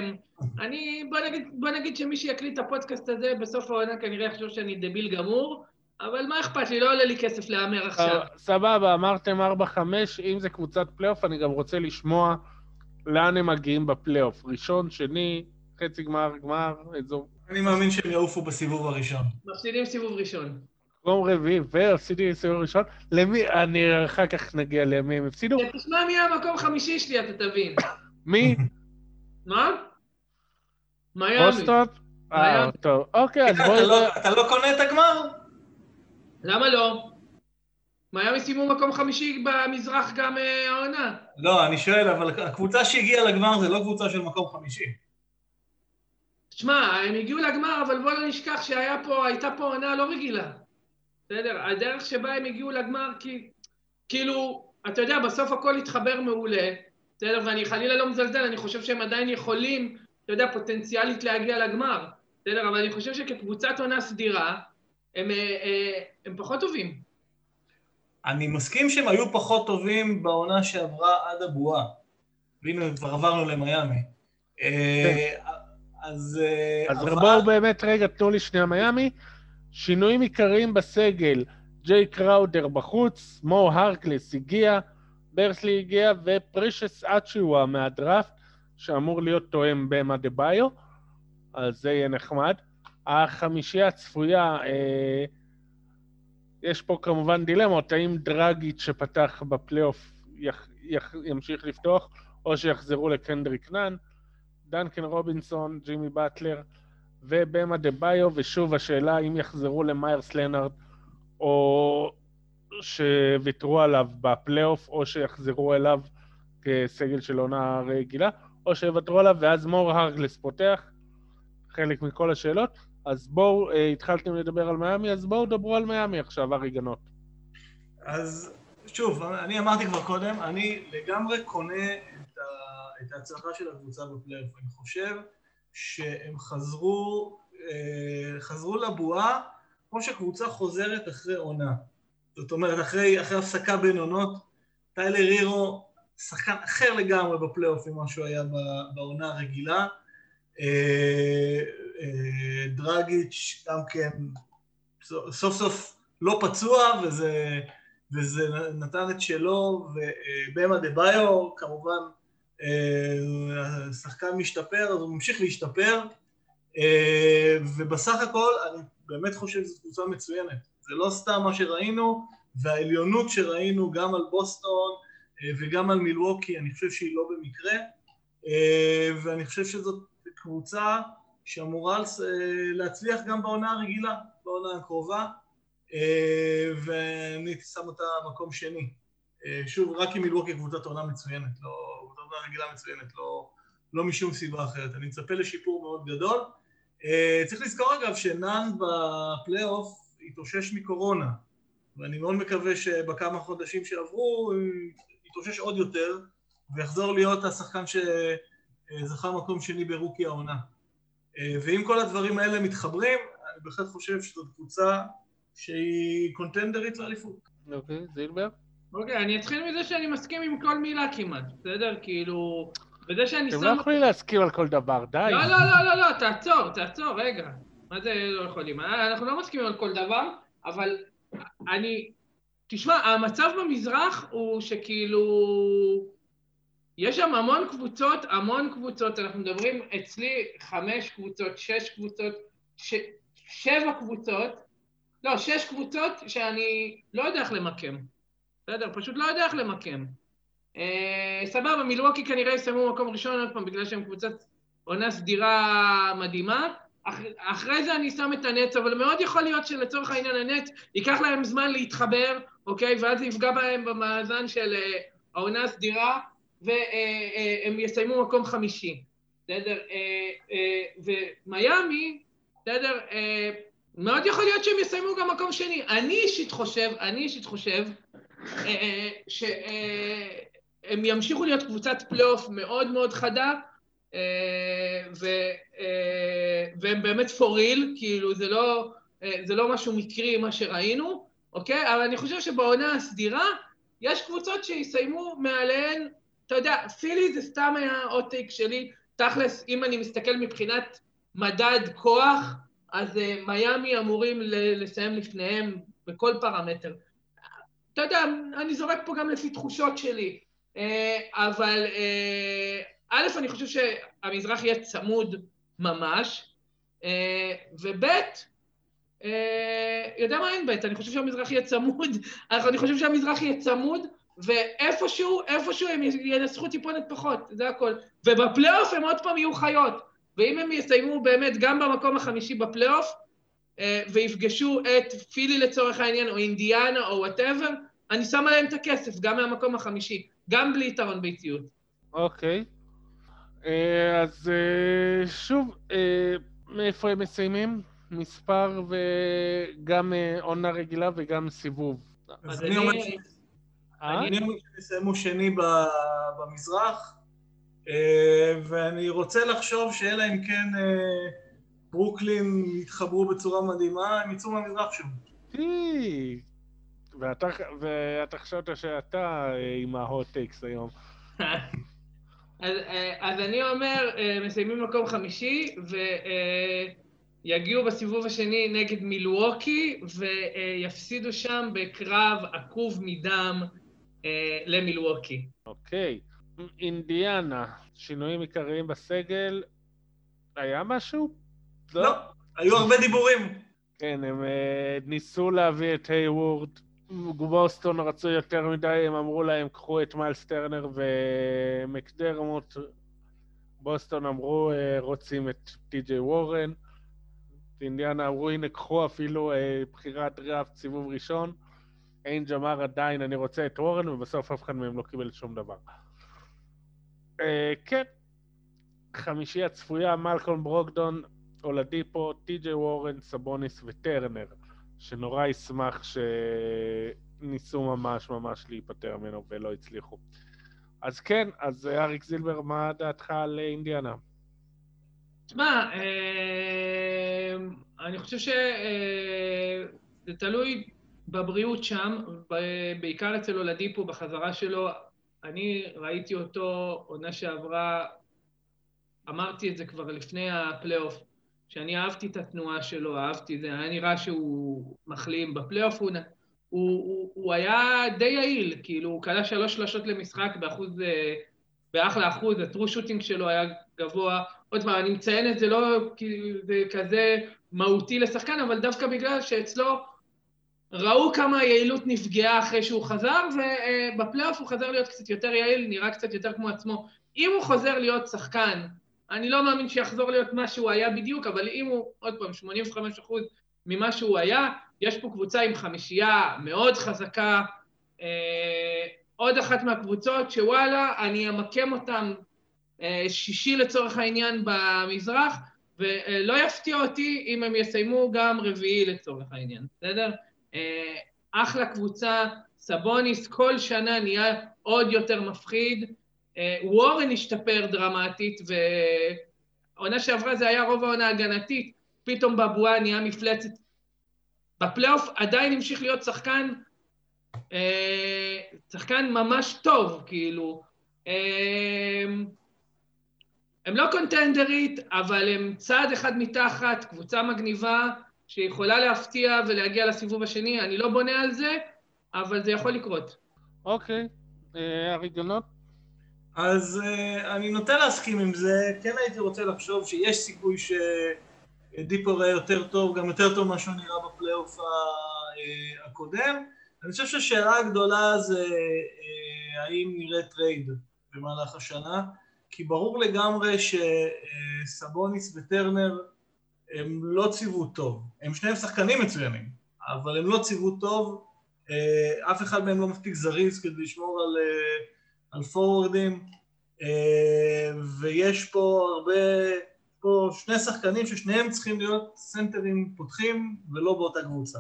בוא נגיד שמי שיקליט את הפודקאסט הזה בסוף העונה כנראה יחשוב שאני דביל גמור, אבל מה אכפת לי, לא עולה לי כסף לאמר עכשיו. סבבה, אמרתם 4-5, אם זה קבוצת פלייאוף, אני גם רוצה לשמוע לאן הם מגיעים בפלייאוף. ראשון, שני, חצי גמר, אזור. אני מאמין שהם יעופו בסיבוב הראשון. מפסידים סיבוב ראשון. מקום רביעי, ועשיתי סיבוב ראשון. למי, אני אחר כך נגיע למי הם הפסידו. תשמע מי המקום חמישי שלי, אתה תבין. מי? מה? מיאמי. בוסטון? טוב. אוקיי, אז בואי... אתה לא קונה את הגמר? למה לא? מיאמי סיימו מקום חמישי במזרח גם העונה. לא, אני שואל, אבל הקבוצה שהגיעה לגמר זה לא קבוצה של מקום חמישי. תשמע, הם הגיעו לגמר, אבל בוא לא נשכח שהייתה פה עונה לא רגילה. בסדר? הדרך שבה הם הגיעו לגמר, כאילו, אתה יודע, בסוף הכל התחבר מעולה, בסדר? ואני חלילה לא מזלזל, אני חושב שהם עדיין יכולים, אתה יודע, פוטנציאלית להגיע לגמר, בסדר? אבל אני חושב שכקבוצת עונה סדירה, הם פחות טובים. אני מסכים שהם היו פחות טובים בעונה שעברה עד הבועה. והנה, כבר עברנו למיאמי. אז בואו באמת רגע, תנו לי שנייה מיאמי. שינויים עיקריים בסגל, ג'יי קראודר בחוץ, מו הרקלס הגיע, ברסלי הגיע, ופרישס אצ'יווה מהדראפט, שאמור להיות תואם במה דביו, אז זה יהיה נחמד. החמישייה הצפויה, יש פה כמובן דילמות, האם דרגיץ' שפתח בפלייאוף ימשיך לפתוח, או שיחזרו לקנדריק נאן, דנקן רובינסון, ג'ימי באטלר, ובמה דביו, ושוב השאלה אם יחזרו למיירס לנארד, או שוויתרו עליו בפלייאוף, או שיחזרו אליו כסגל של עונה רגילה, או שיוותרו עליו, ואז מור הרקלס פותח, חלק מכל השאלות. אז בואו, התחלתם לדבר על מיאמי, אז בואו דברו על מיאמי עכשיו, הריגנות. אז שוב, אני אמרתי כבר קודם, אני לגמרי קונה את ההצלחה של הקבוצה בפלייאוף. אני חושב שהם חזרו לבועה כמו שקבוצה חוזרת אחרי עונה. זאת אומרת, אחרי הפסקה בין עונות, טיילר הירו שחקן אחר לגמרי בפלייאוף ממה שהוא היה בעונה הרגילה. דרגיץ' גם כן סוף סוף לא פצוע, וזה נתן את שלו, ובמה דביו כמובן השחקן משתפר, אז הוא ממשיך להשתפר, ובסך הכל אני באמת חושב שזו קבוצה מצוינת. זה לא סתם מה שראינו, והעליונות שראינו גם על בוסטון וגם על מילווקי, אני חושב שהיא לא במקרה, ואני חושב שזאת קבוצה שאמורה להצליח גם בעונה הרגילה, בעונה הקרובה, ואני הייתי שם אותה מקום שני. שוב, רק עם מילווקי קבוצת עונה מצוינת, קבוצת עונה רגילה מצוינת, לא משום סיבה אחרת. אני מצפה לשיפור מאוד גדול. צריך לזכור אגב שנאן בפלייאוף התאושש מקורונה, ואני מאוד מקווה שבכמה חודשים שעברו יתאושש עוד יותר, ויחזור להיות השחקן שזכה מקום שני ברוקי העונה. ואם כל הדברים האלה מתחברים, אני בהחלט חושב שזאת קבוצה שהיא קונטנדרית לאליפות. אוקיי, זילבר? אוקיי, אני אתחיל מזה שאני מסכים עם כל מילה כמעט, בסדר? כאילו, בזה שאני שם... אתם לא יכולים להסכים על כל דבר, די. לא, תעצור, רגע. מה זה לא יכולים? אנחנו לא מסכימים על כל דבר, אבל תשמע, המצב במזרח הוא שכאילו... יש שם המון קבוצות, אנחנו מדברים אצלי 5 קבוצות, 6 קבוצות, 7 קבוצות, לא, 6 קבוצות שאני לא יודע איך למקם. בסדר, פשוט לא יודע איך למקם. סבבה, מילווקי כנראה יסיימו מקום ראשון עוד פעם, בגלל שהם קבוצת עונה סדירה מדהימה. אחרי זה אני שם את הנץ, אבל מאוד יכול להיות שלצורך העניין הנץ ייקח להם זמן להתחבר, אוקיי? ואז זה יפגע בהם במאזן של העונה הסדירה, והם יסיימו מקום 5. בסדר? ומיימי, בסדר? מאוד יכול להיות שהם יסיימו גם מקום 2. אני אישית חושב שהם ימשיכו להיות קבוצת פלייאוף מאוד מאוד חדה, והם באמת for real, כאילו זה לא משהו מקרי מה שראינו, אוקיי? אבל אני חושב שבעונה הסדירה יש קבוצות שיסיימו מעליהן, אתה יודע, פילי זה סתם היה עוד-טייק שלי, תכלס, אם אני מסתכל מבחינת מדד כוח, אז מיימי אמורים לסיים לפניהם בכל פרמטר. אתה יודע, אני זורק פה גם לפי תחושות שלי, אבל א', אני חושב שהמזרח יהיה צמוד ממש, וב', יודע מה אין ב', אני חושב שהמזרח יהיה צמוד, אני חושב שהמזרח יהיה צמוד, ואיפשהו הם ינסחו טיפונת פחות, זה הכל. ובפלייאוף הם עוד פעם יהיו חיות, ואם הם יסיימו באמת גם במקום החמישי בפלייאוף, ויפגשו את פילי לצורך העניין, או אינדיאנה, או whatever, אני שם עליהם את הכסף, גם מהמקום החמישי, גם בלי יתרון ביתיות. אוקיי. אז שוב, מאיפה הם מסיימים? מספר וגם עונה רגילה וגם סיבוב. אז אני אומר שיסיימו שני במזרח, ואני רוצה לחשוב שאלה אם כן ברוקלין יתחברו בצורה מדהימה, הם יצאו מהמזרח שוב. ואתה חשבת שאתה עם ההוט-טקס היום. אז אני אומר, מסיימים מקום 5, ויגיעו בסיבוב השני נגד מילווקי, ויפסידו שם בקרב עקוב מדם למילווקי. אוקיי. אינדיאנה, שינויים עיקריים בסגל, היה משהו? לא, היו הרבה דיבורים. כן, הם ניסו להביא את היוורד, בוסטון רצו יותר מדי, הם אמרו להם, קחו את מיילס טרנר ומקדרמוט, בוסטון אמרו, רוצים את טי.ג'יי וורן, אינדיאנה אמרו, הנה קחו אפילו בחירת דראפט סיבוב ראשון, איינג' אמר עדיין, אני רוצה את וורן, ובסוף אף אחד מהם לא קיבל שום דבר. כן, חמישי הצפויה, מלקום ברוקדון, אולדיפו, טי.ג'יי וורן, סבוניס וטרנר, שנורא ישמח שניסו ממש להיפטר ממנו ולא הצליחו. אז כן, אז אריק זילבר, מה דעתך על אינדיאנה? תשמע, אני חושב שזה תלוי בבריאות שם, בעיקר אצל אולדיפו בחזרה שלו. אני ראיתי אותו עונה שעברה, אמרתי את זה כבר לפני הפלייאוף, שאני אהבתי את התנועה שלו, אהבתי זה, היה נראה שהוא מחלים. בפלייאוף הוא היה די יעיל, כאילו הוא קלה 3 שלשות למשחק באחלה אחוז, הטרו שוטינג שלו היה גבוה. עוד פעם, אני מציין את זה לא זה כזה מהותי לשחקן, אבל דווקא בגלל שאצלו ראו כמה היעילות נפגעה אחרי שהוא חזר, ובפלייאוף הוא חזר להיות קצת יותר יעיל, נראה קצת יותר כמו עצמו. אם הוא חוזר להיות שחקן, אני לא מאמין שיחזור להיות מה שהוא היה בדיוק, אבל אם הוא, עוד פעם, 85% ממה שהוא היה, יש פה קבוצה עם חמישייה מאוד חזקה, עוד אחת מהקבוצות שוואלה, אני אמקם אותם שישי לצורך העניין במזרח, ולא יפתיע אותי אם הם יסיימו גם רביעי לצורך העניין, בסדר? אחלה קבוצה, סבוניס כל שנה נהיה עוד יותר מפחיד, וורן השתפר דרמטית, ועונה שעברה זה היה רוב העונה הגנתית, פתאום בבואה נהיה מפלצת. בפלייאוף עדיין המשיך להיות שחקן ממש טוב, כאילו. הם לא קונטנדרית, אבל הם צעד אחד מתחת, קבוצה מגניבה, שיכולה להפתיע ולהגיע לסיבוב השני. אני לא בונה על זה, אבל זה יכול לקרות. אוקיי, הרגלנות? אז אני נוטה להסכים עם זה, כן הייתי רוצה לחשוב שיש סיכוי שדיפו יהיה יותר טוב, גם יותר טוב מה שהוא נראה בפלייאוף הקודם. אני חושב שהשאלה הגדולה זה האם נראה טרייד במהלך השנה, כי ברור לגמרי שסבוניס וטרנר הם לא ציוו טוב, הם שניהם שחקנים מצוינים, אבל הם לא ציוו טוב, אף אחד מהם לא מספיק זריז כדי לשמור על פורורדים, ויש פה שני שחקנים ששניהם צריכים להיות סנטרים פותחים ולא באותה קבוצה.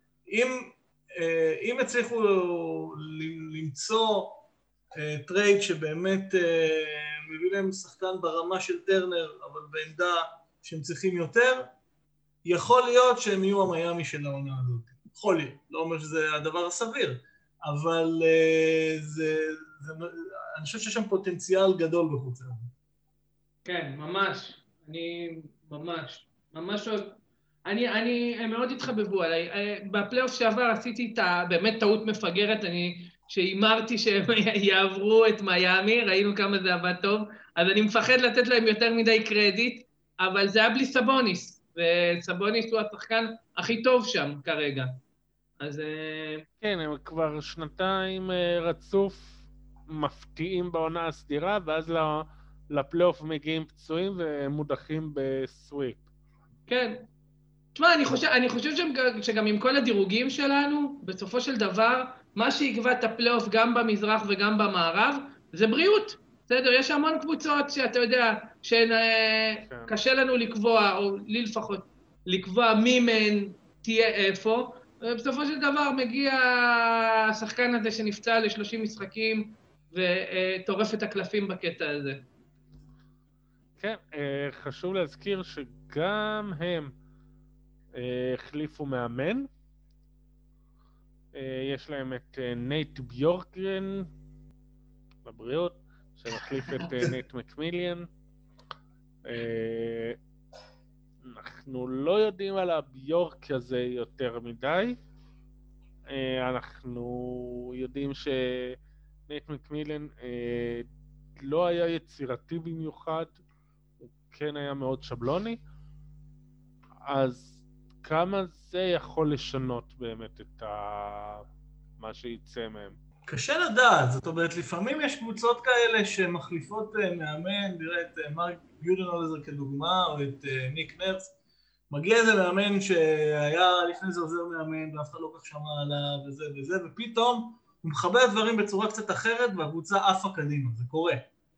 אם הצליחו למצוא טרייד שבאמת מביא להם שחקן ברמה של טרנר, אבל בעמדה שהם צריכים יותר, יכול להיות שהם יהיו המיימי של העונה הזאת. יכול להיות, לא אומר שזה הדבר הסביר, אבל אני חושב שיש שם פוטנציאל גדול בחוץ. כן, ממש. הם מאוד התחבבו עליי. בפלייאוף שעבר עשיתי באמת טעות מפגרת, שאימרתי שהם יעברו את מיימי, ראינו כמה זה עבד טוב, אז אני מפחד לתת להם יותר מדי קרדיט, אבל זה היה בלי סבוניס, וסבוניס הוא השחקן הכי טוב שם כרגע. אז כן, הם כבר שנתיים רצוף מפתיעים בעונה הסדירה, ואז לפלייאוף מגיעים פצועים ומודחים בסוויפ. כן. תשמע, אני חושב שגם עם כל הדירוגים שלנו, בסופו של דבר, מה שיקבע את הפלייאוף גם במזרח וגם במערב, זה בריאות. בסדר, יש המון קבוצות שאתה יודע, שקשה לנו לקבוע, או לי לפחות, לקבוע מי מהן תהיה איפה, ובסופו של דבר מגיע השחקן הזה שנפצע ל30 משחקים, וטורף את הקלפים בקטע הזה. כן, חשוב להזכיר שגם הם החליפו מאמן. יש להם את נייט ביורקגרן, בבריאות, שמחליף את נייט מקמיליאן. אנחנו לא יודעים על הביורק הזה יותר מדי. אנחנו יודעים שנייט מקמיליאן לא היה יצירתי במיוחד, הוא כן היה מאוד שבלוני, אז כמה זה יכול לשנות באמת את מה שיצא מהם? קשה לדעת, זאת אומרת, לפעמים יש קבוצות כאלה שמחליפות מאמן, נראה את מרק יודנהולזר כדוגמה, או את ניק נרס, מגיע איזה מאמן שהיה לפני זה עוזר מאמן, ואף אחד לא כך שמע עליו וזה וזה, ופתאום הוא מחבר דברים בצורה קצת אחרת, והקבוצה עפה קדימה, זה קורה.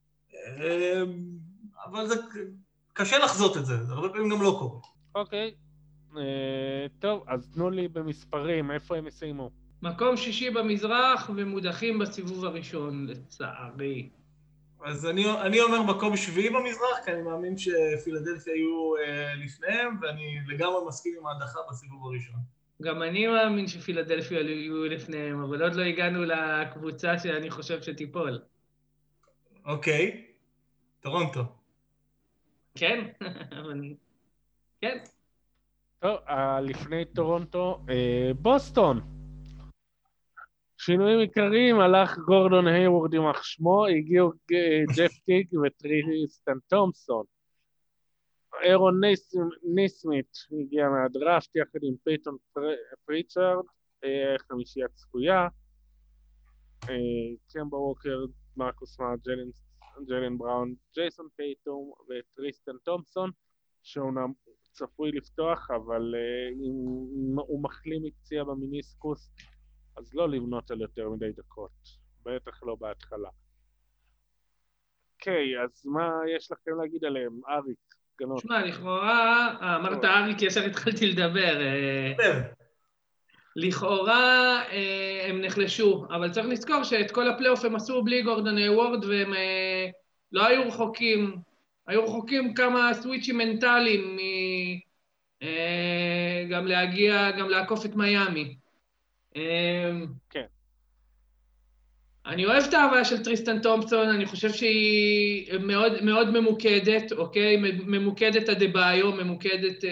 אבל זה קשה לחזות את זה, זה הרבה פעמים גם לא קורה. אוקיי, טוב, אז תנו לי במספרים, איפה הם יסיימו? מקום 6 במזרח ומודחים בסיבוב הראשון, לצערי. אז אני אומר מקום 7 במזרח, כי אני מאמין שפילדלפיה היו לפניהם, ואני לגמרי מסכים עם ההדחה בסיבוב הראשון. גם אני מאמין שפילדלפיה היו לפניהם, אבל עוד לא הגענו לקבוצה שאני חושב שתיפול. אוקיי, טורונטו. כן, כן. טוב, לפני טורונטו, בוסטון. שינויים עיקריים, הלך גורדון היוורד עם שמו, הגיעו ג'ף טיג וטריסטן תומפסון. אירון ניסמית הגיע מהדראפט יחד עם פייטון פריצ'רד, חמישייה צפויה. קמבה ווקר, מרקוס סמארט, ג'יילן בראון, ג'ייסון טייטום וטריסטן תומפסון, שהוא צפוי לפתוח, אבל אם הוא מחלים מפציעה במיניסקוס, אז לא לבנות על יותר מדי דקות, בטח לא בהתחלה. אוקיי, אז מה יש לכם להגיד עליהם? אריק, גנון. שמע, לכאורה, אמרת אריק, ישר התחלתי לדבר. לכאורה הם נחלשו, אבל צריך לזכור שאת כל הפלייאוף הם עשו בלי גורדון היוורד, והם לא היו רחוקים, היו רחוקים כמה סוויצ'ים מנטליים גם להגיע, גם לעקוף את מיימי. כן. אני אוהב את ההבאה של טריסטן תומפסון, אני חושב שהיא מאוד, מאוד ממוקדת, אוקיי? ממוקדת הדבאיו, ממוקדת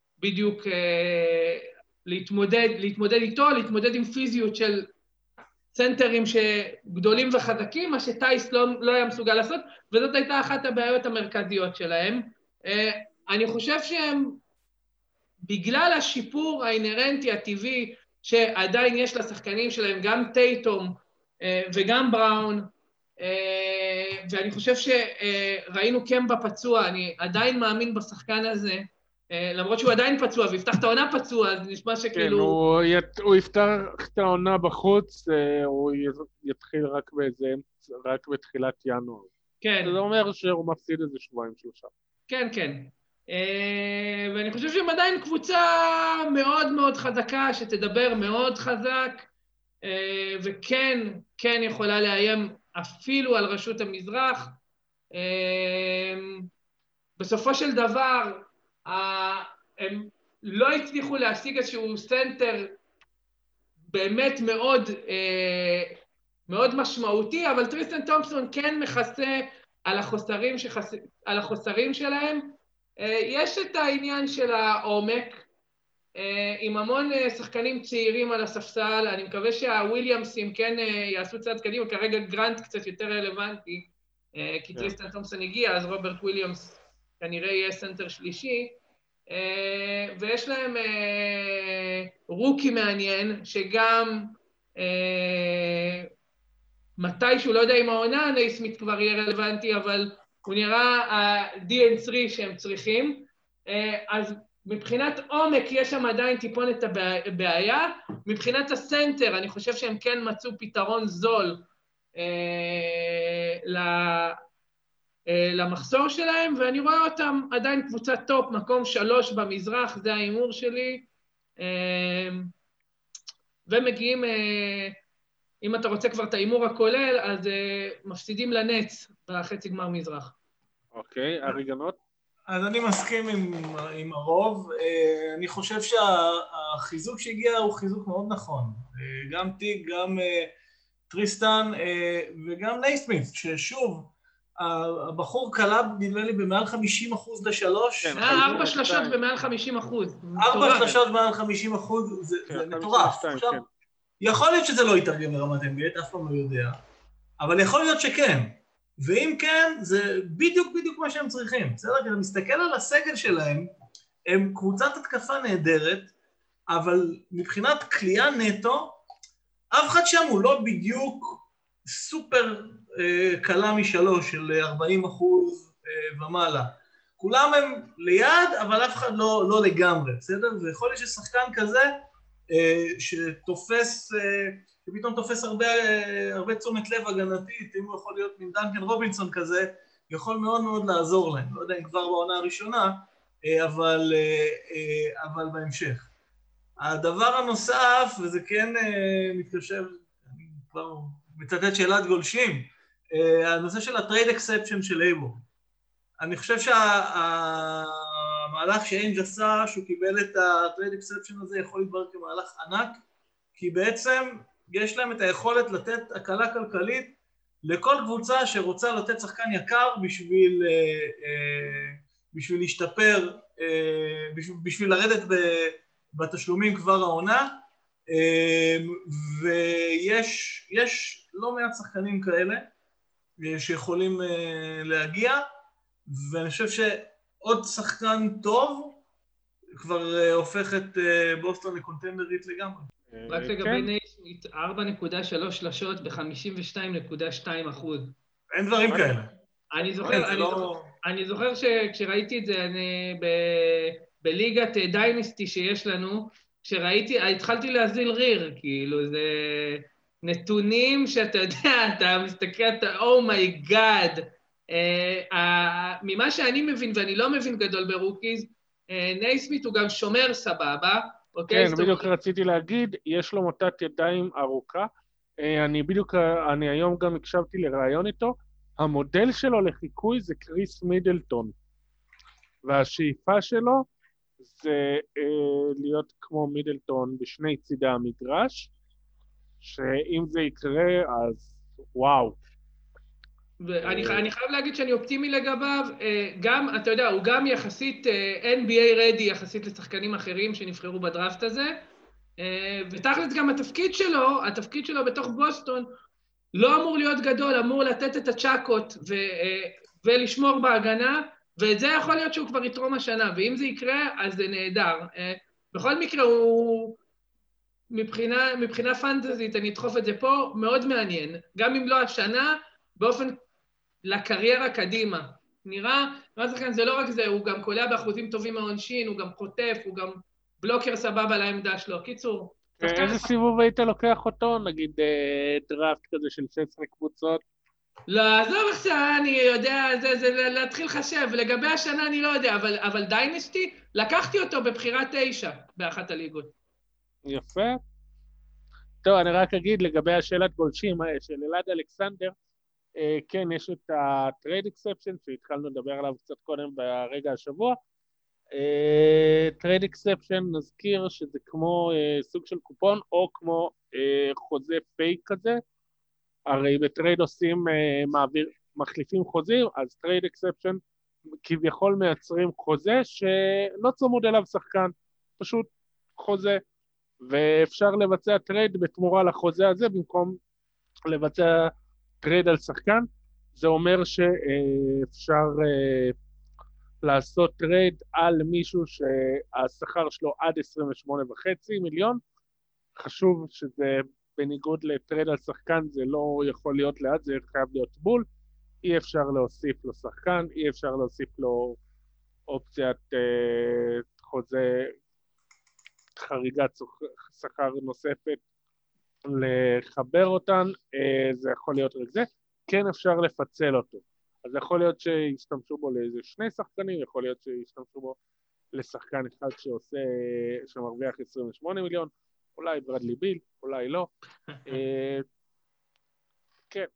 להתמודד איתו, להתמודד עם פיזיות של סנטרים שגדולים וחזקים, מה שטייס לא היה מסוגל לעשות, וזאת הייתה אחת הבעיות המרכזיות שלהם. אני חושב שהם, בגלל השיפור האינרנטי הטבעי, שעדיין יש לשחקנים שלהם, גם טייטום וגם בראון, ואני חושב שראינו קמבה פצוע, אני עדיין מאמין בשחקן הזה, למרות שהוא עדיין פצוע, ויפתח את העונה פצוע, אז נשמע שכאילו... כן, הוא יפתח את העונה בחוץ, הוא יתחיל רק בתחילת ינואר. כן. זה אומר שהוא מפסיד איזה שבועיים שלושה. כן, כן. ואני חושב שהם עדיין קבוצה מאוד מאוד חזקה, שתדבר מאוד חזק, וכן, כן יכולה לאיים אפילו על רשות המזרח. בסופו של דבר, הם לא הצליחו להשיג איזשהו סנטר באמת מאוד, מאוד משמעותי, אבל טריסטן תומפסון כן מכסה על החוסרים שלהם. יש את העניין של העומק, עם המון שחקנים צעירים על הספסל, אני מקווה שהוויליאמסים כן יעשו צעד קדימה, כרגע גרנט קצת יותר רלוונטי, כי טריסטן תומפסון הגיע, אז רוברט וויליאמס כנראה יהיה סנטר שלישי, ויש להם רוקי מעניין, שגם מתישהו, לא יודע אם העונה נייסמית כבר יהיה רלוונטי, אבל הוא נראה ה-DN3 שהם צריכים, אז מבחינת עומק יש שם עדיין טיפונת הבעיה, מבחינת הסנטר אני חושב שהם כן מצאו פתרון זול למחסור שלהם, ואני רואה אותם עדיין קבוצת טופ, מקום 3 במזרח, זה האימור שלי, ומגיעים, אם אתה רוצה כבר את האימור הכולל, אז מפסידים לנץ בחצי גמר מזרח. אוקיי, אריגנות? אז אני מסכים עם הרוב. אני חושב שהחיזוק שהגיע הוא חיזוק מאוד נכון. גם טיג, גם טריסטן וגם נייסמית, ששוב, הבחור קלב נדמה לי במעל 50% לשלוש. 4 שלשות במעל 50%. 4 שלשות במעל 50%, זה מטורף. עכשיו, יכול להיות שזה לא יתרגם לרמת NBA, אף פעם לא יודע, אבל יכול להיות שכן. ואם כן, זה בדיוק מה שהם צריכים. בסדר, כי אתה מסתכל על הסגל שלהם, הם קבוצת התקפה נהדרת, אבל מבחינת קליעה נטו, אף אחד שם הוא לא בדיוק סופר קלה משלוש של 40% ומעלה. כולם הם ליד, אבל אף אחד לא לגמרי, בסדר? ויכול להיות ששחקן כזה, שתופס, שפתאום תופס הרבה תשומת לב הגנתית, אם הוא יכול להיות מן דנקן רובינסון כזה, יכול מאוד מאוד לעזור להם. לא יודע אם כבר בעונה הראשונה, אבל בהמשך. הדבר הנוסף, וזה כן מתקשר, אני כבר מצטט שאלת גולשים, הנושא של הטרייד אקספשן של אייבור. אני חושב שהמהלך שאינג' עשה, שהוא קיבל את הטרייד אקספשן הזה, יכול להתברר כמהלך ענק, כי בעצם יש להם את היכולת לתת הקלה כלכלית לכל קבוצה שרוצה לתת שחקן יקר בשביל להשתפר, בשביל לרדת בתשלומים כבר העונה, ויש לא מעט שחקנים כאלה שיכולים להגיע, ואני חושב שעוד שחקן טוב כבר הופך את בוסטון לקונטנדרית לגמרי. רק לגבי נייסמית, 4.3 שלשות ב-52.2%. אין דברים כאלה. אני זוכר שכשראיתי את זה בליגת דיינסטי שיש לנו, כשראיתי, התחלתי להזיל ריר, כאילו זה נתונים שאתה יודע, אתה מסתכל, אומייגאד, ממה שאני מבין, ואני לא מבין גדול ברוקיז, נייסמית הוא גם שומר סבבה, כן, בדיוק רציתי להגיד, יש לו מוטת ידיים ארוכה, אני היום גם הקשבתי לראיון איתו, המודל שלו לחיקוי זה קריס מידלטון, והשאיפה שלו זה להיות כמו מידלטון בשני צידי המגרש, שאם זה יקרה אז וואו. ואני חייב להגיד שאני אופטימי לגביו, גם, אתה יודע, הוא גם יחסית NBA ready, יחסית לשחקנים אחרים שנבחרו בדראפט הזה, ותכלס גם התפקיד שלו בתוך בוסטון, לא אמור להיות גדול, אמור לתת את הצ'קות ולשמור בהגנה, ואת זה יכול להיות שהוא כבר יתרום השנה, ואם זה יקרה, אז זה נהדר. בכל מקרה, הוא מבחינה פנטזית, אני אדחוף את זה פה, מאוד מעניין. גם אם לא השנה, באופן לקריירה קדימה. נראה, זה לא רק זה, הוא גם קולע באחוזים טובים מהעונשין, הוא גם חוטף, הוא גם בלוקר סבבה לעמדה שלו. קיצור. איזה סיבוב היית לוקח אותו? נגיד דראפט כזה של 16 קבוצות? לא, עזוב עכשיו, אני יודע, זה להתחיל לחשב. לגבי השנה אני לא יודע, אבל דיינסטי, לקחתי אותו בבחירת 9 באחת הליגות. יפה. טוב, אני רק אגיד לגבי השאלת גולשים של אלעד אלכסנדר, כן, יש את ה-Trade Exception, שהתחלנו לדבר עליו קצת קודם ברגע השבוע. Trade Exception, נזכיר שזה כמו סוג של קופון, או כמו חוזה פייק כזה. הרי בטרייד עושים, מחליפים חוזים, אז Trade Exception כביכול מייצרים חוזה שלא צמוד אליו שחקן, פשוט חוזה, ואפשר לבצע טרייד בתמורה לחוזה הזה, במקום לבצע טרייד על שחקן. זה אומר שאפשר לעשות טרייד על מישהו שהשכר שלו עד 28.5 מיליון. חשוב שזה בניגוד לטרייד על שחקן, זה לא יכול להיות לאט, זה חייב להיות בול. אי אפשר להוסיף לו שחקן, אי אפשר להוסיף לו אופציית חוזה, חריגת שכר נוספת, לחבר אותן, זה יכול להיות רק זה. כן אפשר לפצל אותו. אז יכול להיות שישתמשו בו לאיזה 2 שחקנים, יכול להיות שישתמשו בו לשחקן אחד שמרוויח 28 מיליון, אולי ברדלי ביל, אולי לא. כן,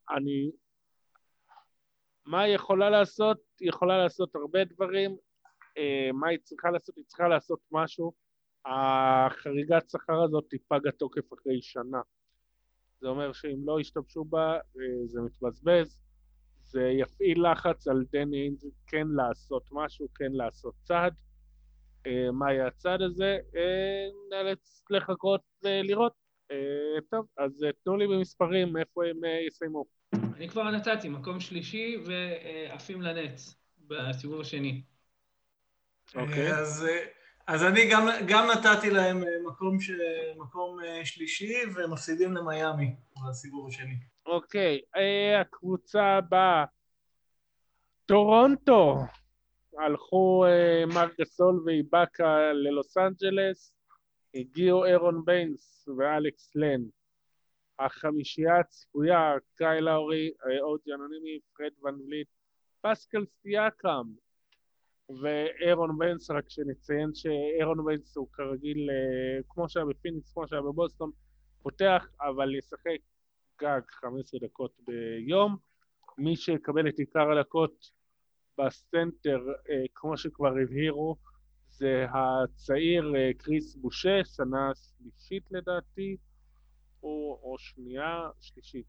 מה היא יכולה לעשות? היא יכולה לעשות הרבה דברים. מה היא צריכה לעשות? היא צריכה לעשות משהו. החריגת שכר הזאת תיפג התוקף אחרי שנה. זה אומר שאם לא ישתמשו בה, זה מתבזבז. זה יפעיל לחץ על דני אינג' כן לעשות משהו, כן לעשות צעד. מה יהיה הצעד הזה? נאלץ לחכות ולראות. טוב, אז תנו לי במספרים איפה הם יסיימו. אני כבר נתתי, מקום שלישי ועפים לנץ בסיבוב השני. אוקיי. אז אני גם נתתי להם מקום שלישי, ומפסידים למיימי בסיבוב השני. אוקיי, הקבוצה הבאה, טורונטו, הלכו מרק גסול ואיבאקה ללוס אנג'לס, הגיעו אירון ביינס ואלכס לן. החמישייה הצפויה, קאי לאורי, אוג'י אנונימי, פרד ון וליט, פסקל סיאקם ואירון ביינס. רק שנציין שאירון ביינס הוא כרגיל, כמו שהיה בפיניקס, כמו שהיה בבוסטון, פותח, אבל ישחק גג 15 דקות ביום. מי שיקבל את עיקר הדקות בסנטר, כמו שכבר הבהירו, זה הצעיר קריס בושה, שנה שלישית לדעתי, או שלישית,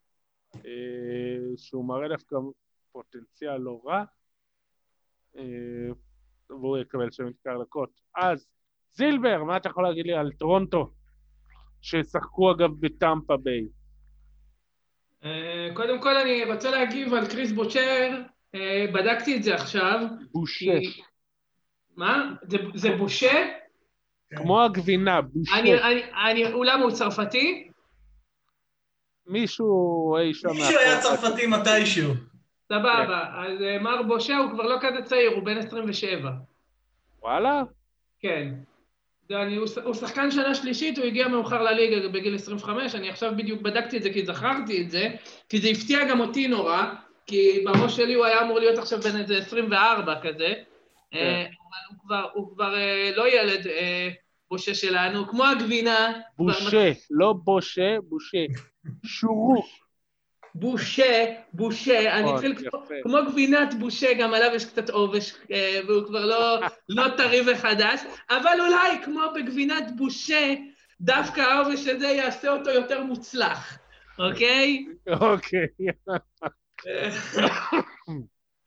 שהוא מראה דווקא פוטנציאל לא רע, והוא יקבל שם עיקר דקות. אז זילבר, מה אתה יכול להגיד לי על טורונטו, ששחקו אגב בטמפה ביי? קודם כל אני רוצה להגיב על קריס בושר, בדקתי את זה עכשיו. בושה. מה? זה בושה? כמו הגבינה, בושה. למה הוא צרפתי? מישהו היה צרפתי מתישהו. סבבה, אז מר בושה הוא כבר לא כזה צעיר, הוא בן 27. וואלה? כן. הוא שחקן שנה שלישית, הוא הגיע מאוחר לליגה בגיל 25, אני עכשיו בדיוק בדקתי את זה כי זכרתי את זה, כי זה הפתיע גם אותי נורא, כי בראש שלי הוא היה אמור להיות עכשיו בין איזה 24 כזה, אבל הוא כבר לא ילד בושה שלנו, כמו הגבינה. בושה, לא בושה, בושה. שורו. בושה, אני אתחיל כמו גבינת בושה, גם עליו יש קצת עובש, והוא כבר לא טרי וחדש, אבל אולי כמו בגבינת בושה, דווקא העובש הזה יעשה אותו יותר מוצלח, אוקיי? אוקיי.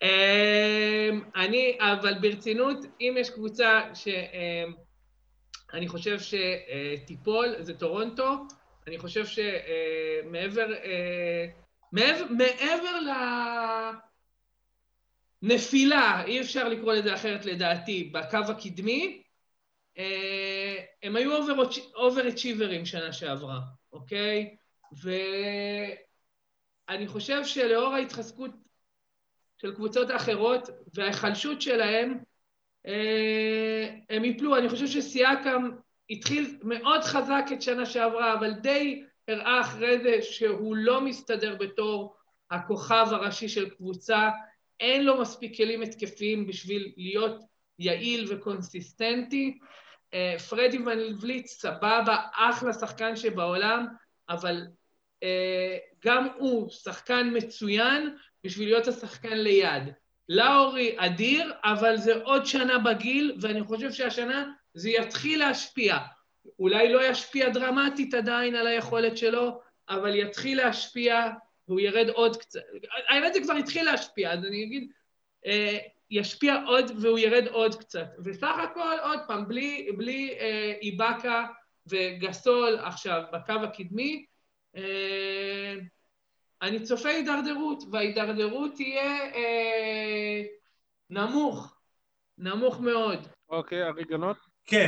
אבל ברצינות, אם יש קבוצה אני חושב שתיפול, זה טורונטו, אני חושב שמעבר מעבר לנפילה, אי אפשר לקרוא לזה אחרת לדעתי, בקו הקדמי, הם היו אובר-אצ'יברים שנה שעברה, אוקיי? ואני חושב שלאור ההתחזקות של קבוצות האחרות וההיחלשות שלהם, הם יפלו. אני חושב שסייקם התחיל מאוד חזק את שנה שעברה, אבל די הראה אחרי זה שהוא לא מסתדר בתור הכוכב הראשי של קבוצה, אין לו מספיק כלים התקפיים בשביל להיות יעיל וקונסיסטנטי. פרדי ון וליט סבבה, אחלה שחקן שבעולם, אבל גם הוא שחקן מצוין בשביל להיות השחקן ליד. לאורי אדיר, אבל זה עוד שנה בגיל, ואני חושב שהשנה זה יתחיל להשפיע. אולי לא ישפיע דרמטית עדיין על היכולת שלו, אבל יתחיל להשפיע, והוא ירד עוד קצת. האמת זה כבר התחיל להשפיע, אז אני אגיד, ישפיע עוד והוא ירד עוד קצת. וסך הכל, עוד פעם, בלי איבאקה וגסול עכשיו בקו הקדמי, אני צופה הידרדרות, וההידרדרות תהיה נמוך מאוד. אוקיי, הריגנות? כן,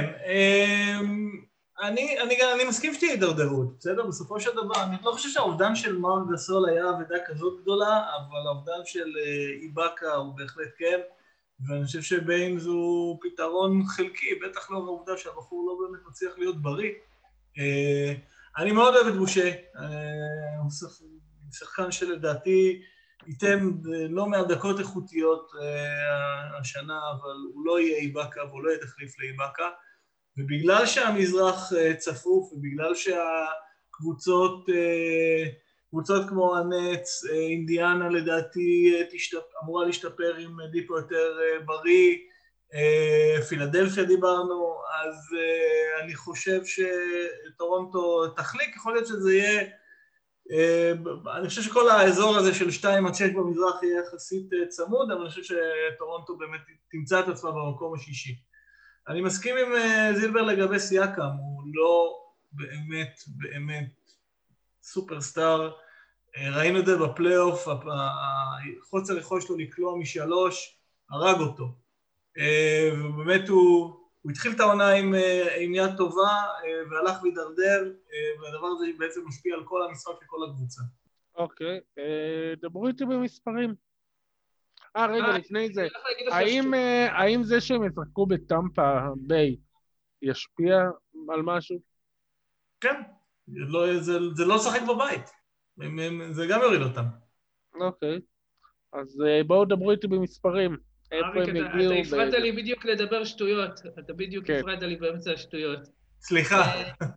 אני מסכים שתהיה הידרדרות, בסדר? בסופו של דבר, אני לא חושב שהאובדן של מר גסול היה אבדה כזאת גדולה, אבל האובדן של איבאקה הוא בהחלט כן, ואני חושב שביינס הוא פתרון חלקי, בטח לא העובדה שהבחור לא באמת מצליח להיות בריא. אני מאוד אוהב את בושה, הוא שחקן שלדעתי ייתן לא מעט דקות איכותיות השנה, אבל הוא לא יהיה איבאקה והוא לא יהיה תחליף לאיבאקה, ובגלל שהמזרח צפוף, ובגלל שהקבוצות כמו הנץ, אינדיאנה לדעתי אמורה להשתפר עם דיפו יותר בריא, פילדלפיה דיברנו, אז אני חושב שטורונטו תחליק, יכול להיות שזה יהיה, אני חושב שכל האזור הזה של 2-6 במזרח יהיה יחסית צמוד, אבל אני חושב שטורונטו באמת תמצא את עצמה במקום השישי. אני מסכים עם זילבר לגבי סייקם, הוא לא באמת סופרסטאר, ראינו את זה בפלייאוף, חוסר היכולת שלו לקלוע מ3 הרג אותו, ובאמת הוא התחיל את העונה עם יד טובה והלך והידרדר, והדבר הזה בעצם משפיע על כל המשחק וכל הקבוצה. אוקיי, דברו איתי במספרים. רגע, לפני זה, האם זה שהם ישחקו בטמפה ביי ישפיע על משהו? כן, זה לא לשחק בבית, זה גם יוריד אותם. אוקיי, אז בואו דברו איתי במספרים. איפה הם יגיעו? אתה הפרעת לי בדיוק לדבר שטויות, אתה בדיוק הפרעת לי באמצע השטויות. סליחה.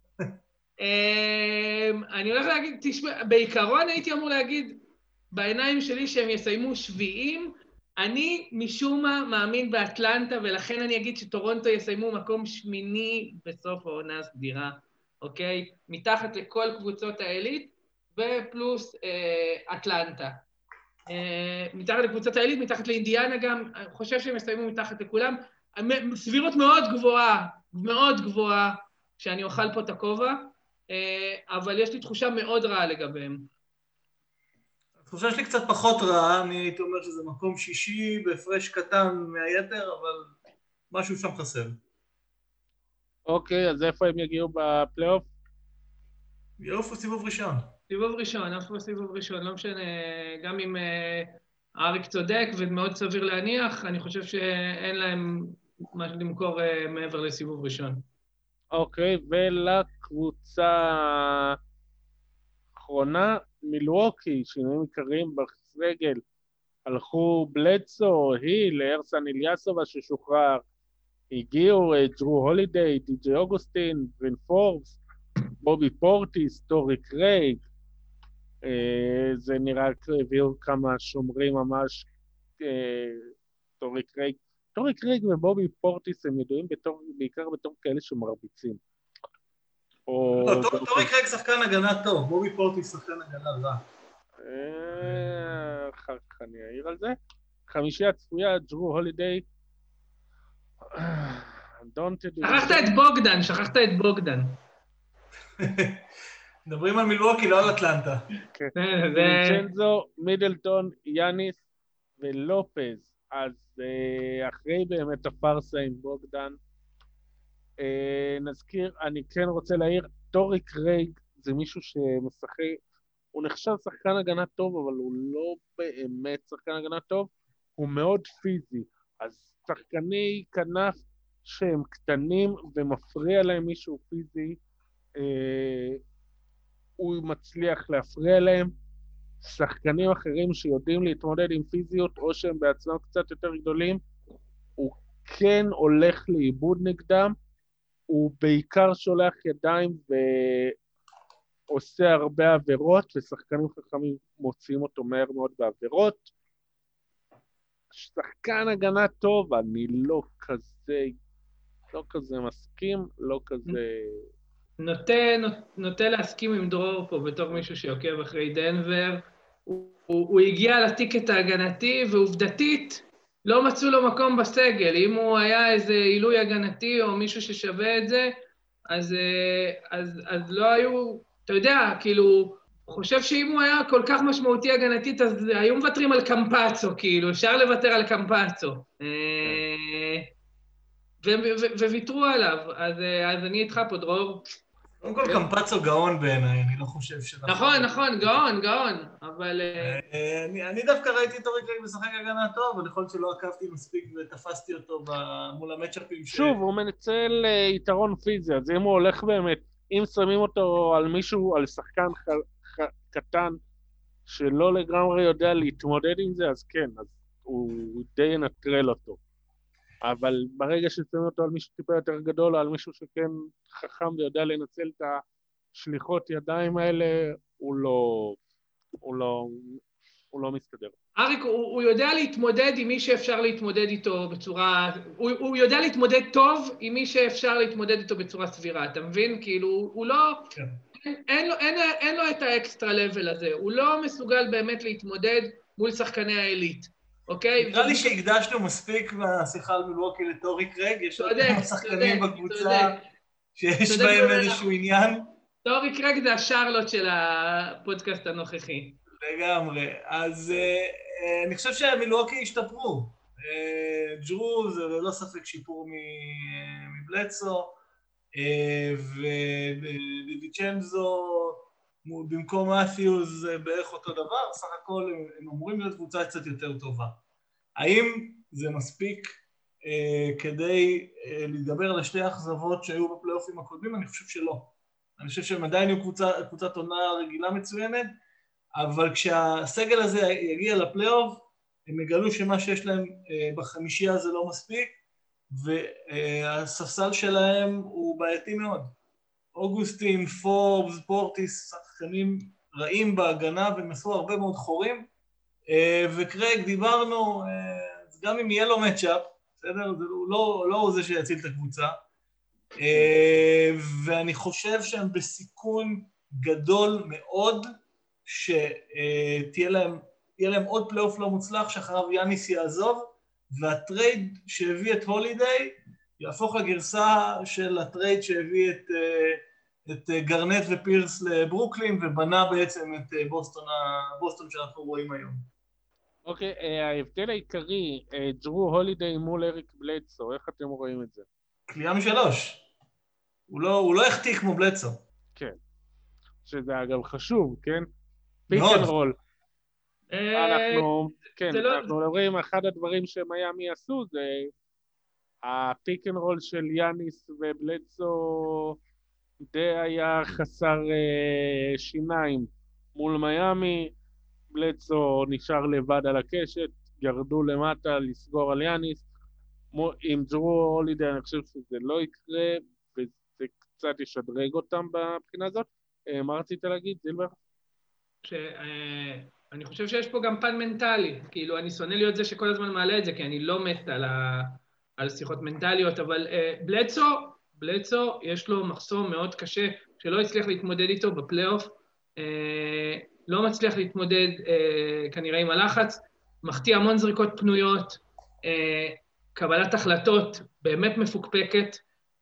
אני הולך להגיד, תשמע, בעיקרון הייתי אמור להגיד, בעיניים שלי שהם יסיימו 7, אני משום מה מאמין באטלנטה, ולכן אני אגיד שטורונטו יסיימו מקום 8 בסוף העונה הסדירה, אוקיי? מתחת לכל קבוצות העילית, ופלוס אטלנטה. מתחת לקבוצת העילית, מתחת לאינדיאנה גם, אני חושב שהם יסיימו מתחת לכולם. סבירות מאוד גבוהה, שאני אוכל פה את הכובע, אבל יש לי תחושה מאוד רעה לגביהם. התחושה שלי קצת פחות רעה, אני הייתי אומר שזה מקום 6 בהפרש קטן מהיתר, אבל משהו שם חסר. אוקיי, אז איפה הם יגיעו בפלייאוף? יעופו סיבוב ראשון. סיבוב ראשון, לא משנה, גם אם אריק צודק ומאוד סביר להניח, אני חושב שאין להם מה למכור מעבר לסיבוב ראשון. אוקיי, ולקבוצה האחרונה, מילווקי, שינויים עיקריים בסגל, הלכו בלדסו, היל, ארסן איליאסובה ששוחרר, הגיעו ג'רו הולידיי, די.ג'יי אוגוסטין, וין פורבס, בובי פורטיס, טורי קרייג, זה נראה הביאו כמה שומרים ממש, טורי קרייג ובובי פורטיס הם ידועים בעיקר בתור כאלה שמרביצים. טורי קרייג שחקן הגנה טוב, בובי פורטיס שחקן הגנה רע. אחר כך אני אעיר על זה. חמישייה צפויה, ג'רו הולידיי, שכחת את בוגדן. מדברים על מילווקי, לא על אטלנטה. וינצ'נזו, מידלטון, יאניס ולופז. אז אחרי באמת הפרסה עם בוגדן, נזכיר, אני כן רוצה להעיר, טורי קרייג זה מישהו שמשחק, הוא נחשב שחקן הגנה טוב, אבל הוא לא באמת שחקן הגנה טוב, הוא מאוד פיזי. אז שחקני כנף שהם קטנים ומפריע להם מישהו פיזי, הוא מצליח להפריע להם. שחקנים אחרים שיודעים להתמודד עם פיזיות, או שהם בעצמם קצת יותר גדולים, הוא כן הולך לאיבוד נגדם, הוא בעיקר שולח ידיים ועושה הרבה עבירות, ושחקנים חכמים מוצאים אותו מהר מאוד בעבירות. שחקן הגנה טוב, אני לא כזה מסכים, לא כזה... נוטה להסכים עם דרור פה בתור מישהו שעוקב אחרי דנבר. הוא הגיע לטיקט ההגנתי, ועובדתית לא מצאו לו מקום בסגל. אם הוא היה איזה עילוי הגנתי או מישהו ששווה את זה, אז לא היו, אתה יודע, כאילו, חושב שאם הוא היה כל כך משמעותי הגנתית, אז היו מוותרים על קמפצו, כאילו, אפשר לוותר על קמפצו. וויתרו עליו, אז אני איתך פה, דרור. קודם כל קמפצו גאון בעיניי, אני לא חושב ש... נכון, גאון, אבל... אני דווקא ראיתי את טורי קרייג משחק הגנה טוב, אבל יכול להיות שלא עקבתי מספיק ותפסתי אותו מול המצ'אפים שוב, הוא מנצל יתרון פיזי, אז אם הוא הולך באמת, אם שמים אותו על מישהו, על שחקן קטן, שלא לגמרי יודע להתמודד עם זה, אז כן, אז הוא די ינטרל אותו. אבל ברגע ששמים אותו על מישהו טיפה יותר גדול, או על מישהו שכן חכם ויודע לנצל את השליחות ידיים האלה, הוא לא מסתדר. אריק, הוא יודע להתמודד עם מי שאפשר להתמודד איתו בצורה... הוא יודע להתמודד טוב עם מי שאפשר להתמודד איתו בצורה סבירה, אתה מבין? כאילו, הוא לא... אין לו את האקסטרה לבל הזה, הוא לא מסוגל באמת להתמודד מול שחקני העילית. אוקיי? נראה לי שהקדשנו מספיק מהשיחה על מילווקי לטורי קרייג, יש עוד כמה שחקנים בקבוצה שיש בהם איזשהו עניין. טורי קרייג זה השרלוט של הפודקאסט הנוכחי. לגמרי, אז אני חושב שהמילווקי השתפרו. ג'רו זה ללא ספק שיפור מבלצו, וויצ'נזו במקום מת'יוז זה בערך אותו דבר, סך הכל הם אמורים להיות קבוצה קצת יותר טובה. האם זה מספיק כדי להתגבר על שתי האכזבות שהיו בפלייאופים הקודמים? אני חושב שלא. אני חושב שהם עדיין יהיו קבוצת עונה רגילה מצוינת, אבל כשהסגל הזה יגיע לפלייאוף, הם יגלו שמה שיש להם בחמישייה זה לא מספיק, והספסל שלהם הוא בעייתי מאוד. אוגוסטין, פורבס, פורטיס, שחקנים רעים בהגנה והם עשו הרבה מאוד חורים, וקרייג דיברנו, גם אם יהיה לו מצ'אפ, בסדר? לא הוא זה שיציל את הקבוצה, ואני חושב שהם בסיכון גדול מאוד, שתהיה להם עוד פלייאוף לא מוצלח שאחריו יאניס יעזוב, והטרייד שהביא את הולידיי יהפוך לגרסה של הטרייד שהביא את גרנט ופירס לברוקלין, ובנה בעצם את בוסטון שאנחנו רואים היום. אוקיי, ההבדל העיקרי, ג'רו הולידיי מול אריק בלדסו, איך אתם רואים את זה? קליעה משלוש. הוא לא החטיא כמו בלדסו. כן. שזה אגב חשוב, כן? מאוד. פיק אנד רול. אנחנו מדברים, אחד הדברים שמיאמי עשו זה הפיק אנד רול של יאניס ובלדסו די היה חסר שיניים מול מיאמי, בלדסו נשאר לבד על הקשת, ירדו למטה לסגור על יאניס, עם ג'רו הולידיי אני חושב שזה לא יקרה, וזה קצת ישדרג אותם בבחינה הזאת. מה רצית להגיד, זילבר? אני חושב שיש פה גם פן מנטלי, כאילו אני שונא להיות זה שכל הזמן מעלה את זה, כי אני לא מת על שיחות מנטליות, אבל בלדסו יש לו מחסום מאוד קשה, שלא הצליח להתמודד איתו בפלייאוף, לא מצליח להתמודד כנראה עם הלחץ, מחטיא המון זריקות פנויות, קבלת החלטות באמת מפוקפקת,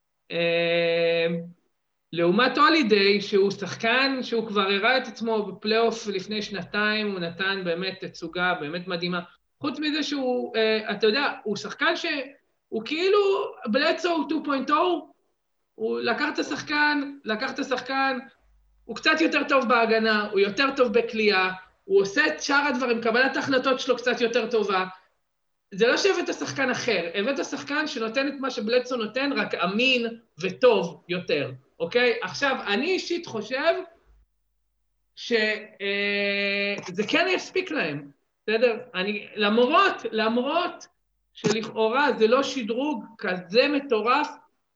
לעומת הולידיי, שהוא שחקן שהוא כבר הראה את עצמו בפלייאוף לפני שנתיים, הוא נתן באמת תצוגה באמת מדהימה. חוץ מזה שהוא, אתה יודע, הוא שחקן שהוא כאילו בלדסו 2.0, הוא לקח את השחקן, הוא קצת יותר טוב בהגנה, הוא יותר טוב בקליעה, הוא עושה את שאר הדברים, קבלת ההחלטות שלו קצת יותר טובה. זה לא שהבאת שחקן אחר, הבאת שחקן שנותן את מה שבלדסו נותן, רק אמין וטוב יותר, אוקיי? עכשיו, אני אישית חושב שזה כן יספיק להם, בסדר? למרות שלכאורה זה לא שדרוג כזה מטורף,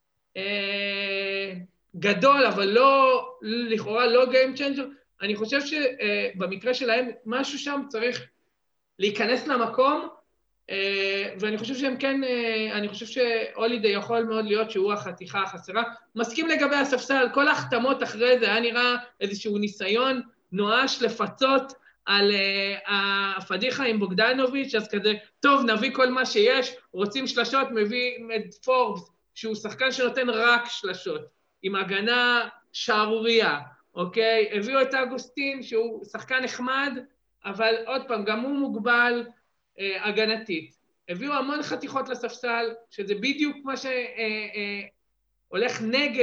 גדול, אבל לא, לכאורה לא game changer, אני חושב שבמקרה שלהם משהו שם צריך להיכנס למקום, ואני חושב שהם כן, אני חושב שהולידיי יכול מאוד להיות שהוא החתיכה החסרה. מסכים לגבי הספסל, כל ההחתמות אחרי זה היה נראה איזשהו ניסיון נואש לפצות על הפדיחה עם בוגדנוביץ', אז כזה, טוב, נביא כל מה שיש, רוצים שלשות, מביא את פורבס, שהוא שחקן שנותן רק שלשות, עם הגנה שערוריה, אוקיי? הביאו את אגוסטין, שהוא שחקן נחמד, אבל עוד פעם, גם הוא מוגבל הגנתית. הביאו המון חתיכות לספסל, שזה בדיוק מה שהולך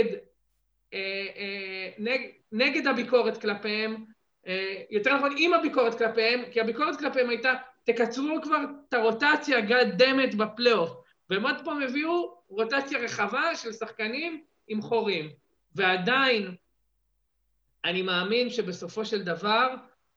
נגד הביקורת כלפיהם, יותר נכון עם הביקורת כלפיהם, כי הביקורת כלפיהם הייתה, תקצרו כבר את הרוטציה גדמת בפלייאוף, והם עוד פעם הביאו רוטציה רחבה של שחקנים עם חורים, ועדיין אני מאמין שבסופו של דבר,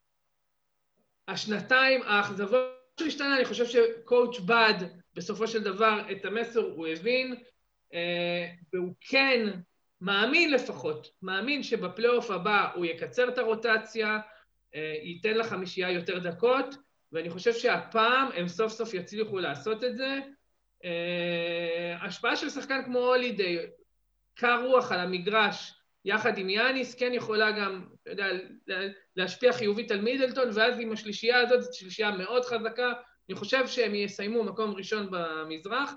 השנתיים, האכזבות שהשתנה, אני חושב שקואוץ' בד בסופו של דבר את המסר הוא הבין, והוא כן מאמין לפחות, מאמין שבפלייאוף הבא הוא יקצר את הרוטציה, ייתן לחמישייה יותר דקות, ואני חושב שהפעם הם סוף סוף יצליחו לעשות את זה. השפעה של שחקן כמו הולידיי, קר רוח על המגרש, יחד עם יאניס, כן יכולה גם, אתה יודע, להשפיע חיובית על מידלטון, ואז עם השלישייה הזאת, זו שלישייה מאוד חזקה, אני חושב שהם יסיימו מקום ראשון במזרח,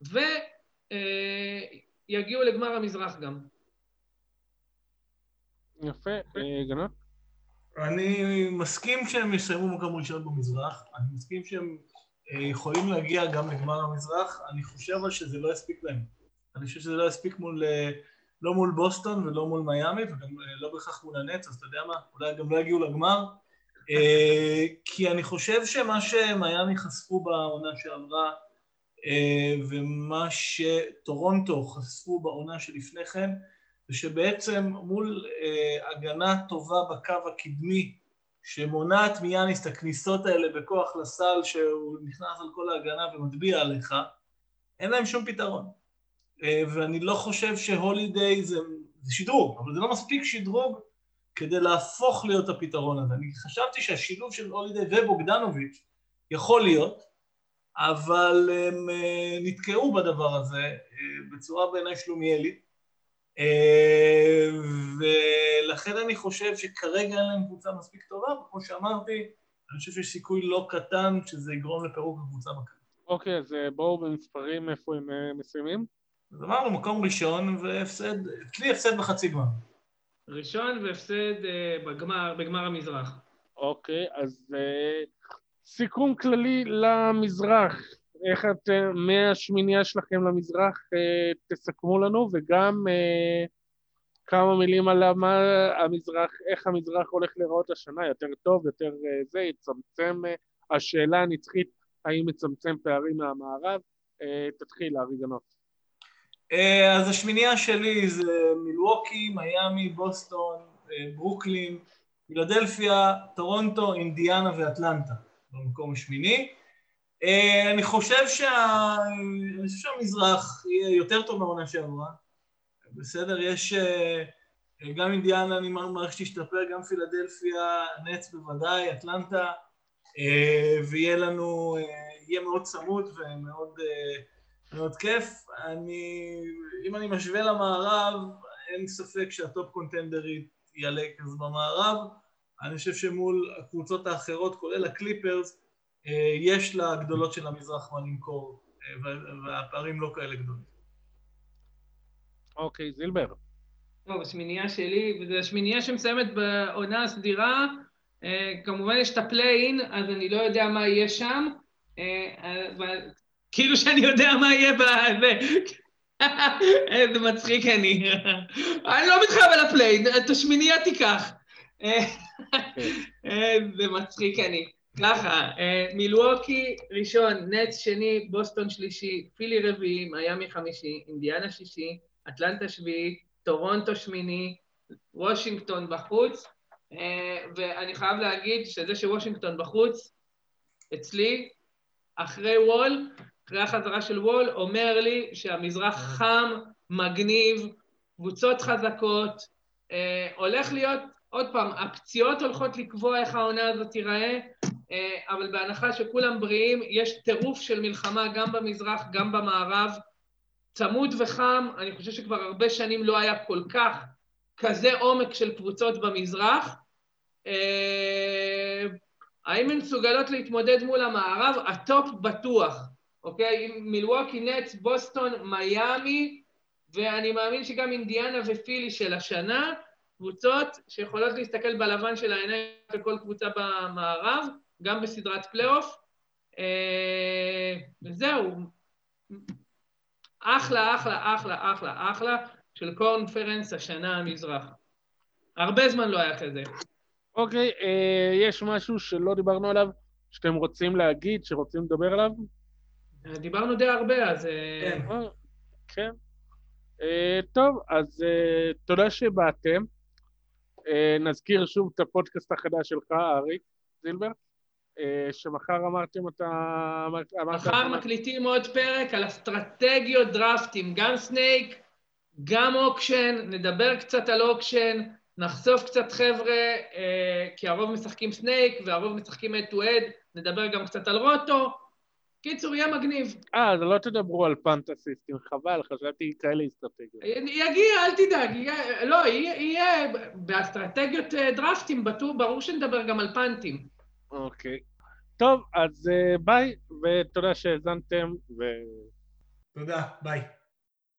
ויגיעו לגמר המזרח גם. יפה, גנות? אני מסכים שהם יסיימו מקום ראשון במזרח, אני מסכים שהם יכולים להגיע גם לגמר המזרח, אני חושב שזה לא יספיק להם. אני חושב שזה לא יספיק לא מול בוסטון ולא מול מיאמי, וגם לא בכך מול הנץ, אז אתה יודע מה, אולי גם לא יגיעו לגמר, כי אני חושב שמה שמיאמי חשפו בעונה שעברה, ומה שטורונטו חשפו בעונה שלפני כן, זה שבעצם מול הגנה טובה בקו הקדמי, שמונעת מיאניס את הכניסות האלה בכוח לסל, שהוא נכנס על כל ההגנה ומטביע עליך, אין להם שום פתרון. ואני לא חושב שהולידיי זה שדרוג, אבל זה לא מספיק שדרוג כדי להפוך להיות הפתרון הזה. אני חשבתי שהשילוב של הולידיי ובוגדנוביץ' יכול להיות, אבל הם נתקעו בדבר הזה בצורה בעיניי שלומיאלית, ולכן אני חושב שכרגע אין להם קבוצה מספיק טובה, וכמו שאמרתי, אני חושב שיש סיכוי לא קטן שזה יגרום לפירוק הקבוצה בקרוב. אוקיי, אז בואו במספרים איפה הם מסיימים. אז אמרנו מקום ראשון והפסד, אצלי הפסד בחצי גמר. ראשון והפסד בגמר המזרח. אוקיי, אז סיכום כללי למזרח, איך מהשמינייה שלכם למזרח תסכמו לנו, וגם כמה מילים על המזרח, איך המזרח הולך לראות השנה, יותר טוב, יותר זה, יצמצם, השאלה הנצחית, האם יצמצם פערים מהמערב, תתחיל אבי גנות. אז השמינייה שלי זה מילווקי, מיאמי, בוסטון, ברוקלין, פילדלפיה, טורונטו, אינדיאנה ואטלנטה במקום השמיני. אני חושב שהמזרח יהיה יותר טוב מהעונה שעברה. בסדר, יש גם אינדיאנה, אני מעריך שתשתפר, גם פילדלפיה, נץ בוודאי, אטלנטה, ויהיה לנו, יהיה מאוד צמוד ומאוד מאוד כיף. אם אני משווה למערב, אין ספק שהטופ קונטנדרית יעלה כזה במערב. אני חושב שמול הקבוצות האחרות, כולל הקליפרס, יש לגדולות של המזרח מה למכור והפערים לא כאלה גדולים. אוקיי, זילבר. טוב, השמינייה שלי, וזו השמינייה שמסיימת בעונה הסדירה, כמובן יש את הפליין, אז אני לא יודע מה יהיה שם, כאילו שאני יודע מה יהיה זה מצחיק אני לא מתחייב על הפליין, את השמינייה תיקח. זה מצחיק אני. ככה, מילווקי ראשון, נטס שני, בוסטון שלישי, פילי רביעי, מיאמי חמישי, אינדיאנה שישי, אטלנטה שביעי, טורונטו שמיני, וושינגטון בחוץ, ואני חייב להגיד שזה שוושינגטון בחוץ, אצלי, אחרי וול, אחרי החזרה של וול, אומר לי שהמזרח חם, מגניב, קבוצות חזקות, הולך להיות, עוד פעם, הפציעות הולכות לקבוע איך העונה הזאת תיראה, אבל בהנחה שכולם בריאים, יש טירוף של מלחמה גם במזרח, גם במערב, צמוד וחם, אני חושב שכבר הרבה שנים לא היה כל כך כזה עומק של קבוצות במזרח. האם הן מסוגלות להתמודד מול המערב? הטופ בטוח, אוקיי? מילווקי, נטס, בוסטון, מיאמי, ואני מאמין שגם אינדיאנה ופילי של השנה, קבוצות שיכולות להסתכל בלבן של העיניים לכל קבוצה במערב, גם בסדרת פלייאוף. וזהו. אחלה, אחלה, אחלה, אחלה, אחלה של קונפרנס השנה המזרח. הרבה זמן לא היה כזה. אוקיי, יש משהו שלא דיברנו עליו, שאתם רוצים להגיד, שרוצים לדבר עליו? דיברנו די הרבה, אז... כן. טוב, אז תודה שבאתם. נזכיר שוב את הפודקאסט החדש שלך, אריק זילבר, שמחר אמרתם אתה... מחר מקליטים עוד פרק על אסטרטגיות דרפטים, גם סנייק, גם אוקשן, נדבר קצת על אוקשן, נחשוף קצת חבר'ה, כי הרוב משחקים סנייק והרוב משחקים head-to-head, נדבר גם קצת על רוטו, קיצור, יהיה מגניב. אז לא תדברו על פנטסיסטים, חבל, חשבתי כאלה אסטרטגיות. יגיע, אל תדאג, לא, יהיה באסטרטגיות דרפטים, ברור שנדבר גם על פנטים. אוקיי. טוב, אז ביי, ותודה שהזנתם. תודה, ביי.